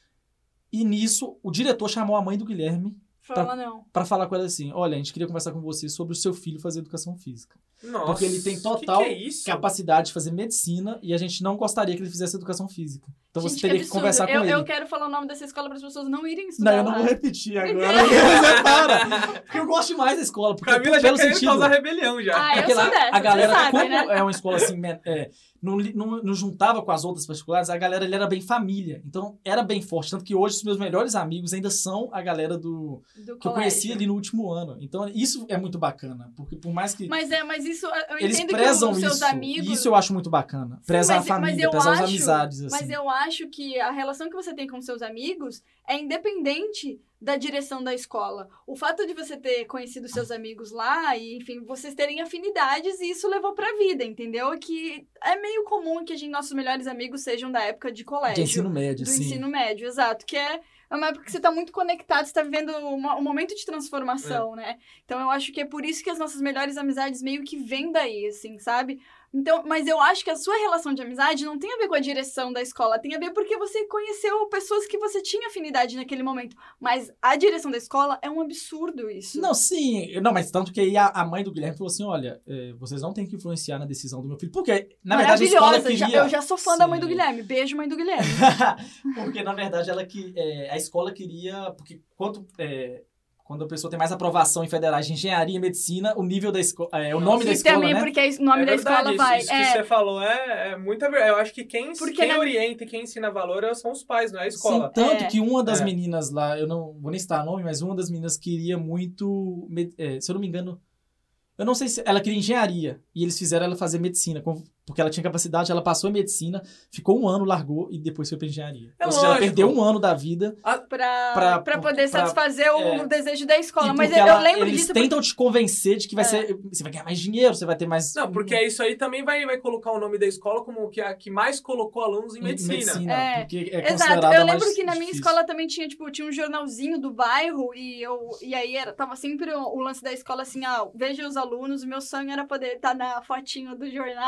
E nisso, o diretor chamou a mãe do Guilherme Fala não. pra falar com ela assim, olha, a gente queria conversar com você sobre o seu filho fazer educação física. Nossa, Porque ele tem que total que é isso? capacidade de fazer medicina e a gente não gostaria que ele fizesse educação física. Então Gente, você teria que absurdo. conversar com eu, ele. Eu quero falar o nome dessa escola para as pessoas não irem Não, estudar eu não lá. vou repetir agora. Você para. Porque eu gosto demais da escola. Porque Camila já pelo querendo sentido... causar rebelião já. Ah, eu Porque sou lá, dessa, a galera, você sabe, como né? é uma escola assim, me- é, não, li- não, não juntava com as outras particulares, a galera ele era bem família. Então, era bem forte. Tanto que hoje os meus melhores amigos ainda são a galera do Do que eu colégio. conheci ali no último ano. Então, isso é muito bacana. Porque por mais que Mas é, mas isso eu eles entendo prezam que os seus isso, amigos. e isso eu acho muito bacana. Sim, Prezar mas- a mas família, eu prezar acho- as amizades, assim. Mas eu acho que a relação que você tem com seus amigos é independente da direção da escola. O fato de você ter conhecido seus amigos lá e, enfim, vocês terem afinidades, e isso levou pra vida, entendeu? Que é meio comum que a gente, nossos melhores amigos sejam da época de colégio. De ensino médio, do assim. ensino médio, exato. Que é uma época que você tá muito conectado, você tá vivendo uma- um momento de transformação, né? Então eu acho que é por isso que as nossas melhores amizades meio que vêm daí, assim, sabe? Então, mas eu acho que a sua relação de amizade não tem a ver com a direção da escola, tem a ver porque você conheceu pessoas que você tinha afinidade naquele momento. Mas a direção da escola é um absurdo isso. Não, sim. Não, mas tanto que aí a, a mãe do Guilherme falou assim, olha, é, vocês não têm que influenciar na decisão do meu filho. Porque, na verdade, a escola Maravilhosa, queria... já- eu já sou fã da mãe do Sim. Guilherme. Beijo, mãe do Guilherme. Porque, na verdade, ela que, é, a escola queria... Porque quanto, é, quando a pessoa tem mais aprovação em federais de engenharia e medicina, o nível da escola... É, o nome da E escola, também né? porque o nome É da verdade, escola isso, vai... Isso que é, você falou é, é muita verdade. Eu acho que quem, Porque quem na- orienta e quem ensina valor são os pais, não é a escola. Sim, tanto É. que uma das É. meninas lá, eu não vou nem citar nome, mas uma das meninas queria muito, med- é, se eu não me engano, eu não sei se ela queria engenharia, e eles fizeram ela fazer medicina, com- porque ela tinha capacidade, ela passou em medicina, ficou um ano, largou e depois foi pra engenharia. É Ou seja, ela lógico. perdeu um ano da vida. pra, pra- pra poder pra- satisfazer o é. desejo da escola. e Mas eu, porque eu ela- lembro eles disso tentam te convencer de que vai É. ser, você vai ganhar mais dinheiro, você vai ter mais... Não, porque isso aí também vai, vai colocar o nome da escola como que a que mais colocou alunos em em medicina. É. porque é Exato, considerada eu mais lembro que na minha difícil. escola também tinha, tipo, tinha um jornalzinho do bairro e eu e aí era, tava sempre o, o lance da escola assim, ah, veja os alunos, o meu sonho era poder estar na fotinho do jornal,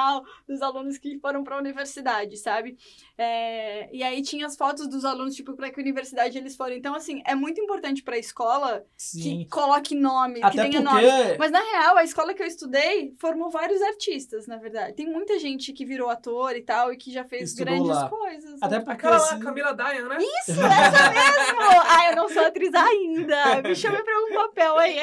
dos alunos que foram para a universidade, sabe? É, e aí tinha as fotos dos alunos, tipo, para que universidade eles foram. Então, assim, é muito importante para a escola Sim. que coloque nome, Até que tenha porque... nome. Mas, na real, a escola que eu estudei formou vários artistas, na verdade. Tem muita gente que virou ator e tal, e que já fez Estudou grandes lá. coisas. Até né? porque... Aquela lá, assim, Camila Dayan, né? Isso, essa mesmo! Ah, eu não sou atriz ainda. Me chame pra um papel aí.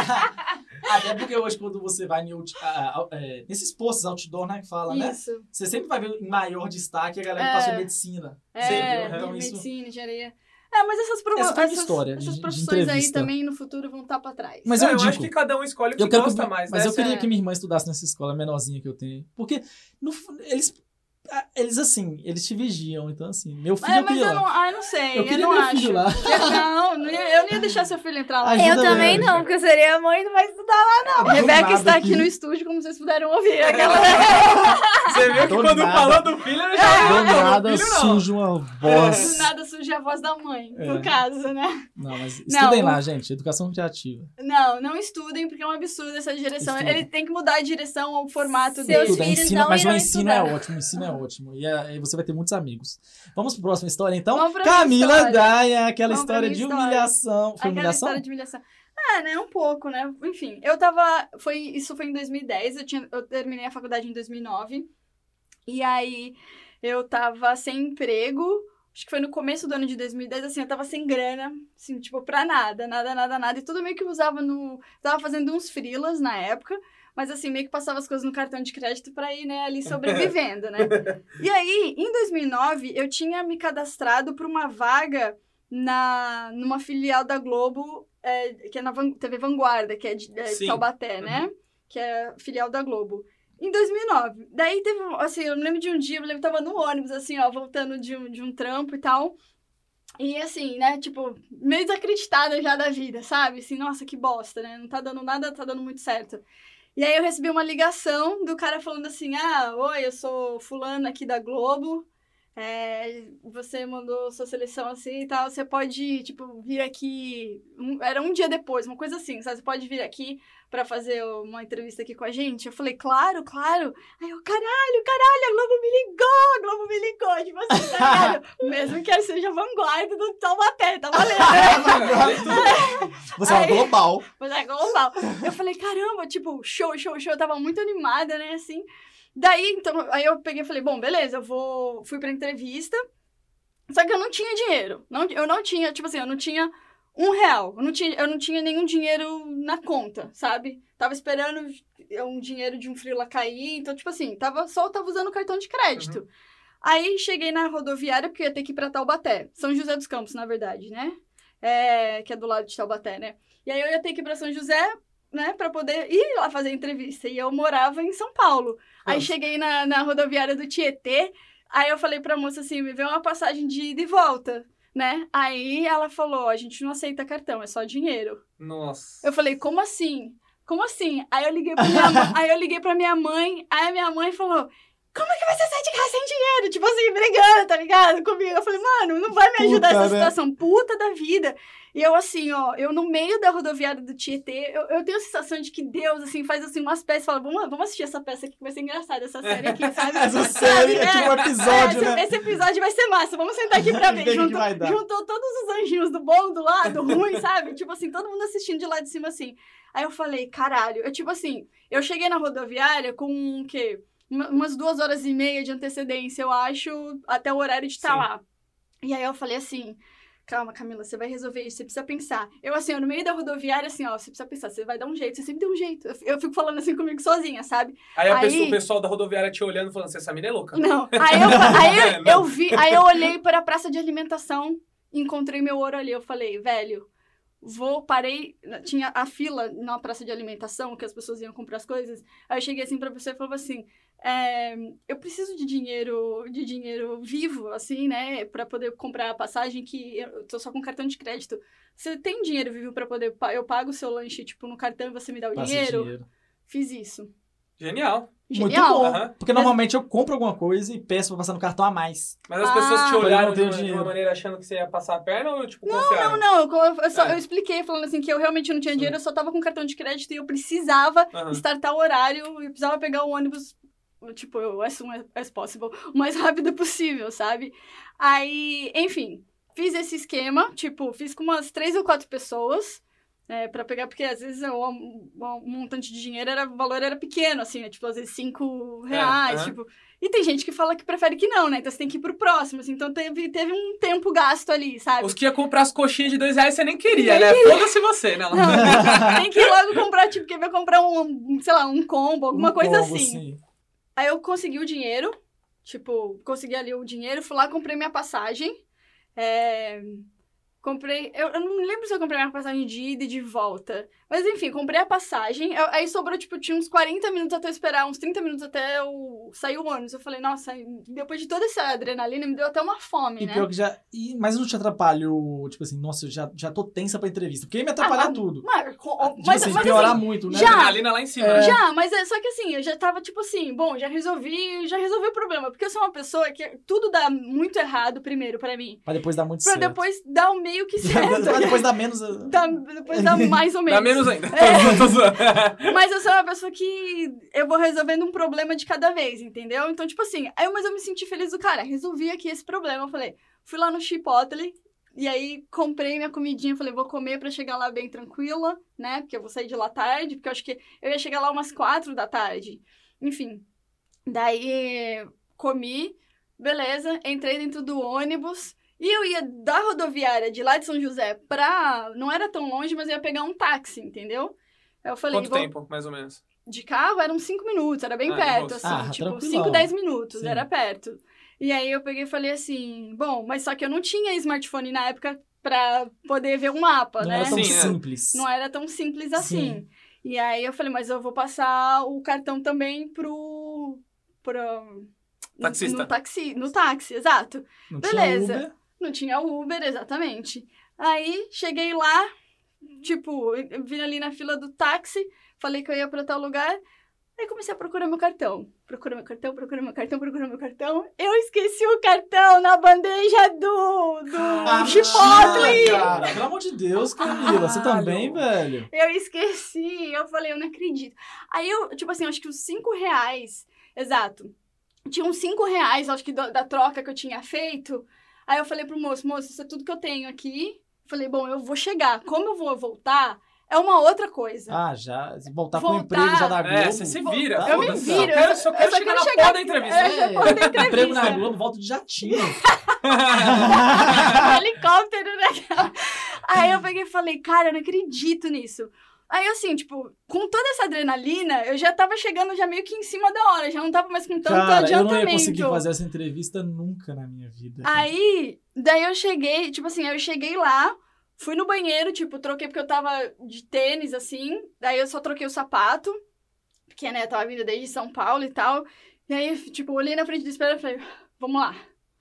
Até porque hoje, quando você vai em, out- ah, ah, é, nesses postos outdoor, né, que fala, né? Isso. Você sempre vai ver em maior destaque a galera que É. passou em medicina. É, Sempre. Então, isso... medicina, engenharia. É, mas essas, provo- Essa foi uma essas, história de- essas de profissões aí entrevista. também no futuro vão estar pra trás. Mas Não, eu eu digo... acho que cada um escolhe o que Eu quero gosta que, mais, mas né? eu queria É. que minha irmã estudasse nessa escola menorzinha que eu tenho. Porque no, fu- eles, ah, eles, assim, eles te vigiam. Então, assim, meu filho É, eu mas queria eu não, lá. ah, eu não sei, Eu eu, queria não meu acho. filho lá. Eu, não, não ia- eu não ia deixar seu filho entrar lá. Ajuda Eu também ele. não, porque eu seria a mãe e não vai estudar lá. Do Rebeca nada está aqui no estúdio, como vocês puderam ouvir. Aquela... Você viu que Do quando nada. falou do filho, ele Do já não, nada meu filho não. surge uma voz. Do nada surge a voz da mãe, É. no caso, né? Não, mas Não, estudem o- lá, gente. Educação criativa. Não, não estudem, porque é um absurdo essa direção. Estudem. Ele tem que mudar a direção ou o formato Seus dele. Tudo, é filhos ensino, não mas o irão ensino é estudar. ótimo, o ensino é ótimo. E aí você vai ter muitos amigos. Vamos para a próxima história, então? Vamos pra minha Camila história. aquela Vamos pra história minha de história. humilhação. Foi Aquela humilhação? história de humilhação. É, né? Um pouco, né? Enfim, eu tava... Foi, isso foi em dois mil e dez, eu, tinha, eu terminei a faculdade em dois mil e nove. E aí, eu tava sem emprego. Acho que foi no começo do ano de dois mil e dez, assim, eu tava sem grana. Assim, tipo, pra nada, nada, nada, nada. E tudo meio que eu usava no... Tava fazendo uns freelas na época. Mas, assim, meio que passava as coisas no cartão de crédito pra ir, né, ali sobrevivendo, né? E aí, em dois mil e nove, eu tinha me cadastrado pra uma vaga na, numa filial da Globo, é, que é na Van- T V Vanguarda, que é de, é de Sim. Taubaté, né? Que é a filial da Globo. Em dois mil e nove. Daí teve, assim, eu me lembro de um dia, eu me lembro que eu tava no ônibus, assim, ó, voltando de um, de um trampo e tal. E assim, né, tipo, meio desacreditada já da vida, sabe? Assim, nossa, que bosta, né? Não tá dando nada, tá dando muito certo. E aí eu recebi uma ligação do cara falando assim, ah, oi, eu sou fulano aqui da Globo, é, você mandou sua seleção assim e tal, você pode, tipo, vir aqui, um- era um dia depois, uma coisa assim, sabe? Você pode vir aqui pra fazer uma entrevista aqui com a gente? Eu falei, claro, claro. Aí eu, caralho, caralho, a Globo me ligou, a Globo me ligou, tipo assim, tá ligado? Mesmo que seja vanguarda do Taubaté, tá valendo, né? Você é uma Aí- global. Mas é global. Eu falei, caramba, tipo, show, show, show. Eu tava muito animada, né, assim. Daí, então, aí eu peguei e falei, bom, beleza, eu vou... Fui pra entrevista. Só que eu não tinha dinheiro. Não, eu não tinha, tipo assim, eu não tinha um real. Eu não tinha, eu não tinha nenhum dinheiro na conta, sabe? Tava esperando um dinheiro de um freela cair. Então, tipo assim, tava, só tava usando o cartão de crédito. Uhum. Aí, cheguei na rodoviária, porque eu ia ter que ir pra Taubaté. São José dos Campos, na verdade, né? É, que é do lado de Taubaté, né? E aí, eu ia ter que ir pra São José, né? Pra poder ir lá fazer a entrevista. E eu morava em São Paulo. Aí, Nossa. cheguei na, na rodoviária do Tietê. Aí, eu falei pra moça assim, me vê uma passagem de ida e volta, né? Aí, ela falou, a gente não aceita cartão, é só dinheiro. Nossa. Eu falei, como assim? Como assim? Aí eu liguei pra minha, ma- aí eu liguei pra minha mãe, aí a minha mãe falou, como é que você sai de casa sem dinheiro? Tipo assim, brigando, tá ligado? Comigo. Eu falei, mano, não vai me ajudar Puta, essa né? situação, puta da vida. E eu assim, ó, eu no meio da rodoviária do Tietê, eu, eu tenho a sensação de que Deus, assim, faz assim umas peças e fala, vamos, vamos assistir essa peça aqui que vai ser engraçada, essa série aqui, sabe? Essa série é tipo um episódio, esse, né? esse episódio vai ser massa, vamos sentar aqui pra Ver ver. o que que Juntou, vai dar. juntou todos os anjinhos do bom, do lado, do ruim, sabe? Tipo assim, todo mundo assistindo de lá de cima, assim. Aí eu falei, caralho, eu tipo assim, eu cheguei na rodoviária com o quê? Uma- umas duas horas e meia de antecedência, eu acho, até o horário de estar Sim. lá. E aí eu falei assim, calma, Camila, você vai resolver isso, você precisa pensar. Eu assim, ó, no meio da rodoviária, assim, ó, você precisa pensar, você vai dar um jeito, você sempre dá um jeito. Eu, eu fico falando assim comigo sozinha, sabe? Aí, a Aí- pessoa- o pessoal da rodoviária te olhando e falando assim, essa mina é louca. Não. Aí eu, fa- aí eu, Não. eu vi, aí eu olhei para a praça de alimentação, encontrei meu ouro ali, eu falei, velho, vou, parei, tinha a fila na praça de alimentação, que as pessoas iam comprar as coisas, aí eu cheguei assim pra pessoa e falava assim, é, eu preciso de dinheiro, de dinheiro vivo, assim, né, pra poder comprar a passagem, que eu tô só com cartão de crédito. Você tem dinheiro vivo pra poder, pa- eu pago o seu lanche, tipo, no cartão e você me dá o Passa dinheiro? dinheiro. Fiz isso. Genial. Muito Genial. bom. Aham. Porque normalmente eu compro alguma coisa e peço pra passar no cartão a mais. Mas as Ah. pessoas te Eu olharam não de tenho uma, de dinheiro. uma maneira achando que você ia passar a perna ou, tipo, confiaram? Não, não, eu, eu só, É. eu expliquei falando assim que eu realmente não tinha Sim. dinheiro, eu só tava com cartão de crédito e eu precisava Aham. startar o horário, eu precisava pegar o ônibus tipo, as soon as possible, o mais rápido possível, sabe? Aí, enfim, fiz esse esquema, tipo, fiz com umas três ou quatro pessoas, é, pra pegar, porque às vezes o, o, o montante de dinheiro, era, o valor era pequeno, assim, né? Tipo, às vezes cinco reais, é, tipo... E tem gente que fala que prefere que não, né? Então você tem que ir pro próximo, assim. Então teve, teve um tempo gasto ali, sabe? Os que ia comprar as coxinhas de dois reais você nem queria, nem né? queria. Foda-se você, né? Não, tem que ir logo comprar, tipo, quem vai comprar um, sei lá, um combo, alguma Um coisa combo, assim. sim. Aí eu consegui o dinheiro, tipo, consegui ali o dinheiro, fui lá, comprei minha passagem. É... Comprei... Eu, eu não me lembro se eu comprei minha passagem de ida e de volta. Mas, enfim, comprei a passagem. Eu, aí sobrou, tipo, tinha uns quarenta minutos até eu esperar, uns trinta minutos até eu sair o ônibus. Eu falei, nossa, depois de toda essa adrenalina, me deu até uma fome, E né? pior que já... E, mas não te atrapalhou, tipo assim, nossa, eu já, já tô tensa pra entrevista. Porque ia me atrapalhar Ah, tudo. Mas, com- Tipo mas, assim, mas, piorar assim, muito, né? já- Adrenalina lá em cima, né? Já, mas é, só que assim, eu já tava tipo assim, bom, já resolvi, já resolvi o problema. Porque eu sou uma pessoa que tudo dá muito errado primeiro pra mim. Pra depois dar muito Pra certo. depois dar o meio que certo. Pra depois dar menos... Dá- depois dá mais ou menos. Dá menos ainda. É. Tô zoando. Mas eu sou uma pessoa que eu vou resolvendo um problema de cada vez, entendeu? Então, tipo assim, aí mas eu me senti feliz do cara, resolvi aqui esse problema. Eu falei, fui lá no Chipotle, e aí comprei minha comidinha, falei, vou comer pra chegar lá bem tranquila, né? Porque eu vou sair de lá tarde, porque eu acho que eu ia chegar lá umas quatro da tarde. Enfim, daí comi, beleza, entrei dentro do ônibus. E eu ia da rodoviária de lá de São José pra... Não era tão longe, mas eu ia pegar um táxi, entendeu? Eu falei, Quanto vou... tempo, mais ou menos? De carro eram cinco minutos, era bem Ah, perto, de assim, boa. Ah, tipo, tranquilão. cinco, dez minutos, Sim. era perto. E aí eu peguei e falei assim, bom, mas só que eu não tinha smartphone na época pra poder ver um mapa, Não né? era tão Sim, é. simples. Não era tão simples assim. Sim. E aí eu falei, mas eu vou passar o cartão também pro... pro Taxista. No taxi, no táxi, exato. Não Beleza. tinha Uber. Não tinha Uber, exatamente. Aí, cheguei lá, tipo, eu vim ali na fila do táxi, falei que eu ia pra tal lugar, aí comecei a procurar meu cartão. Procura meu cartão, procura meu cartão, procura meu cartão. Eu esqueci o cartão na bandeja do, do Ah, Chipotle. cara, pelo amor de Deus, Camila, você Caralho. também, velho. Eu esqueci, eu falei, eu não acredito. Aí eu, tipo assim, acho que os cinco reais, exato, tinha uns cinco reais, acho que da, da troca que eu tinha feito. Aí eu falei pro moço, moço, isso é tudo que eu tenho aqui. Falei, bom, eu vou chegar. Como eu vou voltar, é uma outra coisa. Ah, já. Se voltar com o Voltar- emprego já da Globo. É, você se vira. Tá, Eu me foda-se. viro, Só quero, eu só só- quero eu só chegar quero na chegar- porra da entrevista. É, já pode ter entrevista. Emprego na Globo, volto de jatinho. Helicóptero, né? Aí eu peguei e falei, cara, eu não acredito nisso. Aí, assim, tipo, com toda essa adrenalina, eu já tava chegando já meio que em cima da hora, já não tava mais com tanto Cara, eu adiantamento. não ia conseguir fazer essa entrevista nunca na minha vida. cara. Aí, daí eu cheguei, tipo assim, aí eu cheguei lá, fui no banheiro, tipo, troquei porque eu tava de tênis, assim, daí eu só troquei o sapato, porque, né, eu tava vindo desde São Paulo e tal, e aí, tipo, olhei na frente do espelho e falei, vamos lá.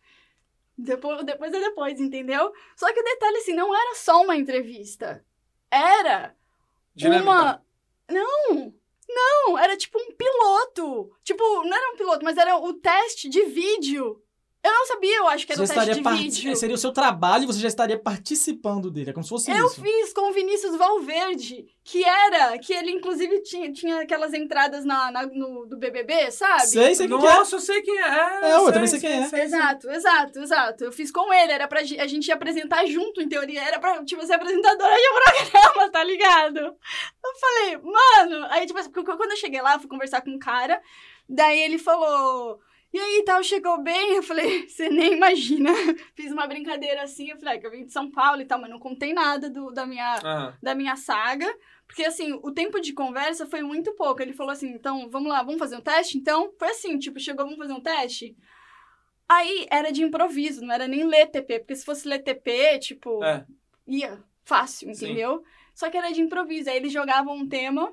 Depois, depois é depois, entendeu? Só que o detalhe, assim, não era só uma entrevista, era Dinâmica. uma... Não, não, era tipo um piloto, tipo, não era um piloto, mas era o teste de vídeo. Eu não sabia, eu acho que era Você o teste estaria de parti- vídeo. Seria o seu trabalho e você já estaria participando dele. É como se fosse Eu isso. fiz com o Vinícius Valverde, que era, que ele inclusive tinha, tinha aquelas entradas na, na- no, do B B B, sabe? Sei, sei quem que é. Nossa, eu sei quem é. É, eu também sei quem é. Exato, exato, exato. Eu fiz com ele, era pra gi- a gente apresentar junto, em teoria, era pra, tipo, ser apresentadora de programa, tá ligado? Eu falei, mano, aí, tipo, assim, porque quando eu cheguei lá, eu fui conversar com um cara, daí ele falou, e aí, tal, chegou bem? Eu falei, você nem imagina. Fiz uma brincadeira assim, eu falei, ah, que eu vim de São Paulo e tal, mas não contei nada do, da minha... Ah, da minha saga, porque, assim, o tempo de conversa foi muito pouco. Ele falou assim, então, vamos lá, vamos fazer um teste? Então, foi assim, tipo, chegou, vamos fazer um teste? Aí, era de improviso, não era nem ler T P, porque se fosse ler T P, tipo, é. ia fácil, Sim. entendeu? Só que era de improviso, aí eles jogavam um tema,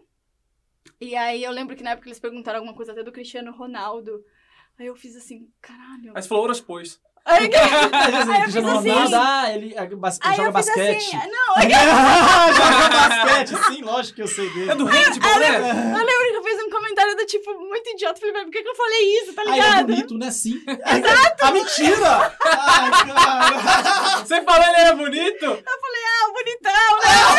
e aí eu lembro que na época eles perguntaram alguma coisa até do Cristiano Ronaldo, aí eu fiz assim, caralho... Aí você falou horas pois. Aí, Aí aí eu fiz Cristiano assim... Ronaldo, ah, ele ah, bas- Aí joga eu fiz basquete. assim, não, é Joga basquete, sim, lógico que eu sei dele. É do handball, né? Eu lembro que eu fiz um comentário do tipo, muito idiota. Falei, mas por que, que eu falei isso, tá Ah, ele é ligado? bonito, né? Sim. Exato! Ah, mentira! Ai, cara. Você falou ele era bonito? Ah, bonitão,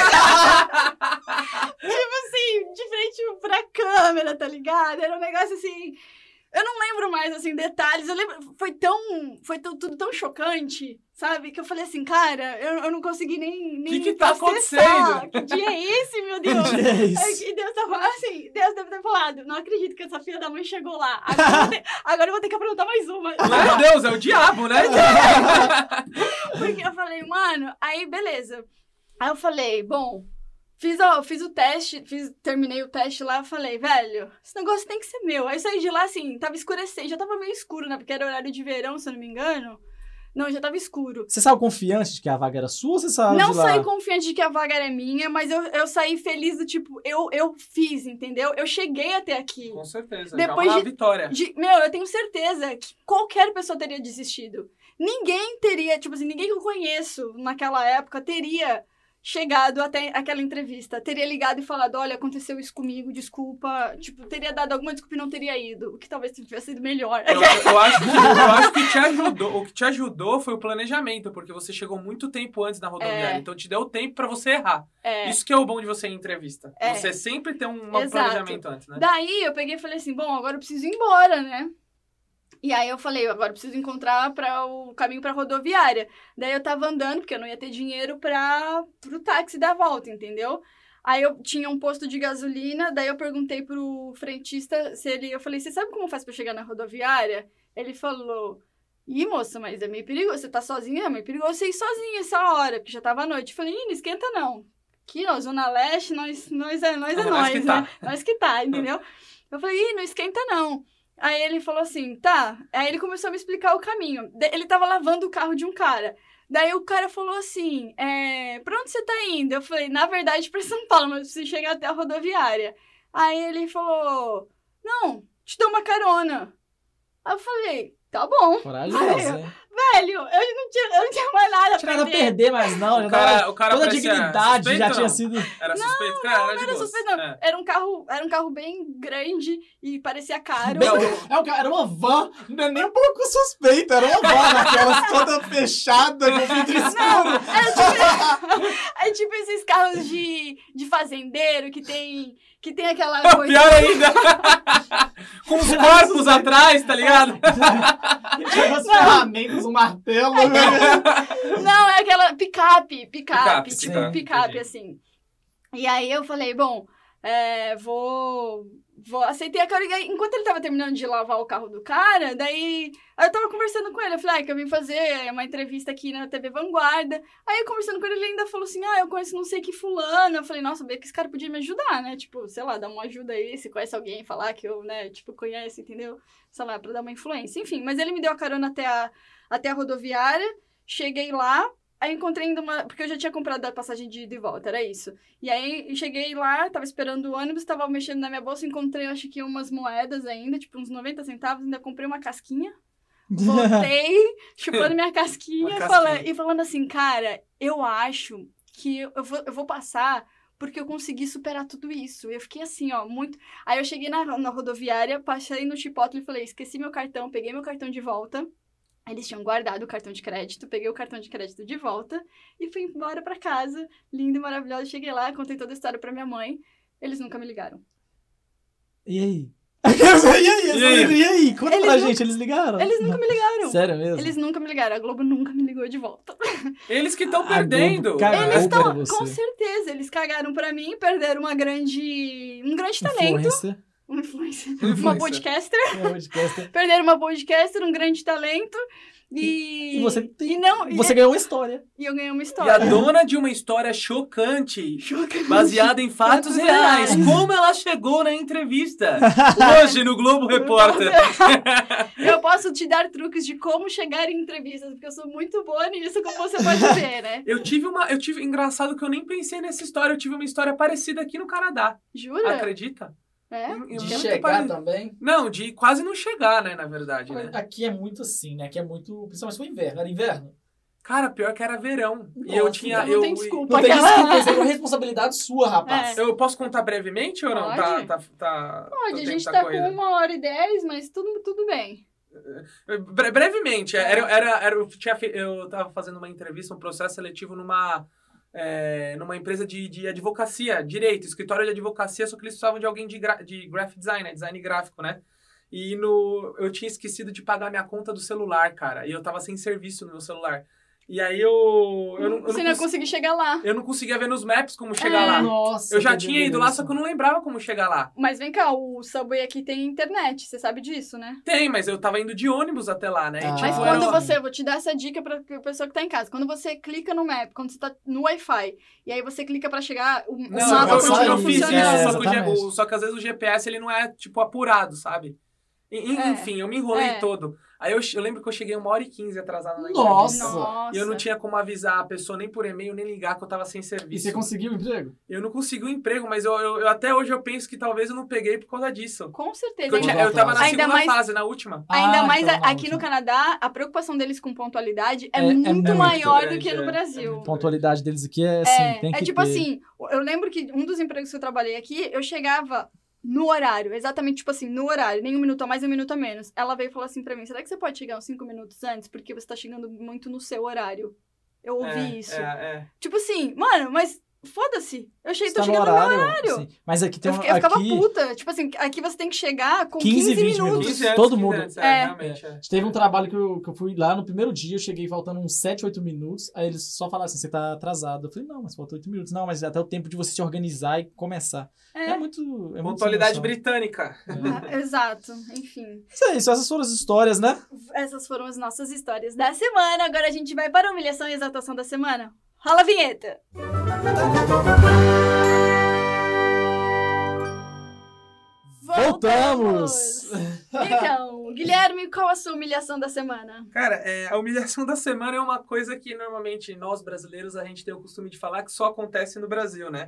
né? tipo assim, de frente pra câmera, tá ligado? Era um negócio assim... Eu não, mais, assim, detalhes. Eu lembro, foi tão, foi tão, tudo tão chocante, sabe? Que eu falei assim, cara, eu, eu não consegui nem, nem que que tá processar. acontecendo? Que dia é esse, meu Deus? Que dia é esse? Aí, E Deus tá falando assim, Deus deve ter falado, não acredito que essa filha da mãe chegou lá. Agora eu vou ter, agora eu vou ter que aprontar mais uma. Meu Deus, é o diabo, né? Porque eu falei, mano, aí beleza. Aí eu falei, bom, fiz, ó, fiz o teste, fiz, terminei o teste lá, falei, velho, esse negócio tem que ser meu. Aí eu saí de lá, assim, tava escurecendo, já tava meio escuro, né? Porque era horário de verão, se eu não me engano. Não, já tava escuro. Você saiu confiante de que a vaga era sua ou você saiu Não de lá? saí confiante de que a vaga era minha, mas eu, eu saí feliz do tipo, eu, eu fiz, entendeu? Eu cheguei até aqui. Com certeza, Depois já é uma de- vitória. De- meu, eu tenho certeza que qualquer pessoa teria desistido. Ninguém teria, tipo assim, ninguém que eu conheço naquela época teria chegado até aquela entrevista, teria ligado e falado, olha, aconteceu isso comigo, desculpa, tipo, teria dado alguma desculpa e não teria ido, o que talvez tivesse sido melhor. Eu, eu acho que, eu acho que te ajudou. O que te ajudou foi o planejamento, porque você chegou muito tempo antes na rodoviária, É. então te deu tempo pra você errar. É. Isso que é o bom de você ir em entrevista. É. Você sempre tem um, um Exato. planejamento antes, né? Daí eu peguei e falei assim, bom, agora eu preciso ir embora, né? E aí eu falei, agora eu preciso encontrar para o caminho pra rodoviária. Daí eu tava andando, porque eu não ia ter dinheiro para pro táxi da volta, entendeu? Aí eu tinha um posto de gasolina, daí eu perguntei pro frentista se ele... Eu falei, você sabe como faz pra chegar na rodoviária? Ele falou, ih, moça, mas é meio perigoso, você tá sozinha? É meio perigoso você ir sozinha essa hora, porque já tava à noite. Eu falei, ih, não esquenta não. Aqui, ó, Zona Leste, nós, nós é nós, é Ah, nós nós, que né? tá. Nós que tá, entendeu? Eu falei, ih, não esquenta não. Aí ele falou assim, tá. Aí ele começou a me explicar o caminho. De- Ele tava lavando o carro de um cara. Daí o cara falou assim, é, pra onde você tá indo? Eu falei, na verdade, pra São Paulo, mas eu preciso chegar até a rodoviária. Aí ele falou, não, te dou uma carona. Aí eu falei, tá bom. Corajosa, hein? Velho, eu não tinha, eu não tinha mais nada Não a tinha nada a perder. perder mais, não. Já O cara, tava- o cara toda a parecia dignidade suspeito, já não? tinha sido. Era suspeito? Cara, era de Não era boas. suspeito, não. É. Era um carro, era um carro bem grande e parecia caro. Não, é um ca- era uma van, não é nem um pouco suspeita, era uma van daquelas toda fechada, com vidro escuro. Era tipo, é tipo esses carros de, de fazendeiro que tem, que tem aquela coisa... Pior ainda! Com os corpos atrás, tá ligado? Tinha umas ferramentas, um martelo. né? Não, é aquela picape, picape, Picape, tipo sim, picape, entendi. assim. E aí eu falei, bom, é, vou... Vou, aceitei a cara. E aí, enquanto ele tava terminando de lavar o carro do cara, daí... Aí eu tava conversando com ele. Eu falei, ah, que eu vim fazer uma entrevista aqui na T V Vanguarda. Aí, eu conversando com ele, ele ainda falou assim, ah, eu conheço não sei que fulano. Eu falei, nossa, bem que esse cara podia me ajudar, né? Tipo, sei lá, dar uma ajuda aí, se conhece alguém, falar que eu, né, tipo, conhece, entendeu? Sei lá, pra dar uma influência. Enfim, mas ele me deu a carona até a, até a rodoviária. Cheguei lá. Aí encontrei ainda uma... Porque eu já tinha comprado a passagem de ida e volta, era isso. E aí cheguei lá, tava esperando o ônibus, tava mexendo na minha bolsa, encontrei, acho que umas moedas ainda, tipo uns noventa centavos, ainda comprei uma casquinha. Voltei, chupando minha casquinha, Uma casquinha. fala- e falando assim, cara, eu acho que eu vou, eu vou passar porque eu consegui superar tudo isso. Eu fiquei assim, ó, muito... Aí eu cheguei na, na rodoviária, passei no Chipotle e falei, esqueci meu cartão, peguei meu cartão de volta. Eles tinham guardado o cartão de crédito, peguei o cartão de crédito de volta e fui embora pra casa, linda e maravilhosa. Cheguei lá, contei toda a história pra minha mãe. Eles nunca me ligaram. E aí? E aí? E aí? E aí? Conta Eles pra nu- gente, eles ligaram? Eles nunca me ligaram. Sério mesmo? Eles nunca me ligaram. A Globo nunca me ligou de volta. Eles que estão A perdendo. Globo cagou Eles pra estão, você. com certeza, eles cagaram pra mim, perderam uma grande, um grande talento. Influencer. Um influencer. Influencer. Uma podcaster. É, podcaster. Perderam uma podcaster, um grande talento. E, E você tem- e não, e- Você ganhou uma história. e eu ganhei uma E a história. dona de uma história chocante, Chocante. baseada em fatos Fatos reais. reais. Como ela chegou na entrevista? Hoje no Globo Repórter. Eu posso te dar truques de como chegar em entrevistas, porque eu sou muito boa nisso, como você pode ver, né? Eu tive uma. Eu tive. Engraçado que eu nem pensei nessa história. Eu tive uma história parecida aqui no Canadá. Jura? Acredita? É? Em- em De muito chegar pare- também. Não, de quase não chegar, né? Na verdade, né? Aqui é muito assim, né? Aqui é muito... Principalmente foi inverno. Era inverno? Cara, pior que era verão. e eu Nossa, tinha. então não Eu, tem desculpa. Não tem Aquela- desculpa, isso é uma responsabilidade sua, rapaz. É. eu posso contar brevemente ou não? Pode. Tá, tá, tá, Pode, o a tempo gente tá tá corrido. com uma hora e dez, mas tudo, tudo bem. Bre- brevemente, era, era, era, eu, tinha, fe- eu tava fazendo uma entrevista, um processo seletivo numa, é, numa empresa de, de advocacia, direito, escritório de advocacia, só que eles precisavam de alguém de, gra, de graphic design, né, design gráfico, né? E no, eu tinha esquecido de pagar minha conta do celular, cara. E eu tava sem serviço no meu celular. E aí eu... eu não, eu Você não não ia cons- conseguir chegar lá. Eu não conseguia ver nos maps como chegar É. lá. Nossa, Eu já que tinha ido lá, beleza. só que eu não lembrava como chegar lá. Mas vem cá, o Subway aqui tem internet, você sabe disso, né? Tem, mas eu tava indo de ônibus até lá, né? E, Ah. tipo, Mas Ah, era- quando uma- você, vou te dar essa dica pra pessoa que tá em casa. Quando você clica no map, quando você tá no Wi-Fi, e aí você clica pra chegar, o, o Não, mapa eu, eu, continua eu fiz isso, funcionando. É, só, que o G- exatamente. o- só que às vezes o G P S ele não é, tipo, apurado, sabe? E- e- É. Enfim, eu me enrolei É. todo. Aí eu, eu lembro que eu cheguei uma hora e quinze atrasada na Nossa. entrevista. Nossa. E eu não tinha como avisar a pessoa nem por e-mail, nem ligar que eu tava sem E serviço. você conseguiu o emprego? Eu não consegui um emprego, mas eu, eu- eu- até hoje eu penso que talvez eu não peguei por causa disso. Com certeza. Porque eu, tinha- Ainda, eu tava na Ainda segunda mais- fase, na última. ainda Ah, mais então, a- na aqui no última. Canadá, a preocupação deles com pontualidade é, É- é muito muito maior do grande, que no é. Brasil. É. Pontualidade deles aqui é assim, É, tem que é tipo ter. assim, eu lembro que um dos empregos que eu trabalhei aqui, eu chegava no horário, exatamente, tipo assim, no horário, nem um minuto a mais, um minuto a menos. Ela veio e falou assim pra mim, será que você pode chegar uns cinco minutos antes? Porque você tá chegando muito no seu horário. Eu ouvi É, isso. É, é. Tipo assim, mano, mas foda-se. Eu cheguei, Você tô tá no chegando horário. no meu horário. assim. Mas aqui tem Eu, um, fiquei, eu ficava aqui, puta. Tipo assim, aqui você tem que chegar com quinze, quinze, vinte minutos. minutos. quinze antes, Todo quinze mundo. antes, é, É. realmente. É. Teve um trabalho que eu, que eu fui lá no primeiro dia, eu cheguei faltando uns sete, oito minutos, aí eles só falaram assim, você tá atrasado. Eu falei, não, mas faltou oito minutos. Não, mas até o tempo de você se organizar e começar. É, É. muito... É muito Pontualidade sem noção. britânica. É. Ah, exato, enfim. Isso é isso, essas foram as histórias, né? Essas foram as nossas histórias da semana. Agora a gente vai para a humilhação e exaltação da semana. Rola a vinheta! Voltamos! Então, Guilherme, qual a sua humilhação da semana? Cara, é, a humilhação da semana é uma coisa que normalmente nós brasileiros a gente tem o costume de falar que só acontece no Brasil, né?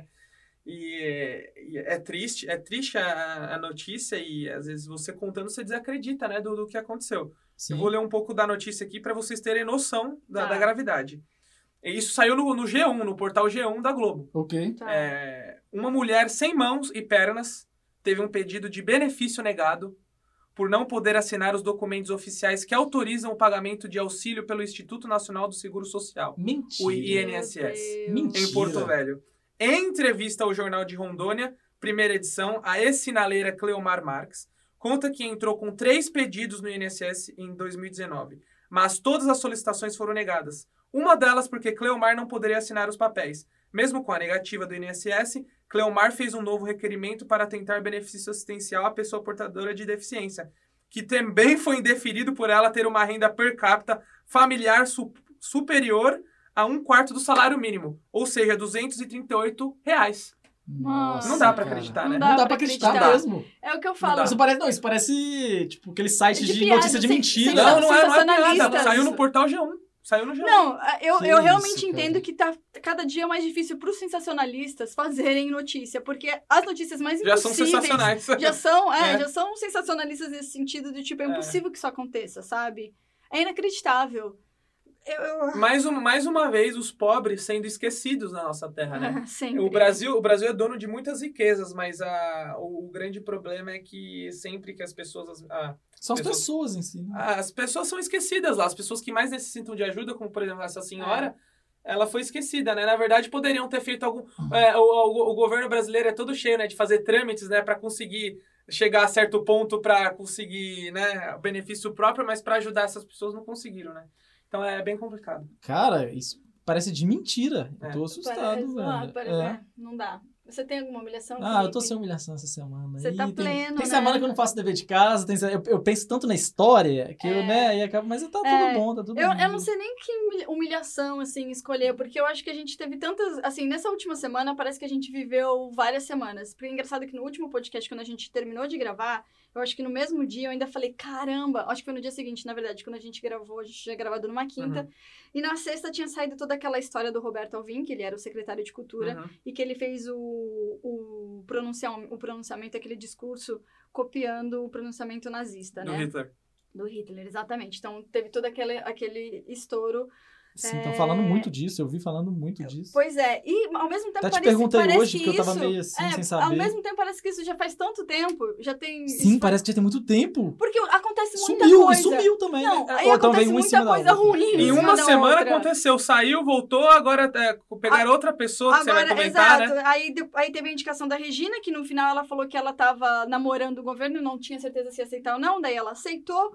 E é, e é triste, é triste a, a notícia e às vezes você contando você desacredita, né, do, do que aconteceu. Sim. Eu vou ler um pouco da notícia aqui para vocês terem noção da, Tá. da gravidade. E isso saiu no, no G um, no portal G um da Globo. Ok. Tá. É, uma mulher sem mãos e pernas teve um pedido de benefício negado por não poder assinar os documentos oficiais que autorizam o pagamento de auxílio pelo Instituto Nacional do Seguro Social, Mentira. o I N S S, Meu Deus. Mentira. em Porto Velho. Em entrevista ao Jornal de Rondônia, primeira edição, a ex-sinaleira Cleomar Marques conta que entrou com três pedidos no I N S S em dois mil e dezenove, mas todas as solicitações foram negadas. Uma delas porque Cleomar não poderia assinar os papéis. Mesmo com a negativa do I N S S, Cleomar fez um novo requerimento para tentar benefício assistencial à pessoa portadora de deficiência, que também foi indeferido por ela ter uma renda per capita familiar su- superior a um quarto do salário mínimo, ou seja, duzentos e trinta e oito reais. Nossa, Não dá pra cara. acreditar, Não né? dá Não dá pra pra acreditar acreditar. mesmo. É o que eu Não falo. dá. Isso parece, não, isso parece tipo aqueles sites De de, piada, notícia de sem- mentira. sem- Não, não é, não é piada. sensacionalistas. Saiu no portal G um. Saiu no G um. Não, eu, Que eu realmente isso, entendo cara. que tá cada dia mais difícil pros sensacionalistas fazerem notícia, porque as notícias mais Já são impossíveis sensacionais. já são, é, É. já são sensacionalistas nesse sentido de tipo, é É. impossível que isso aconteça, sabe? É inacreditável. Eu, eu... Mais, um, mais uma vez, os pobres sendo esquecidos na nossa terra, né? Sempre. O Brasil, o Brasil é dono de muitas riquezas, mas a, o, o grande problema é que sempre que as pessoas... As, a- São as pessoas- pessoas em si. Né? as pessoas são esquecidas lá. As pessoas que mais necessitam de ajuda, como por exemplo essa senhora, ela foi esquecida, né? Na verdade, poderiam ter feito algum... é, o, o, o governo brasileiro é todo cheio, né? De fazer trâmites, né? Para conseguir chegar a certo ponto para conseguir, né? Benefício próprio, mas para ajudar essas pessoas não conseguiram, né? Então é bem complicado. Cara, isso parece de mentira. Eu É. tô assustado, Parece- ah, velho. parece- É. é, não dá. Você tem alguma humilhação? Ah, eu tô Felipe? sem humilhação essa semana. Você Ih, tá tem, pleno, Tem né? semana que eu não faço dever de casa, tem, se- eu, eu penso tanto na história que eu, É. né, e acaba, mas tá tudo É. bom, tá tudo Eu, bom. eu não sei nem que humilha- humilhação, assim, escolher, porque eu acho que a gente teve tantas... Assim, nessa última semana, parece que a gente viveu várias semanas. Porque é engraçado que no último podcast, quando a gente terminou de gravar, eu acho que no mesmo dia eu ainda falei, caramba... Acho que foi no dia seguinte, na verdade, quando a gente gravou, a gente tinha gravado numa quinta. Uhum. E na sexta tinha saído toda aquela história do Roberto Alvim, que ele era o secretário de Cultura, Uhum. e que ele fez o, o, pronuncia, o pronunciamento, aquele discurso, copiando o pronunciamento nazista, Do né? Hitler. Do Hitler, exatamente. Então, teve todo aquele, aquele estouro Sim, estão falando muito disso, eu vi falando muito disso. Pois é, e ao mesmo tempo Até te parece, perguntei parece hoje, que porque eu tava isso- meio assim, é, sem saber. Ao mesmo tempo parece que isso já faz tanto tempo, já tem... Sim, isso parece que já tem muito tempo. Porque acontece muita Sumiu, coisa. e sumiu também, Não, né? aí Ou então acontece veio um em muita cima da coisa outra. ruim Em cima uma da semana outra. aconteceu, saiu, voltou, agora é, pegaram outra pessoa que você vai Agora, comentar, exato. né? Aí, de- aí teve a indicação da Regina, que no final ela falou que ela tava namorando o governo, não tinha certeza se ia aceitar ou não, daí ela aceitou.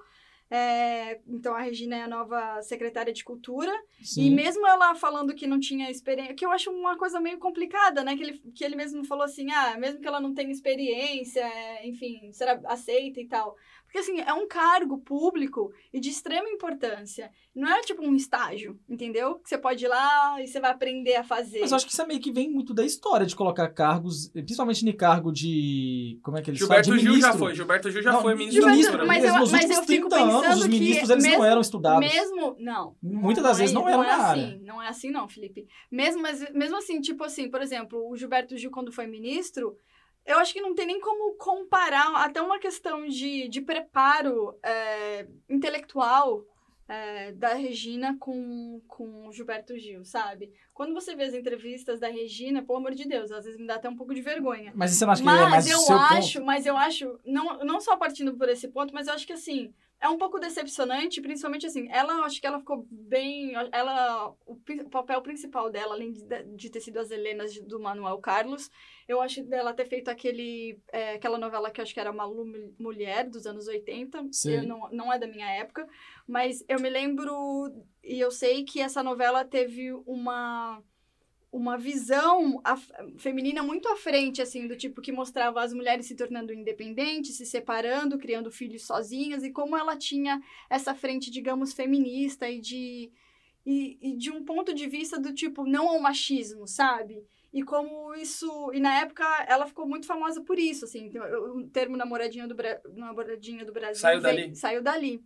É, então a Regina é a nova secretária de Cultura. Sim. E mesmo ela falando que não tinha experiência, que eu acho uma coisa meio complicada, né? Que ele, que ele mesmo falou assim, ah, mesmo que ela não tenha experiência, é, enfim, será aceita e tal. Porque, assim, é um cargo público e de extrema importância. Não é tipo um estágio, entendeu? Que você pode ir lá e você vai aprender a fazer. Mas eu acho que isso é meio que vem muito da história de colocar cargos, principalmente no cargo de... Como é que eles Gilberto falam? De Gil já ministro. foi, Gilberto Gil já Não, foi ministro Gilberto- da ministro, Cultura. mas mas eu- nos mas últimos eu fico trinta anos, pensando os que ministros, eles mesmo- não eram estudados. Mesmo, não. Muitas das é- vezes não eram é na assim, área. Não é assim não, Felipe. Mesmo, mas, mesmo assim, tipo assim, por exemplo, o Gilberto Gil, quando foi ministro, eu acho que não tem nem como comparar até uma questão de, de preparo é, intelectual é, da Regina com, com o Gilberto Gil, sabe? Quando você vê as entrevistas da Regina, pelo amor de Deus, às vezes me dá até um pouco de vergonha. Mas você não acha que Mas é mais eu o seu acho, ponto? mas eu acho, não, não só partindo por esse ponto, mas eu acho que assim, é um pouco decepcionante, principalmente assim, ela, acho que ela ficou bem, ela, o, pri- o papel principal dela, além de, de ter sido as Helenas de- do Manuel Carlos, eu acho dela ter feito aquele, é, aquela novela que eu acho que era Malu Mulher, dos anos oitenta, Sim. eu não, não é da minha época, mas eu me lembro, e eu sei que essa novela teve uma... uma visão af- feminina muito à frente, assim, do tipo que mostrava as mulheres se tornando independentes, se separando, criando filhos sozinhas, e como ela tinha essa frente, digamos, feminista e de, e, e de um ponto de vista do tipo, não ao machismo, sabe? E como isso... E na época, ela ficou muito famosa por isso, assim. Então, o o termo namoradinha do, Bra... namoradinha do Brasil... Saiu veio- dali. Saiu dali.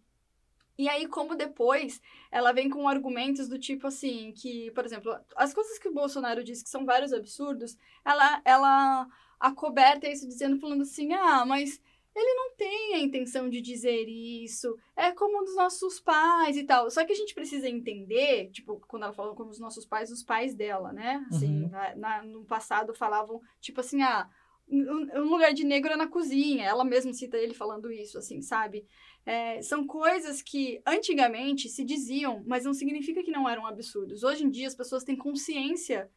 E aí, como depois, ela vem com argumentos do tipo assim, que, por exemplo, as coisas que o Bolsonaro diz que são vários absurdos, ela, ela acoberta isso dizendo, falando assim, ah, mas ele não tem a intenção de dizer isso, é como os nossos pais e tal. Só que a gente precisa entender, tipo, quando ela fala como os nossos pais, os pais dela, né? Assim, Uhum. na, na- no passado falavam, tipo assim, ah, um um lugar de negro é na cozinha. Ela mesma cita ele falando isso, assim, sabe? É, são coisas que antigamente se diziam, mas não significa que não eram absurdos. Hoje em dia as pessoas têm consciência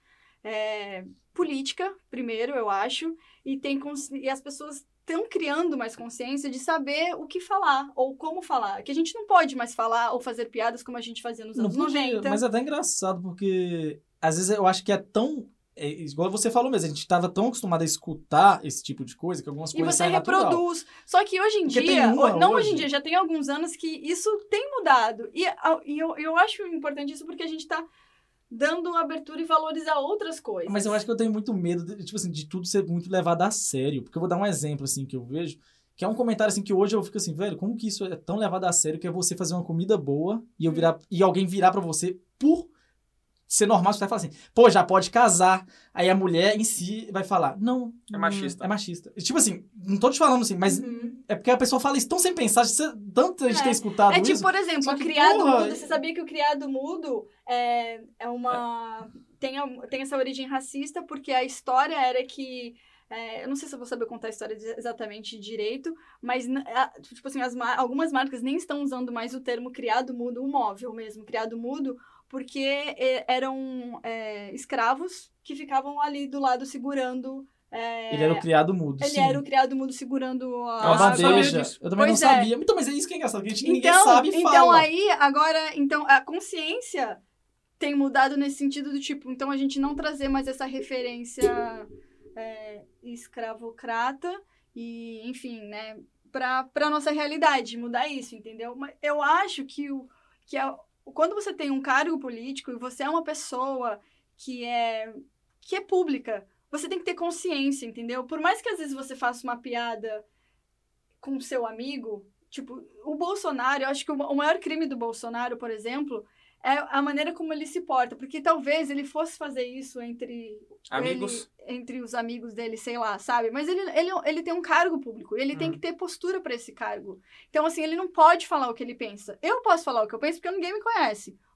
é, política, primeiro, eu acho, e, tem consci... e as pessoas estão criando mais consciência de saber o que falar, ou como falar. Que a gente não pode mais falar ou fazer piadas como a gente fazia nos Não anos podia, noventa. mas é até engraçado, porque às vezes eu acho que é tão... É, igual você falou mesmo, a gente estava tão acostumado a escutar esse tipo de coisa que algumas E coisas você saem natural. reproduz. Só que hoje em Porque dia, tem uma o- não hoje- hoje em dia, já tem alguns anos que isso tem mudado. E, a- e eu, eu acho importante isso porque a gente tá dando abertura e valorizar outras coisas. Mas eu acho que eu tenho muito medo, de, tipo assim, de tudo ser muito levado a sério. Porque eu vou dar um exemplo, assim, que eu vejo, que é um comentário, assim, que hoje eu fico assim, velho, como que isso é tão levado a sério que é você fazer uma comida boa e, eu virar, e alguém virar pra você por ser normal, você vai falar assim, pô, já pode casar. Aí a mulher em si vai falar, não... É machista. É machista. E, tipo assim, não tô te falando assim, mas Uhum. é porque a pessoa fala isso tão sem pensar, você- tanto a gente É. tem escutado É tipo, isso. por exemplo, Só o que, criado porra, mudo. Você sabia que o criado mudo é, é uma... Tem, a- tem essa origem racista, porque a história era que... é, eu não sei se eu vou saber contar a história de- exatamente direito, mas, n- a- tipo assim, as ma- algumas marcas nem estão usando mais o termo criado mudo, o móvel mesmo, criado mudo, porque é, eram é, escravos que ficavam ali do lado segurando... é, Ele era o criado mudo, ele sim. era o criado mudo segurando a, A Nossa, eu sabia bandeja. disso. Eu também Pois não é. sabia. Então, mas é isso que é engraçado, que a gente, ninguém Então, sabe e então fala. aí, agora, então, a consciência tem mudado nesse sentido do tipo, então a gente não trazer mais essa referência é, escravocrata e, enfim, né, pra, pra nossa realidade, mudar isso, entendeu? Mas eu acho que, o, que a, quando você tem um cargo político e você é uma pessoa que é, que é pública, você tem que ter consciência, entendeu? Por mais que às vezes você faça uma piada com o seu amigo, tipo, o Bolsonaro, eu acho que o o maior crime do Bolsonaro, por exemplo, é a maneira como ele se porta, porque talvez ele fosse fazer isso entre Amigos. ele- entre os amigos dele, sei lá, sabe? Mas ele, ele, ele tem um cargo público, ele tem Hum. que ter postura pra esse cargo. Então, assim, ele não pode falar o que ele pensa. Eu posso falar o que eu penso porque ninguém me conhece.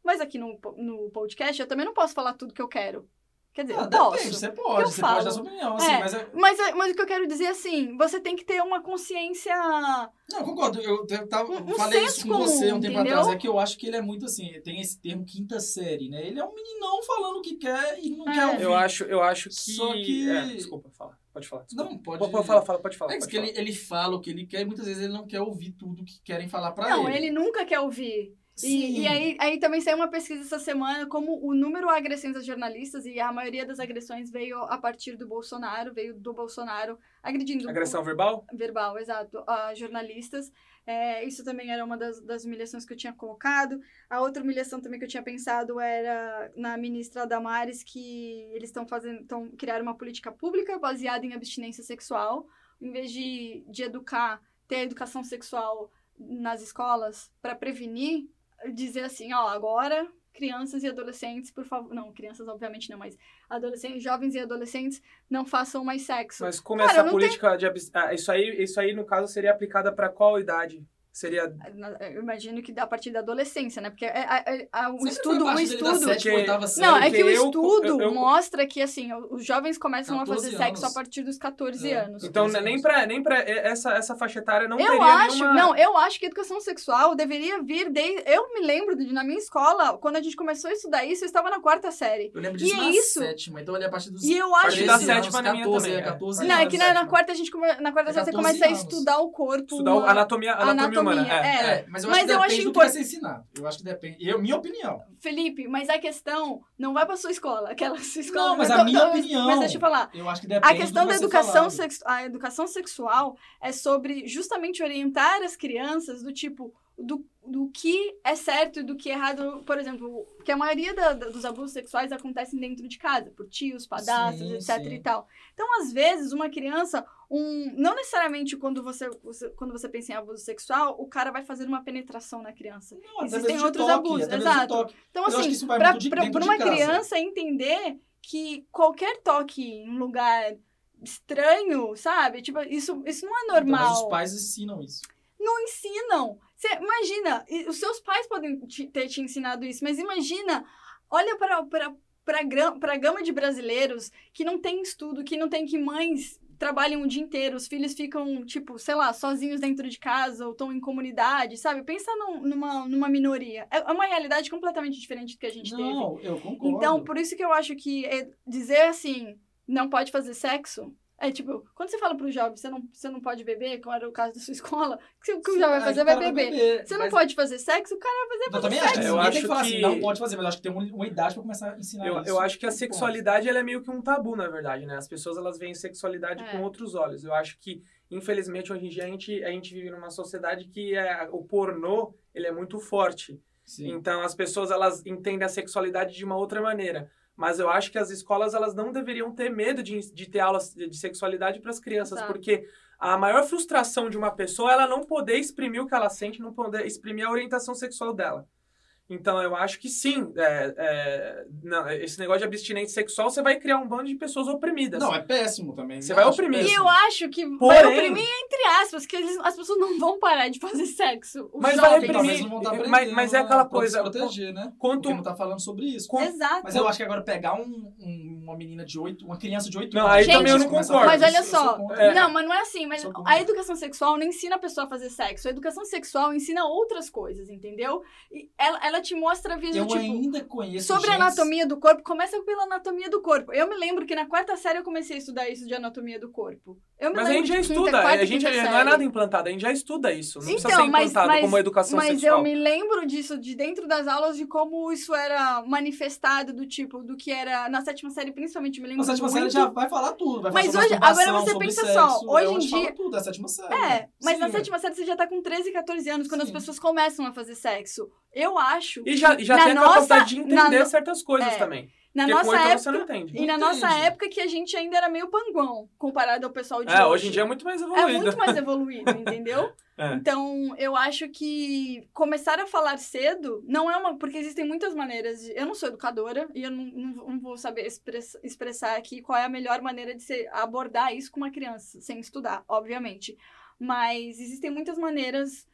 Mas aqui no, no podcast eu também não posso falar tudo que eu quero. Quer dizer, Ah, eu depende, posso. você pode, você falo. pode dar sua opinião, assim, É, mas... É... Mas, mas o que eu quero dizer, assim, você tem que ter uma consciência... Não, concordo, eu, eu tava, Um- um falei senso isso com comum, você um tempo entendeu? atrás, é que eu acho que ele é muito assim, tem esse termo quinta série, né? Ele é um meninão falando o que quer e não É. quer ouvir. Eu acho, eu acho que... Só que- É, desculpa, fala. Pode falar. Desculpa. Não, pode... Pode, pode falar, fala, pode falar. É pode que falar. ele, ele fala o que ele quer e muitas vezes ele não quer ouvir tudo que querem falar pra Não, ele. ele nunca quer ouvir. Sim. E, e aí, aí também saiu uma pesquisa essa semana como o número de agressões a jornalistas, e a maioria das agressões veio a partir do Bolsonaro, veio do Bolsonaro agredindo... Agressão verbal? Verbal, exato, a jornalistas. É, isso também era uma das, das humilhações que eu tinha colocado. A outra humilhação também que eu tinha pensado era na ministra Damares, que eles estão fazendo, estão criando uma política pública baseada em abstinência sexual, em vez de, de educar, ter a educação sexual nas escolas para prevenir, dizer assim, ó, agora crianças e adolescentes, por favor, não, crianças obviamente não, mas adolescentes, jovens e adolescentes não façam mais sexo. Mas como Cara, essa não política de... abs- Ah, isso aí, isso aí, no caso, seria aplicada para qual idade? Seria... Eu imagino que a partir da adolescência, né? Porque é, é, é, o Sempre estudo, foi a o partir dele da estudo... sétima, que- oitava série. Não, é que o eu- estudo eu- eu- mostra que, assim, os jovens começam a fazer catorze sexo anos. a partir dos catorze É. anos. Então, catorze nem anos. pra, nem pra essa, essa faixa etária não Eu teria acho, nenhuma... não, eu acho que a educação sexual deveria vir desde... Eu me lembro de, na minha escola, quando a gente começou a estudar isso, eu estava na quarta série. Eu lembro E disso é na isso. sétima, então ali a partir dos E eu A acho partir que... da treze sétima anos, na minha catorze, também, é, é. catorze Não, é anos. que na, na sétima. quarta a gente come, na quarta É série você catorze começa a anos. estudar o corpo Estudar o uma- anatomia, anatomia, humana. É. é. É, mas eu Mas acho que eu depende acho do que vai impor- ser ensinado. Eu acho que depende. Eu, minha opinião. Felipe, mas a questão não vai pra sua escola, aquela sua escola... Não, mas eu a tô- minha tô- opinião. Mas deixa eu falar. Eu acho que depende A questão do que da vai ser educação, falado. sexu... a educação sexual é sobre justamente orientar as crianças do tipo, do, do que é certo e do que é errado. Por exemplo, porque a maioria da- da- dos abusos sexuais acontecem dentro de casa, por tios, padrastos, Sim, etc sim. e tal. Então, às vezes, uma criança, um, não necessariamente quando você, você- quando você pensa em abuso sexual, o cara vai fazer uma penetração na criança. Não, até Existem mesmo de outros toque, abusos, até mesmo de exato. toque. Então, Eu acho assim, que isso vai pra, muito de pra, dentro pra de uma casa. criança entender que qualquer toque em um lugar estranho, sabe? Tipo, isso, isso não é Então, normal. mas os pais ensinam isso. Não ensinam. Você imagina, e os seus pais podem te- ter te ensinado isso, mas imagina, olha para para para a gama de brasileiros que não tem estudo, que não tem que mães trabalham o dia inteiro, os filhos ficam, tipo, sei lá, sozinhos dentro de casa ou estão em comunidade, sabe? Pensa num- numa, numa minoria. É uma realidade completamente diferente do que a gente teve. Não, eu concordo. Então, por isso que eu acho que é dizer assim, não pode fazer sexo, é tipo, quando você fala pro jovem, você não, você não pode beber, como era o caso da sua escola, o que o que o jovem vai Ah, fazer? o Vai cara beber. Você não mas- pode fazer sexo, o cara vai fazer, Eu fazer também sexo. acho que Eu ninguém tem acho que falar assim, que- não pode fazer, mas eu acho que tem uma, uma idade pra começar a ensinar Eu, isso. eu acho que a Ponto. sexualidade ela é meio que um tabu, na verdade, né? As pessoas elas veem sexualidade É. com outros olhos. Eu acho que, infelizmente, hoje em dia a gente, a gente vive numa sociedade que é, o pornô ele é muito forte. Sim. Então as pessoas elas entendem a sexualidade de uma outra maneira. Mas eu acho que as escolas elas não deveriam ter medo de, de ter aulas de, de sexualidade para as crianças, Exato. porque a maior frustração de uma pessoa é ela não poder exprimir o que ela sente, não poder exprimir a orientação sexual dela. Então, eu acho que sim, é, é, não, esse negócio de abstinência sexual, você vai criar um bando de pessoas oprimidas. Não, é péssimo também. Você Eu vai acho oprimir. E péssimo. eu acho que vai Porém- oprimir entre aspas, que eles- as pessoas não vão parar de fazer sexo. Os Mas vai jovens. Então, mas reprimir. não vão estar Mas- aprendendo, mas é aquela né? coisa, Pra se proteger, né? quanto- Porque não tá falando sobre isso. Quanto- Exato. Mas eu acho que agora pegar um, um- uma menina de oito, uma criança de oito Não, anos... aí Gente, também eu não começa a concordo. fazer Mas olha isso, eu sou só, contra. É. não, mas não é assim. Mas Sou contra. a educação sexual não ensina a pessoa a fazer sexo. A educação sexual ensina outras coisas, entendeu? E ela, ela te mostra a visão, Eu tipo, ainda conheço sobre a gente- anatomia do corpo. Começa pela anatomia do corpo. Eu me lembro que na quarta série eu comecei a estudar isso de anatomia do corpo. Eu me Mas a lembro gente já de quinta, estuda, quarta a e gente quinta não é série. nada implantado, a gente já estuda isso. Não precisa Então, ser mas, implantado mas, como educação mas sexual. eu me lembro disso de dentro das aulas de como isso era manifestado, do tipo, do que era na sétima série, principalmente, me lembro Na sétima muito. série já vai falar tudo. Vai Mas falar sobre hoje- masturbação, agora você sobre pensa sexo, só, hoje eu em acho que fala dia- tudo, é a sétima série. É, mas Sim, na é. sétima série você já tá com treze, catorze anos, quando as Sim. pessoas começam a fazer sexo. Eu acho. E já, e já Na tem a nossa- capacidade de entender na no- certas coisas é. também. Na Porque com nossa oito anos você época. não entende. E na Não nossa entende. época que a gente ainda era meio panguão, comparado ao pessoal de É, hoje. hoje em dia é muito mais É evoluído. muito mais evoluído, entendeu? É. Então, eu acho que começar a falar cedo não é uma... Porque existem muitas maneiras de... Eu não sou educadora e eu não, não, não vou saber express, expressar aqui qual é a melhor maneira de se abordar isso com uma criança, sem estudar, obviamente. Mas existem muitas maneiras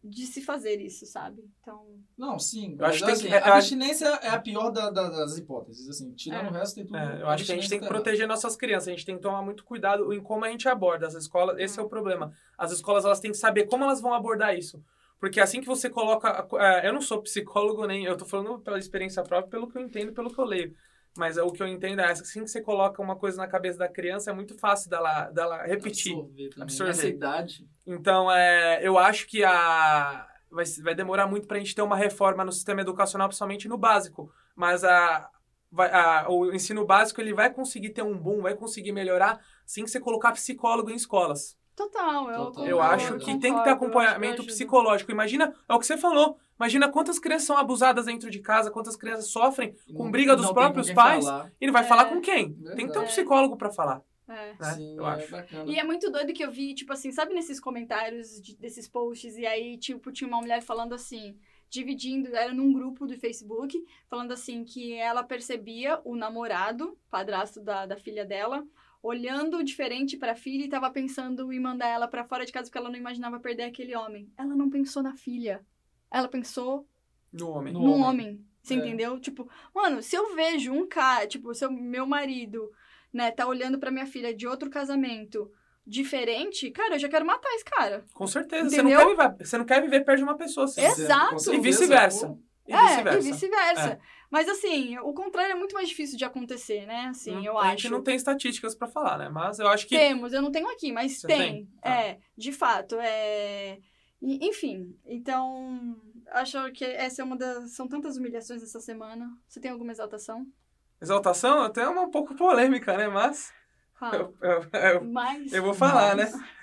de se fazer isso, sabe? Então... Não, sim. Eu acho que tem assim, que- a eu acho- abstinência é a pior da- da- das hipóteses. Assim, tirando É. o resto, tem tudo. É, eu acho que a gente tem que proteger nossas crianças, a gente tem que tomar muito cuidado em como a gente aborda as escolas, esse é o problema. As escolas, elas têm que saber como elas vão abordar isso. Porque assim que você coloca... é, eu não sou psicólogo, nem... Eu tô falando pela experiência própria, pelo que eu entendo, pelo que eu leio. Mas é, o que eu entendo é assim que você coloca uma coisa na cabeça da criança, é muito fácil dela, dela repetir. Absorver também. Absorver. Nessa idade. Então, é, eu acho que a, vai, vai demorar muito para a gente ter uma reforma no sistema educacional, principalmente no básico. Mas a, vai, a, o ensino básico ele vai conseguir ter um boom, vai conseguir melhorar assim que você colocar psicólogo em escolas. Total, eu Total. Eu concordo, acho que concordo, tem que ter eu acho que acompanhamento ajuda. psicológico. Imagina, é o que você falou, imagina quantas crianças são abusadas dentro de casa, quantas crianças sofrem com Não- briga dos não tem próprios com quem pais, falar. e não vai É. falar com quem? Verdade. Tem que ter um É. psicólogo para falar. É. Né? Sim, Eu é acho. bacana. E é muito doido que eu vi, tipo assim, sabe nesses comentários de- desses posts, e aí, tipo, tinha uma mulher falando assim, dividindo, era num grupo do Facebook, falando assim, que ela percebia o namorado, padrasto da, da filha dela, olhando diferente pra filha e tava pensando em mandar ela pra fora de casa porque ela não imaginava perder aquele homem. Ela não pensou na filha. Ela pensou No homem. No num homem. homem. Você É. entendeu? Tipo, mano, se eu vejo um cara, tipo, se o meu marido, né, tá olhando pra minha filha de outro casamento diferente, cara, eu já quero matar esse cara. Com certeza. Você não, Entendeu? quer viver, você não quer viver perto de uma pessoa assim. Exato. Com E certeza, vice-versa. pô. E é, vice-versa. e vice-versa. É. Mas assim, o contrário é muito mais difícil de acontecer, né? Assim, Não- eu a acho. gente não tem estatísticas pra falar, né? Mas eu acho que... Temos, eu não tenho aqui, mas Você tem. tem? Tá. É, de fato, é... E, enfim, então, acho que essa é uma das... São tantas humilhações essa semana. Você tem alguma exaltação? Exaltação até é uma um pouco polêmica, né? Mas Fala. eu, eu, eu, Mas... eu vou falar, Mas- né?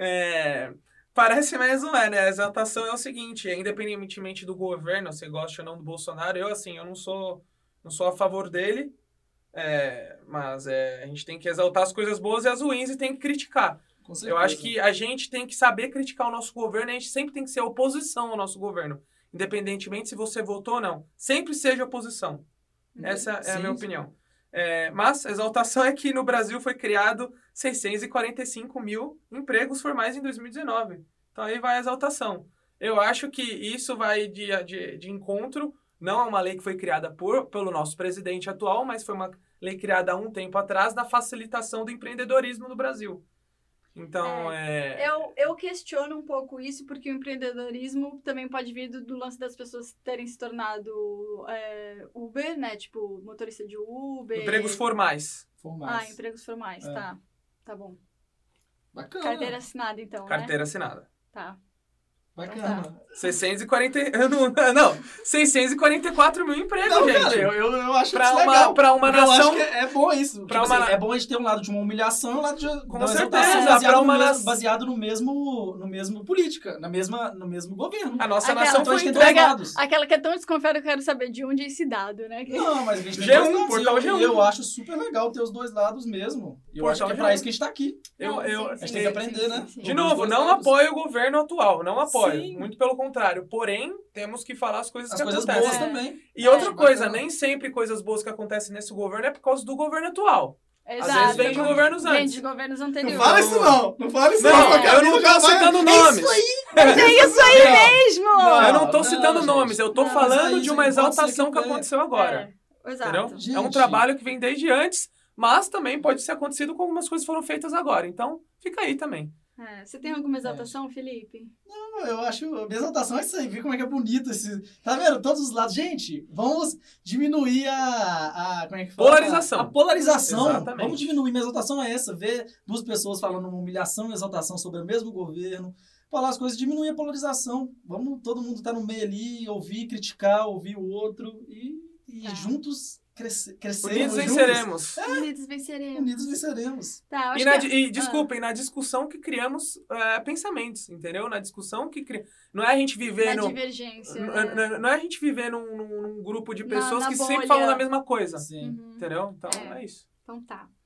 É, parece, mas não é, né? A exaltação é o seguinte, independentemente do governo, você gosta ou não do Bolsonaro, eu, assim, eu não sou, não sou a favor dele, é, mas é, a gente tem que exaltar as coisas boas e as ruins e tem que criticar. Com Eu certeza. acho que a gente tem que saber criticar o nosso governo e a gente sempre tem que ser oposição ao nosso governo. Independentemente se você votou ou não. Sempre seja oposição. Essa é a Sim, minha sim. opinião. É, mas a exaltação é que no Brasil foi criado seiscentos e quarenta e cinco mil empregos formais em dois mil e dezenove. Então aí vai a exaltação. Eu acho que isso vai de, de, de encontro, não é uma lei que foi criada por, pelo nosso presidente atual, mas foi uma lei criada há um tempo atrás na facilitação do empreendedorismo no Brasil. Então, é... Eu, eu questiono um pouco isso, porque o empreendedorismo também pode vir do, do lance das pessoas terem se tornado é, Uber, né? Tipo, motorista de Uber. empregos formais. Formais. Ah, empregos formais, É. tá. Tá bom. Bacana. Carteira assinada, então, Carteira assinada. né? Tá. Bacana. seiscentos e quarenta... eu Não, não, seiscentos e quarenta e quatro mil empregos, Não, gente. cara, eu, eu, eu acho Pra isso uma- legal. pra uma Porque eu nação- acho que é, é bom isso. Pra Tipo uma- assim, é bom a gente ter um lado de uma humilhação e um lado de Com da certeza, exaltação baseado, pra no uma mesmo, nação- baseado no mesmo, no mesmo política, na mesma, no mesmo governo. A nossa Aquela- nação Então a foi gente tem dois entregue... lados. Aquela que é tão desconfiada, eu quero saber de onde é esse dado, né? Não, mas a gente tem G um, dois lados. portal e G eu, um. e eu acho super legal ter os dois lados mesmo. E eu Portal acho que é G pra um. isso que a gente tá aqui. Eu, Não, eu, sim, A gente sim, tem que aprender, sim, né? sim, sim. De Os novo, dois não lados. apoio o governo atual, não apoio. Sim. Muito pelo contrário. Porém, temos que falar as coisas As que coisas acontecem. boas É. também. E outra É, coisa, bacana. nem sempre coisas boas que acontecem nesse governo é por causa do governo atual. Exato. vezes vem de governos Vem antes. de governos Não anteriores. fala isso não. Não fala isso Não, não. porque a eu não vida já tô vai- citando É nomes. isso aí. É isso aí mesmo! Não, eu não tô não, citando gente. nomes, eu tô Não, mas falando aí de isso uma aí pode ser exaltação que que aconteceu agora. É, exato. Entendeu? É um Gente. trabalho que vem desde antes, mas também pode ser acontecido com algumas coisas que foram feitas agora. Então, fica aí também. É, você tem alguma exaltação, Felipe? Não, eu acho, a minha exaltação é isso aí, vê como é que é bonito esse... Tá vendo? Todos os lados. Gente, vamos diminuir a... a como é que fala? Polarização. A polarização. Exatamente. Vamos diminuir. Minha exaltação é essa, ver duas pessoas falando uma humilhação e exaltação sobre o mesmo governo, falar as coisas, diminuir a polarização. Vamos todo mundo estar no meio ali, ouvir, criticar, ouvir o outro e, e Tá. juntos crescer, crescermos. Unidos juntos. venceremos. Unidos venceremos. Unidos venceremos. Tá, acho E, na, que... di- e desculpem, na discussão que criamos é, pensamentos, entendeu? Na discussão que cri... Não é a gente viver Na no... divergência. N- né? n- Não é a gente viver num, num- num grupo de Na- pessoas na que bolha. sempre falam da mesma coisa. Sim. Uhum. Entendeu? Então É. é, isso. Então tá.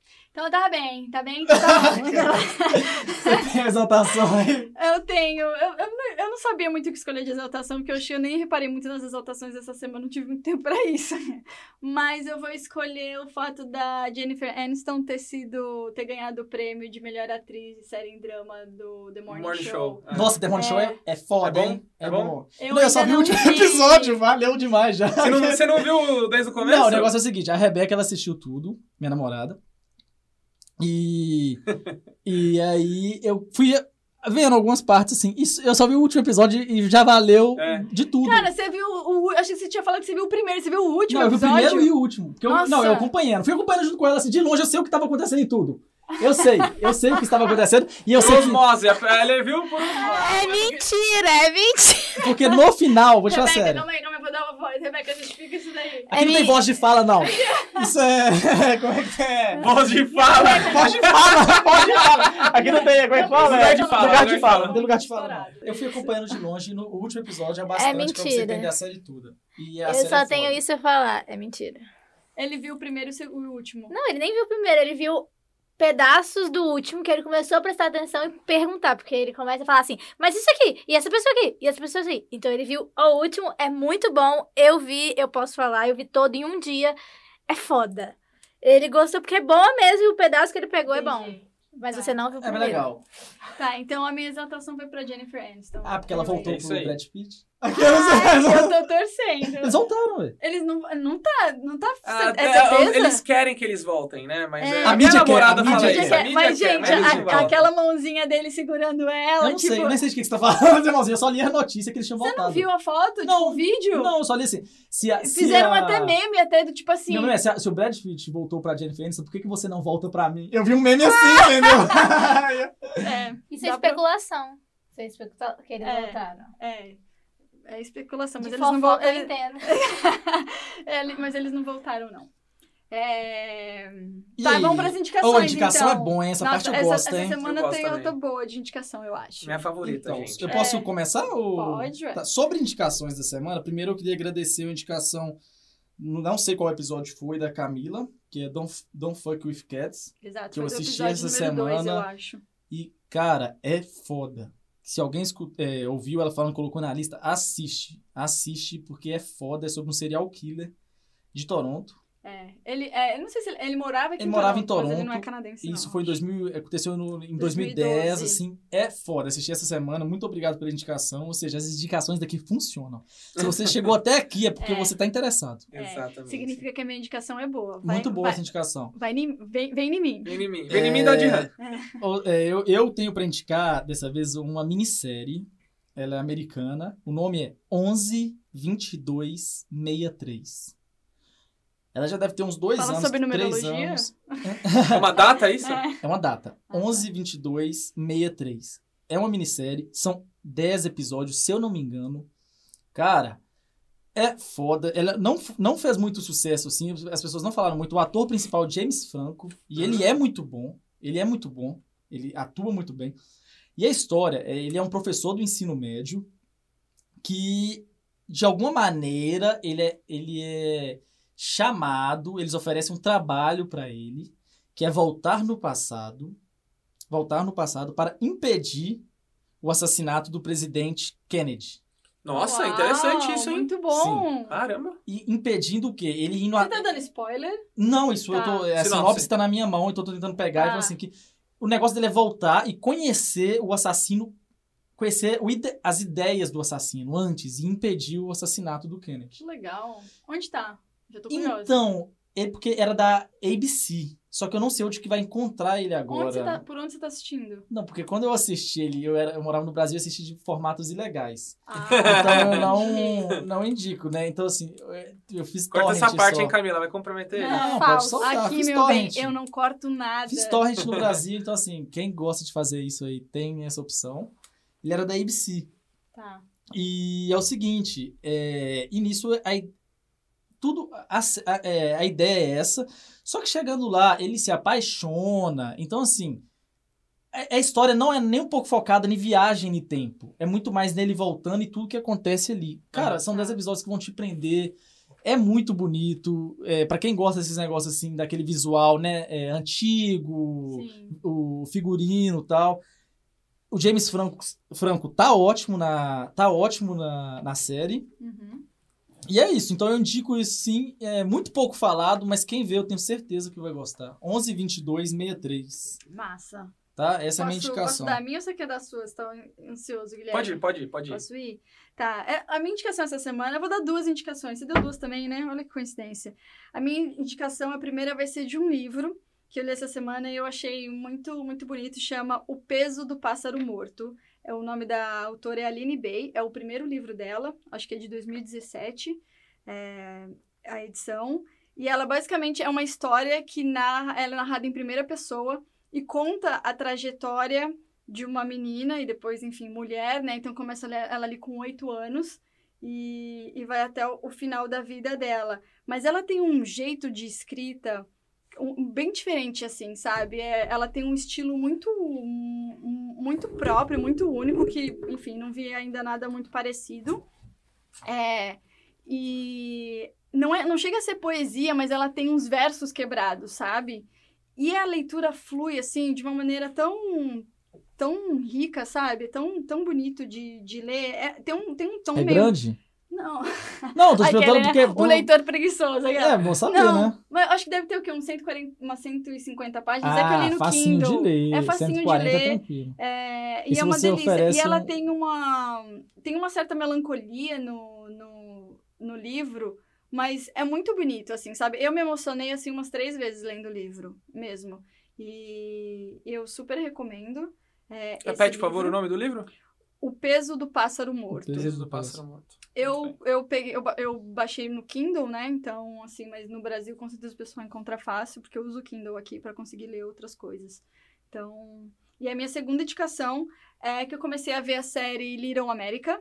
Então tá bem, tá bem? Tá bom. Você tem a exaltação aí? Eu tenho. Eu, eu, não- eu não sabia muito o que escolher de exaltação, porque eu achei, eu nem reparei muito nas exaltações dessa semana, não tive muito tempo pra isso. Mas eu vou escolher o fato da Jennifer Aniston ter sido, ter ganhado o prêmio de melhor atriz de série em drama do The Morning, Morning Show. Show. Ah. Nossa, The Morning Show é, é foda, É bom? hein? É bom? Eu não, eu só ainda vi o não último vi. episódio, valeu demais já. Você não, você não viu desde o começo? Não, o negócio é o seguinte, a Rebeca, ela assistiu tudo, minha namorada, e, e aí eu fui vendo algumas partes, assim, isso, eu só vi o último episódio e já valeu É. de tudo. Cara, você viu o. Acho que você tinha falado que você viu o primeiro, você viu o último não, eu vi o episódio? primeiro e o último. Porque eu, Nossa. não, eu acompanhando, fui acompanhando junto com ela, assim, de longe eu sei o que estava acontecendo em tudo. Eu sei, eu sei o que estava acontecendo, e eu Por sei que, osmose, ele viu por osmose. É mentira, é mentira. porque no final, vou te falar Rebeca, sério, calma aí, calma aí, vou dar uma voz. Rebeca, justifica isso daí. aqui não tem voz de fala, não. Isso é, como é que é? Voz de fala. Voz de fala, voz de fala. Aqui não tem, como é que fala? Lugar É, de fala, Lugar lugar de de fala, fala. não tem lugar de fala. não. Estourado. Eu fui acompanhando de longe e no último episódio é bastante pra você mentira. entender a série toda. E a Eu série só é tenho foda. isso a falar. É mentira. Ele viu o primeiro e o seg- o último. Não, ele nem viu o primeiro, ele viu pedaços do último, que ele começou a prestar atenção e perguntar, porque ele começa a falar assim, mas isso aqui, e essa pessoa aqui, e essa pessoa aqui. Então ele viu o último, é muito bom, eu vi, eu posso falar, eu vi todo em um dia, é foda. Ele gostou porque é bom mesmo e o pedaço que ele pegou é bom. Entendi. Mas Tá. você não viu o É bem primeiro. legal. Tá, então a minha exaltação foi pra Jennifer Aniston. Ah, porque ela voltou É isso pro aí. Brad Pitt. Ai, eu tô torcendo. Eles voltaram, velho. Eles não... Não tá... Não tá... Ah, é é, certeza? eles querem que eles voltem, né? Mas É. é, A a minha mídia quer, namorada a fala mídia isso. quer. a mídia Mas, quer, gente, mas eles a- não voltam. aquela mãozinha dele segurando ela, Eu não tipo... sei, eu nem sei de que que você tá falando, irmãozinho. Eu só li a notícia que eles tinham Você voltado. não viu a foto? Não, tipo, o vídeo? Não, eu só li assim. Se a, se Fizeram a... até meme, até do tipo assim... Meu meme é, se, a- se o Brad Pitt voltou pra Jennifer Aniston, por que, que você não volta pra mim? Eu vi um meme assim, entendeu? É, Isso é dá pra- especulação. Isso é especulação que eles É. voltaram. É, é especulação, mas De eles não fofoca voltaram. eu entendo. Mas eles não voltaram, não. É... E Tá, aí? vamos pras indicações, Ô, a indicação então. é bom, hein? Essa Nossa, parte eu essa, gosto, essa hein? semana Eu gosto tem também. outra boa de indicação, eu acho. Minha favorita, Então, gente. eu posso É. começar? Ou... Pode, ué. Tá, sobre indicações da semana, primeiro eu queria agradecer a indicação, não sei qual episódio foi, da Camila, que é Don't, Don't Fuck With Cats. Exato, que eu foi do assisti episódio essa número dois, semana. eu acho. E, cara, é foda. Se alguém escu- é, ouviu ela falando, colocou na lista, assiste. Assiste, porque é foda. É sobre um serial killer de Toronto. É, ele, é, eu não sei se ele, ele morava aqui Ele em morava Toronto, em mas ele não é Toronto, canadense, E isso não. foi em dois mil, aconteceu no, em dois mil e doze. dois mil e dez, assim, é foda. Assisti essa semana, muito obrigado pela indicação. Ou seja, as indicações daqui funcionam. Se você chegou até aqui é porque É. você tá interessado. É, Exatamente. significa que a minha indicação é boa. Vai, Muito boa vai, essa indicação. vai em- vem, vem em mim. Vem em mim. Vem em mim da Dirran. Ô, é, Eu, eu tenho pra indicar, dessa vez, uma minissérie. Ela é americana. O nome é onze vinte e dois sessenta e três. Ela já deve ter uns dois Fala anos, sobre três numerologia? anos. É uma data, isso? É. É uma data. Ah, tá. onze vinte e dois sessenta e três. É uma minissérie. São dez episódios, se eu não me engano. Cara, é foda. Ela não, não fez muito sucesso, assim. As pessoas não falaram muito. O ator principal é James Franco. E ele é muito bom. Ele é muito bom. Ele atua muito bem. E a história, é, ele é um professor do ensino médio que, de alguma maneira, ele é, ele é chamado, eles oferecem um trabalho para ele, que é voltar no passado, voltar no passado para impedir o assassinato do presidente Kennedy. Nossa, Uau, interessante isso, hein? Muito bom. Caramba. E impedindo o quê? Ele indo... a- Você tá dando spoiler? Não, isso Tá. eu tô... A Sinopse. sinopse tá na minha mão, então eu tô tentando pegar e Ah. falar assim que o negócio dele é voltar e conhecer o assassino, conhecer o ide- as ideias do assassino antes e impedir o assassinato do Kennedy. Que legal. Onde tá? Já tô curiosa. Então, é porque era da A B C, só que eu não sei onde que vai encontrar ele agora. Onde você tá, por onde você tá assistindo? Não, porque quando eu assisti ele, eu, era, eu morava no Brasil e assisti de formatos ilegais. Ah, Então eu entendi. não, não indico, né? Então, assim, eu, eu fiz Corta torrent essa parte, só. hein, Camila? Vai comprometer ele. Não, Falso. pode soltar, Aqui, fiz meu bem, torrent. eu não corto nada. Fiz torrent no Brasil, então assim, quem gosta de fazer isso aí tem essa opção. Ele era da A B C. Tá. E é o seguinte, é, e nisso a, tudo, a, a, é, a ideia é essa, só que chegando lá, ele se apaixona, então assim, a, a história não é nem um pouco focada em viagem no tempo, é muito mais nele voltando e tudo que acontece ali. Cara, Ah, são tá. dez episódios que vão te prender, é muito bonito. É, para quem gosta desses negócios assim, daquele visual, né? É, antigo, Sim. o figurino e tal. O James Franco, Franco tá ótimo na, tá ótimo na, na série. Uhum. E é isso. Então eu indico isso sim. É muito pouco falado, mas quem vê eu tenho certeza que vai gostar. onze, vinte e dois, sessenta e três. Massa. Tá? Essa é a minha Posso, indicação. posso dar a minha ou você quer dar a sua? Você tá ansioso, Guilherme? Pode ir, pode ir, pode ir. Posso ir? Tá. É, a minha indicação essa semana, eu vou dar duas indicações. Você deu duas também, né? Olha que coincidência. A minha indicação, a primeira vai ser de um livro que eu li essa semana e eu achei muito, muito bonito. Chama O Peso do Pássaro Morto. É, o nome da autora é Aline Bay. É o primeiro livro dela. Acho que é de dois mil e dezessete. É, a edição. E ela basicamente é uma história que narra, ela é narrada em primeira pessoa e conta a trajetória de uma menina e depois, enfim, mulher, né? Então começa ela ali com oito anos e, e vai até o, o final da vida dela. Mas ela tem um jeito de escrita um, bem diferente, assim, sabe? É, ela tem um estilo muito, um, muito próprio, muito único, que, enfim, não vi ainda nada muito parecido. É, e não, é, não chega a ser poesia, mas ela tem uns versos quebrados, sabe? E a leitura flui, assim, de uma maneira tão, tão rica, sabe? Tão, tão bonito de, de ler. É, tem, um, tem um tom É meio... grande? Não. Não, tô te Aquele, perguntando né? porque... O leitor preguiçoso. Aquela. É, bom saber, não, né? mas acho que deve ter o quê? Uns cento e quarenta, umas cento e cinquenta páginas. É que eu li Ah, no facinho Kindle. de ler. É facinho cento e quarenta de é ler. tranquilo. É, E e se é uma você delícia. oferece E ela um- tem uma... Tem uma certa melancolia no, no, no livro, mas é muito bonito, assim, sabe? Eu me emocionei, assim, umas três vezes lendo o livro, mesmo. E eu super recomendo. É, esse Repete, por favor, livro. o nome do livro? O Peso do Pássaro Morto. Peso Peso do do Pássaro Morto. Eu, eu, peguei, eu, ba- eu baixei no Kindle, né? Então, assim, mas no Brasil com certeza o pessoal encontra fácil, porque eu uso o Kindle aqui para conseguir ler outras coisas. Então, e a minha segunda indicação é que eu comecei a ver a série Little America,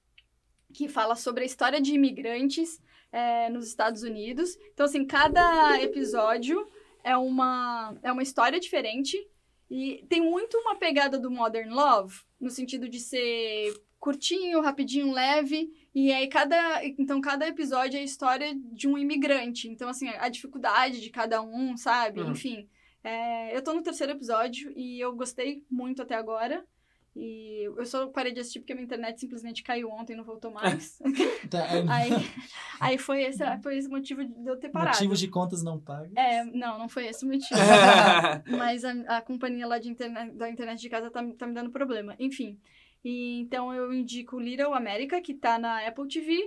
que fala sobre a história de imigrantes é, nos Estados Unidos. Então, assim, cada episódio é uma, é uma história diferente e tem muito uma pegada do Modern Love, no sentido de ser curtinho, rapidinho, leve, e aí cada, então cada episódio é a história de um imigrante. Então, assim, a dificuldade de cada um, sabe? Uhum. Enfim, é, eu tô no terceiro episódio e eu gostei muito até agora. E eu só parei de assistir porque a minha internet simplesmente caiu ontem e não voltou mais. Tá, é, aí, aí foi, esse, foi esse motivo de eu ter parado. motivos de contas não pagas. É, não, não foi esse o motivo. Mas a, a companhia lá de internet, da internet de casa tá, tá me dando problema. Enfim. E, então eu indico Little America, que tá na Apple T V,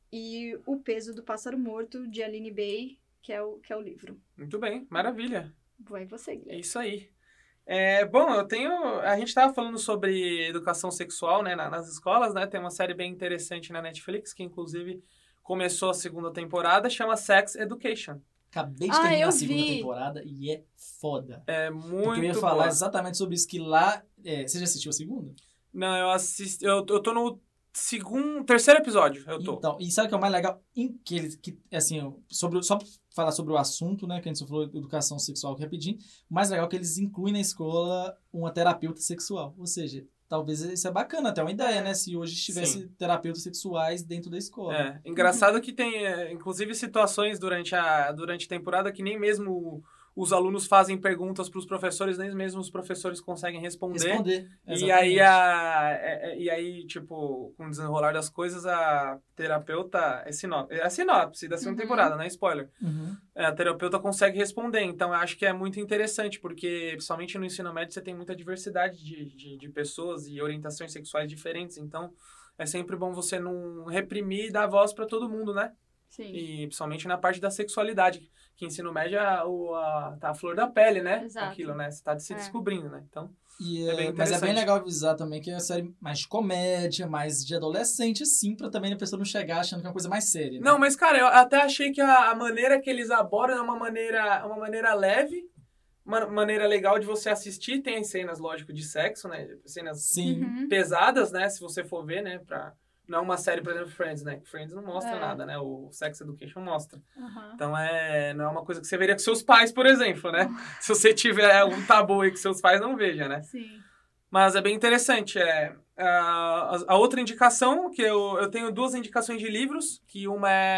e O Peso do Pássaro Morto, de Aline Bay, que é o, que é o livro. Muito bem, maravilha. Vai você, É Guilherme. isso aí. É, bom, eu tenho... A gente estava falando sobre educação sexual, né, na- nas escolas, né? Tem uma série bem interessante na Netflix, que inclusive começou a segunda temporada, chama Sex Education. Acabei de Ah, terminar eu a segunda vi. temporada e é foda. É Porque muito eu ia falar boa. exatamente sobre isso, que lá... é, você já assistiu a segunda? Não, eu assisti... Eu, eu tô no segundo... Terceiro episódio, eu tô. Então, e sabe o que é o mais legal? Em que eles, que, assim, ó, sobre, o- só pra falar sobre o assunto, né, que a gente só falou de educação sexual aqui rapidinho, o mais legal é que eles incluem na escola uma terapeuta sexual. Ou seja, talvez isso é bacana, até uma ideia, né, se hoje tivesse Sim. terapeutas sexuais dentro da escola. É, engraçado que tem, é, inclusive, situações durante a, durante a temporada que nem mesmo os alunos fazem perguntas para os professores, nem mesmo os professores conseguem responder. Responder. E aí, a, é- é- e aí, tipo, com o desenrolar das coisas, a terapeuta... É, sinop, é a sinopse da segunda Uhum. temporada, não é spoiler. Uhum. É, a terapeuta consegue responder. Então, eu acho que é muito interessante, porque, principalmente no ensino médio, você tem muita diversidade de, de, de pessoas e orientações sexuais diferentes. Então, é sempre bom você não reprimir e dar voz para todo mundo, né? Sim. E principalmente na parte da sexualidade, que ensino médio é o, a, tá a flor da pele, né? Exato. Aquilo, né? Você tá se É. descobrindo, né? Então, E, É é, bem mas é bem interessante. legal avisar também que é uma série mais de comédia, mais de adolescente, assim, pra também a pessoa não chegar achando que é uma coisa mais séria. né? não, mas cara, eu até achei que a, a maneira que eles abordam é uma maneira, uma maneira leve, uma maneira legal de você assistir. Tem cenas, lógico, de sexo, né? Cenas Sim. Uhum. pesadas, né? Se você for ver, né? Pra... Não é uma série, por exemplo, Friends, né? Friends não mostra É. nada, né? O Sex Education mostra. Aham. Então, é, não é uma coisa que você veria com seus pais, por exemplo, né? Se você tiver um tabu aí que seus pais não vejam, né? Sim. Mas é bem interessante. É, a, a outra indicação, que eu, eu tenho duas indicações de livros, que uma é,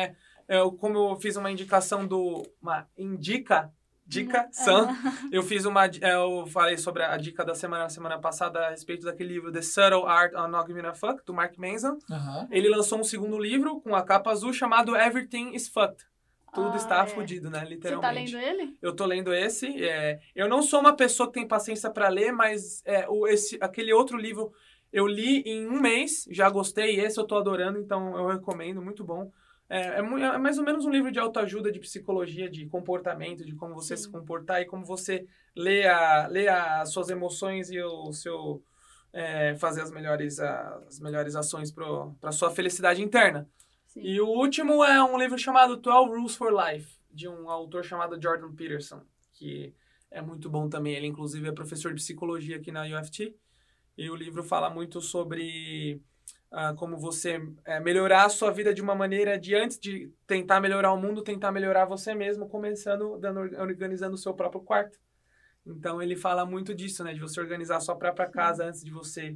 eu, como eu fiz uma indicação do... Uma indica... Dica, Sam. Eu fiz uma... Eu falei sobre a dica da semana, semana passada a respeito daquele livro The Subtle Art of Not Giving a Fuck, do Mark Manson. Aham. Ele lançou um segundo livro com a capa azul chamado Everything is Fucked. Tudo Ah, está é. fudido, né? Você tá Literalmente. lendo ele? Eu tô lendo esse. É... Eu não sou uma pessoa que tem paciência pra ler, mas é, o, esse, aquele outro livro eu li em um mês, já gostei. Esse eu tô adorando, então eu recomendo, muito bom. É, é, mu- é mais ou menos um livro de autoajuda, de psicologia, de comportamento, de como você Sim. se comportar e como você lê, a, lê as suas emoções e o seu... é, fazer as melhores, as melhores ações para sua felicidade interna. Sim. E o último é um livro chamado twelve Rules for Life, de um autor chamado Jordan Peterson, que é muito bom também. Ele, inclusive, é professor de psicologia aqui na U F T. E o livro fala muito sobre ah, como você eh, melhorar a sua vida de uma maneira de, antes de tentar melhorar o mundo, tentar melhorar você mesmo, começando dando, organizando o seu próprio quarto. Então, ele fala muito disso, né? De você organizar a sua própria casa antes de você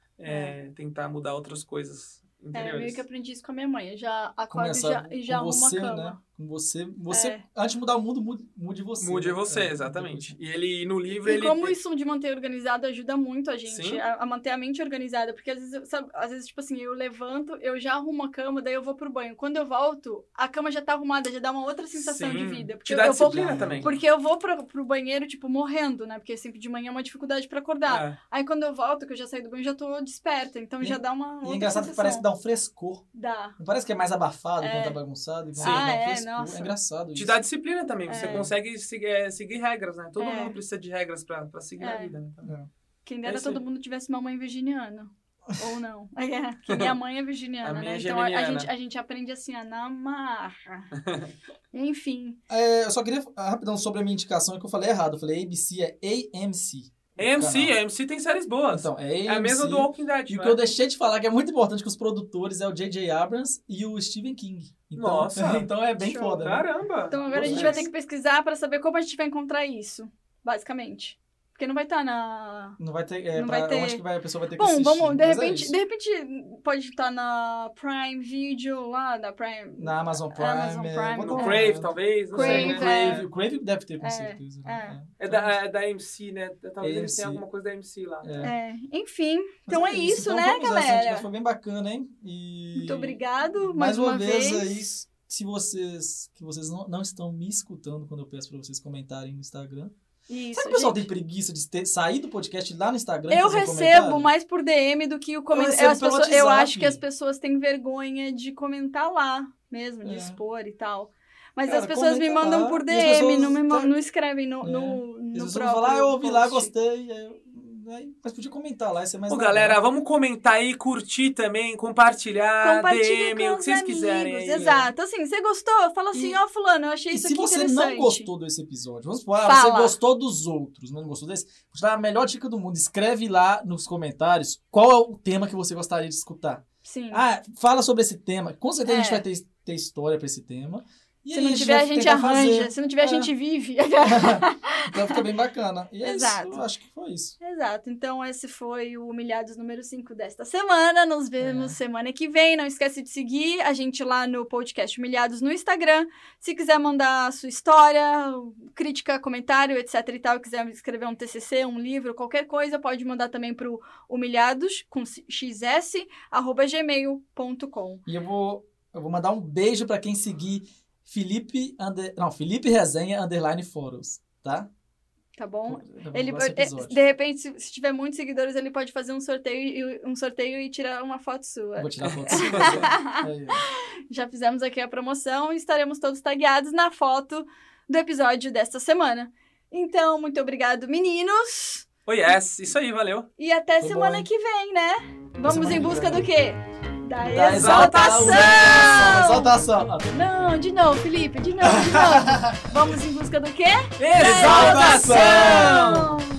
eh, tentar mudar outras coisas É, interiores. meio que aprendi isso com a minha mãe. Eu já acordo e Começar já, e já com arrumo você, a cama. né? Com você. Você, É. antes de mudar o mundo, mude, mude você. Mude né? você, É, exatamente. E ele, no livro, E ele... como isso de manter organizado ajuda muito a gente Sim. a, a manter a mente organizada. Porque às vezes, eu- sabe, às vezes, tipo assim, eu levanto, eu já arrumo a cama, daí eu vou pro banho. Quando eu volto, a cama já tá arrumada, já dá uma outra sensação Sim. de vida. Porque Te eu, dá eu vou, disciplina também. porque eu vou pro, pro banheiro, tipo, morrendo, né? Porque sempre de manhã é uma dificuldade pra acordar. É. Aí quando eu volto, que eu já saí do banho, já tô desperta. Então E- já dá uma E outra é engraçado que sensação. parece que dá um frescor. Dá. Não parece que é mais abafado É. quando tá bagunçado? Sim. Sim. Dá Ah, um é, frescor. nossa. É engraçado Te isso. dá disciplina também. Você É. consegue seguir, é, seguir regras, né? Todo É. mundo precisa de regras pra, pra seguir É. na vida, né? Então, Quem É dera isso aí. todo mundo tivesse uma mãe virginiana. Ou não. É, que minha mãe é virginiana, A minha né? é Então a, a geminiana. gente, a gente aprende assim, a na marra. Enfim. É, eu só queria ah, rapidão sobre a minha indicação, é que eu falei errado. Eu falei A B C, é A M C. A M C, Canal. a M C tem séries boas. Então, é A M C. é a mesma do Walking Dead, E o não que eu é? deixei de falar, que é muito importante, que os produtores é o J J Abrams e o Stephen King. Então, Nossa. então é bem Show. foda, né? Caramba! Então agora a gente vai ter que pesquisar pra saber como a gente vai encontrar isso, basicamente. Porque não vai estar na... Não vai ter... É, Não pra vai ter- onde que vai, a pessoa vai ter que Bom, assistir. vamos, de mas é repente, isso. de repente pode estar na Prime Video, lá da Prime... Na Amazon Prime. Amazon é, Prime, bota No uma- Crave, talvez. Não sei, Crave, O né? é. Crave, o Crave deve ter, com É, certeza. né? É da, é da M C, né? Talvez eles A M C. tenham alguma coisa da M C lá. É. É, enfim. Mas Então é isso, Então né, vamos nessa, galera? gente, foi bem bacana, hein? E... Muito obrigado, Mais, mais uma, uma vez, vez. aí, se vocês, que vocês não, não estão me escutando quando eu peço pra vocês comentarem no Instagram. Isso, Será que o pessoal gente. tem preguiça de ter, sair do podcast lá no Instagram e Eu fazer um recebo comentário? mais por D M do que o comentário. recebo As pelo pessoas- Eu WhatsApp. acho que as pessoas têm vergonha de comentar lá mesmo, de É. expor e tal. Mas Cara, as pessoas me comenta mandam lá, por e D as M, pessoas não, me, ma- tá- não escrevem no, É. no, As no pessoas próprio vão falar, ah, eu ouvi lá, post. gostei. aí eu- aí- mas podia comentar lá, isso é mais Ô, legal. galera, vamos comentar aí, curtir também, compartilhar, Compartilha D M, com o que vocês os quiserem amigos, aí. Exato. Assim, você gostou? Fala assim, E- ó, fulano, eu achei E isso se aqui você interessante. não gostou desse episódio, vamos supor, ah, Fala. você gostou dos outros, mas não gostou desse, vou te dar a melhor dica do mundo. Escreve lá nos comentários qual é o tema que você gostaria de escutar. Sim. Ah, fala sobre esse tema. Com certeza a gente É. vai ter, ter história pra esse tema. E Se aí não tiver, a vai gente tentar arranja. fazer. Se não tiver, a É. gente vive. Então fica bem bacana. E é Exato. isso, eu acho que foi isso. Exato. Então, esse foi o Humilhados número cinco desta semana. Nos vemos É. semana que vem. Não esquece de seguir a gente lá no podcast Humilhados no Instagram. Se quiser mandar a sua história, crítica, comentário, etc e tal, quiser escrever um T C C, um livro, qualquer coisa, pode mandar também pro humilhados, com xs, arroba gmail ponto com. E eu vou, eu vou mandar um beijo pra quem seguir Felipe, under, não, Felipe Resenha underline Fóruns, tá? Tá bom? No Ele, próximo eh, episódio. de repente, se se tiver muitos seguidores, ele pode fazer um sorteio, e- um sorteio e tirar uma foto sua. Eu vou tirar foto sua. Aí, ó. Já fizemos aqui a promoção e estaremos todos tagueados na foto do episódio desta semana. Então, muito obrigado, meninos. Oh, yes, isso aí, valeu. E até Foi semana bom, hein? que vem, né? Vamos semana em que busca vem. do quê? Da, Da exaltação! Exaltação! Exaltação! Não, de novo, Felipe, de novo, de novo. Vamos em busca do quê? Exaltação! Exaltação!